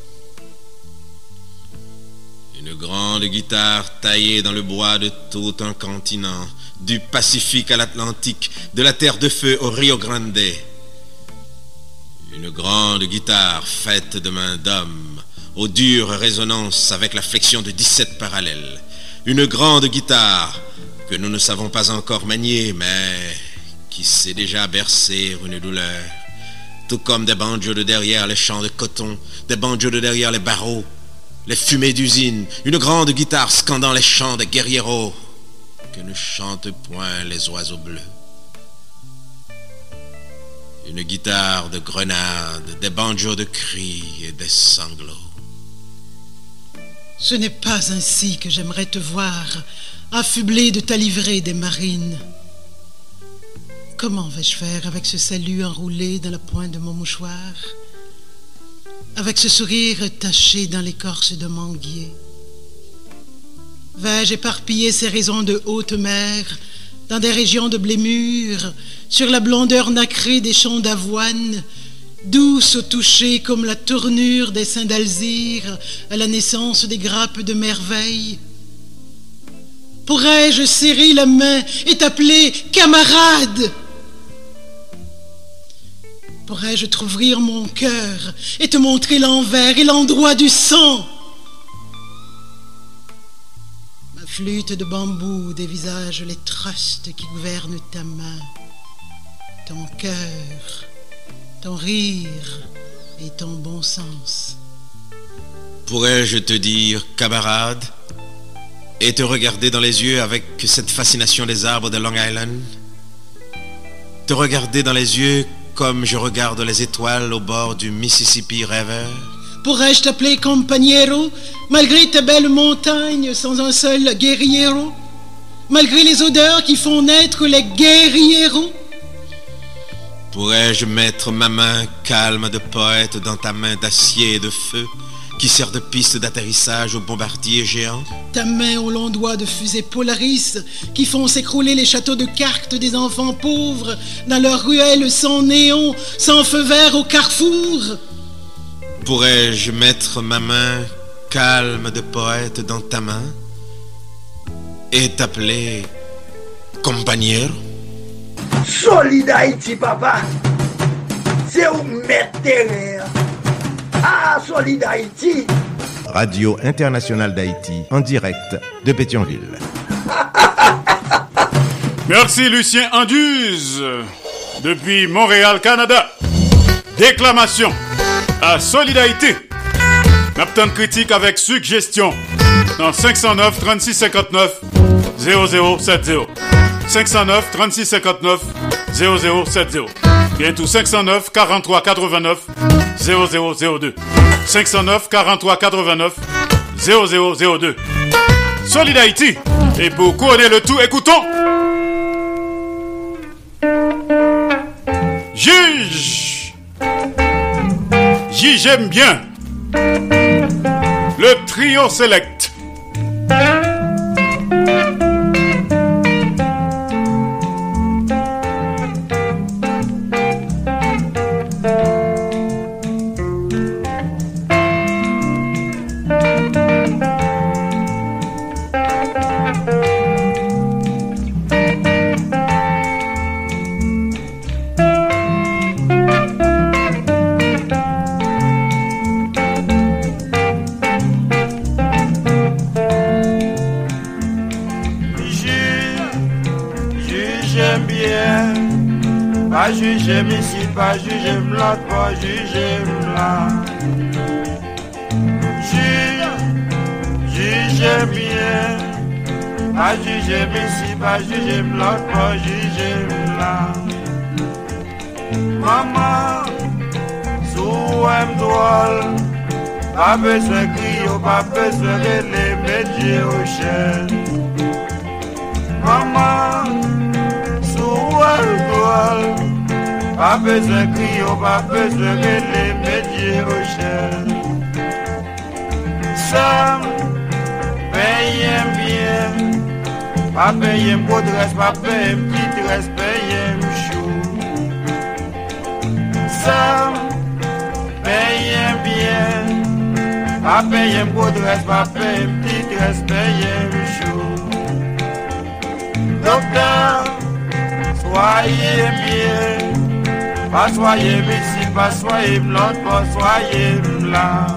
Une grande guitare taillée dans le bois de tout un continent, du Pacifique à l'Atlantique, de la Terre de Feu au Rio Grande. Une grande guitare faite de mains d'homme, aux dures résonances avec la flexion de 17 parallèles. Une grande guitare que nous ne savons pas encore manier, mais qui sait déjà bercer une douleur. Tout comme des banjos de derrière les champs de coton, des banjos de derrière les barreaux, les fumées d'usine, une grande guitare scandant les chants des guerrieros que ne chantent point les oiseaux bleus. Une guitare de grenade, des banjos de cris et des sanglots. Ce n'est pas ainsi que j'aimerais te voir, affublé de ta livrée des marines. Comment vais-je faire avec ce salut enroulé dans la pointe de mon mouchoir, avec ce sourire taché dans l'écorce de manguier? Vais-je éparpiller ces raisons de haute mer dans des régions de blé mûr, sur la blondeur nacrée des champs d'avoine, douce au toucher comme la tournure des seins d'Alzire à la naissance des grappes de merveille? Pourrais-je serrer la main et t'appeler camarade? Pourrais-je t'ouvrir mon cœur et te montrer l'envers et l'endroit du sang? Ma flûte de bambou dévisage les trustes qui gouvernent ta main, ton cœur, ton rire et ton bon sens. Pourrais-je te dire camarade et te regarder dans les yeux avec cette fascination des arbres de Long Island? Te regarder dans les yeux comme je regarde les étoiles au bord du Mississippi rêveur? Pourrais-je t'appeler compagnero, malgré tes belles montagnes sans un seul guerriero, malgré les odeurs qui font naître les guerrieros? Pourrais-je mettre ma main calme de poète dans ta main d'acier et de feu qui sert de piste d'atterrissage aux bombardiers géants? Ta main aux longs doigts de fusée Polaris qui font s'écrouler les châteaux de cartes des enfants pauvres dans leurs ruelles sans néon, sans feu vert au carrefour? Pourrais-je mettre ma main calme de poète dans ta main et t'appeler compagnero? Solid Haïti, papa, c'est où mettre terre. Ah, Solid Haïti. Radio Internationale d'Haïti, en direct de Pétionville. Merci Lucien Anduze, depuis Montréal, Canada. Déclamation à Solid Haïti. Naptan critique avec suggestion dans 509 36 59 0070. 509 36 59 0070. Bientôt 509 43 89 0002. 509 43 89 0002. Solid Haïti. Et pour couronner le tout, écoutons. Juge. J'aime bien. Le trio select. Pas juger ici, pas juger l'autre, pas juger là. Juge bien. Pas juger ici, pas juger l'autre, pas juger là. Maman, sous un drôle, pas besoin de crier, pas besoin de les mettre au chien. Maman, sous un drôle, pas besoin de crier, pas besoin de les mettre au chien. Ça, paye bien, pas payer un beau dress, pas payer un petit dress, payer un chou. Ça, paye bien, pas payer un beau dress, pas payer un petit dress, payer un chou. Docteur, soyez bien, pas soyez ici, pas soyez l'autre, pas soyez là.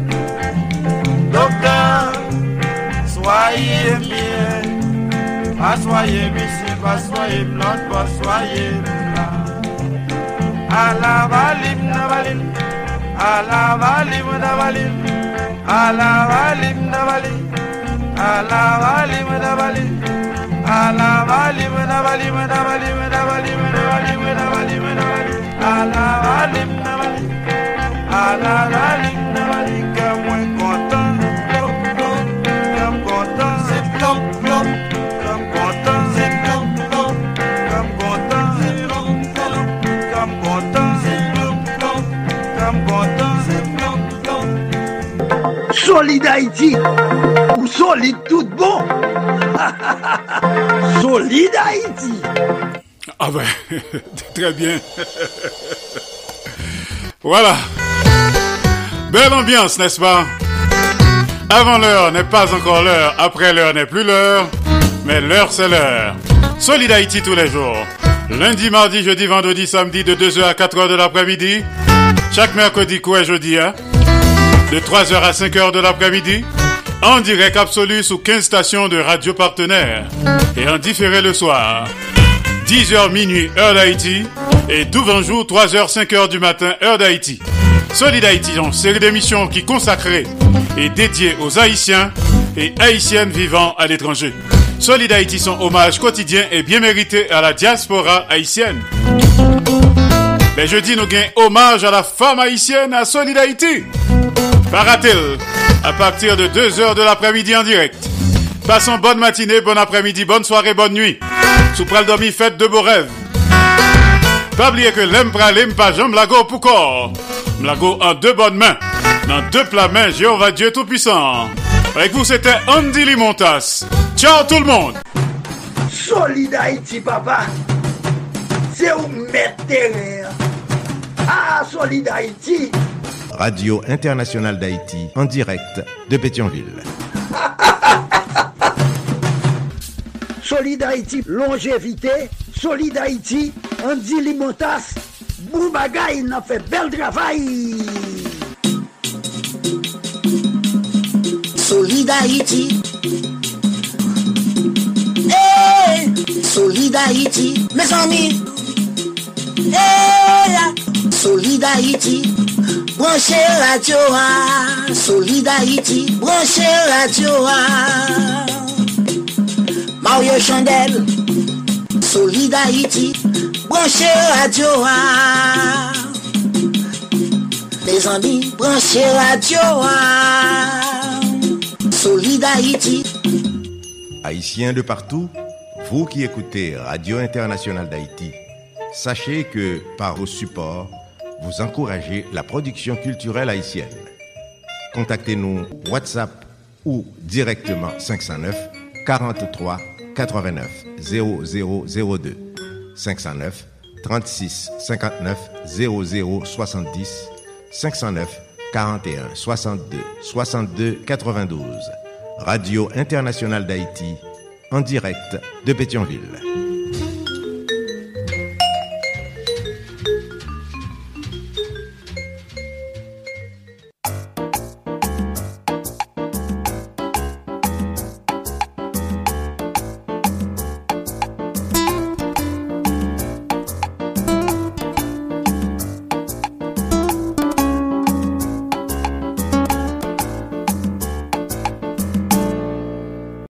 Docteur, soyez bien, pas soyez ici, pas soyez l'autre, pas soyez là. À la valim, navalim, à la valim, navalim, à la valim, navalim, à la valim, navalim, à la valim, navalim, navalim, navalim, navalim, navalim, navalim, à la valim, navalim, à la valim, navalim, que moins content. Solid Haïti, ou solide tout bon. Solid Haïti. Ah ben, très bien. Voilà. Belle ambiance, n'est-ce pas? Avant l'heure n'est pas encore l'heure, après l'heure n'est plus l'heure, mais l'heure c'est l'heure. Solid Haïti tous les jours. Lundi, mardi, jeudi, vendredi, samedi de 2h à 4h de l'après-midi. Chaque mercredi, quoi, jeudi, hein? De 3h à 5h de l'après-midi, en direct absolu sous 15 stations de radio partenaires et en différé le soir. 10h minuit, heure d'Haïti, et tout 20 jours, 3h, 5h du matin, heure d'Haïti. Solid Haïti, une série d'émissions qui consacrée et dédiée aux Haïtiens et Haïtiennes vivant à l'étranger. Solid Haïti, son hommage quotidien et bien mérité à la diaspora haïtienne. Les jeudis, nous gagnons hommage à la femme haïtienne à Solid Haïti. Paratel, à partir de 2h de l'après-midi en direct. Passons bonne matinée, bon après-midi, bonne soirée, bonne nuit. Sous pral dormi, faites de beaux rêves. Pas oublier que l'aime pralim, pas jambe lago pour corps. Mlago en deux bonnes mains. Dans deux plats mains, Jéhovah Dieu Tout-Puissant. Avec vous, c'était Andy Limontas. Ciao tout le monde. Solid Haïti, papa. C'est où mettre terre. Ah, Solid Haïti. Radio Internationale d'Haïti, en direct de Pétionville. Solid Haïti, longévité. Solid Haïti, Andy Limontas. Boubagaï, il a fait bel travail. Solid Haïti. Hey, Solid Haïti, mes amis. Hey, Solid Haïti. branchez radio Solid Haïti, branchez radio Mario Chandel, Solid Haïti, branchez radio mes amis, branchez radio Solid Haïti. Haïtiens de partout, vous qui écoutez Radio Internationale d'Haïti, sachez que par vos supports, vous encouragez la production culturelle haïtienne. Contactez-nous WhatsApp ou directement 509 43 89 0002 509 36 59 00 70 509 41 62 62 92 Radio Internationale d'Haïti en direct de Pétionville.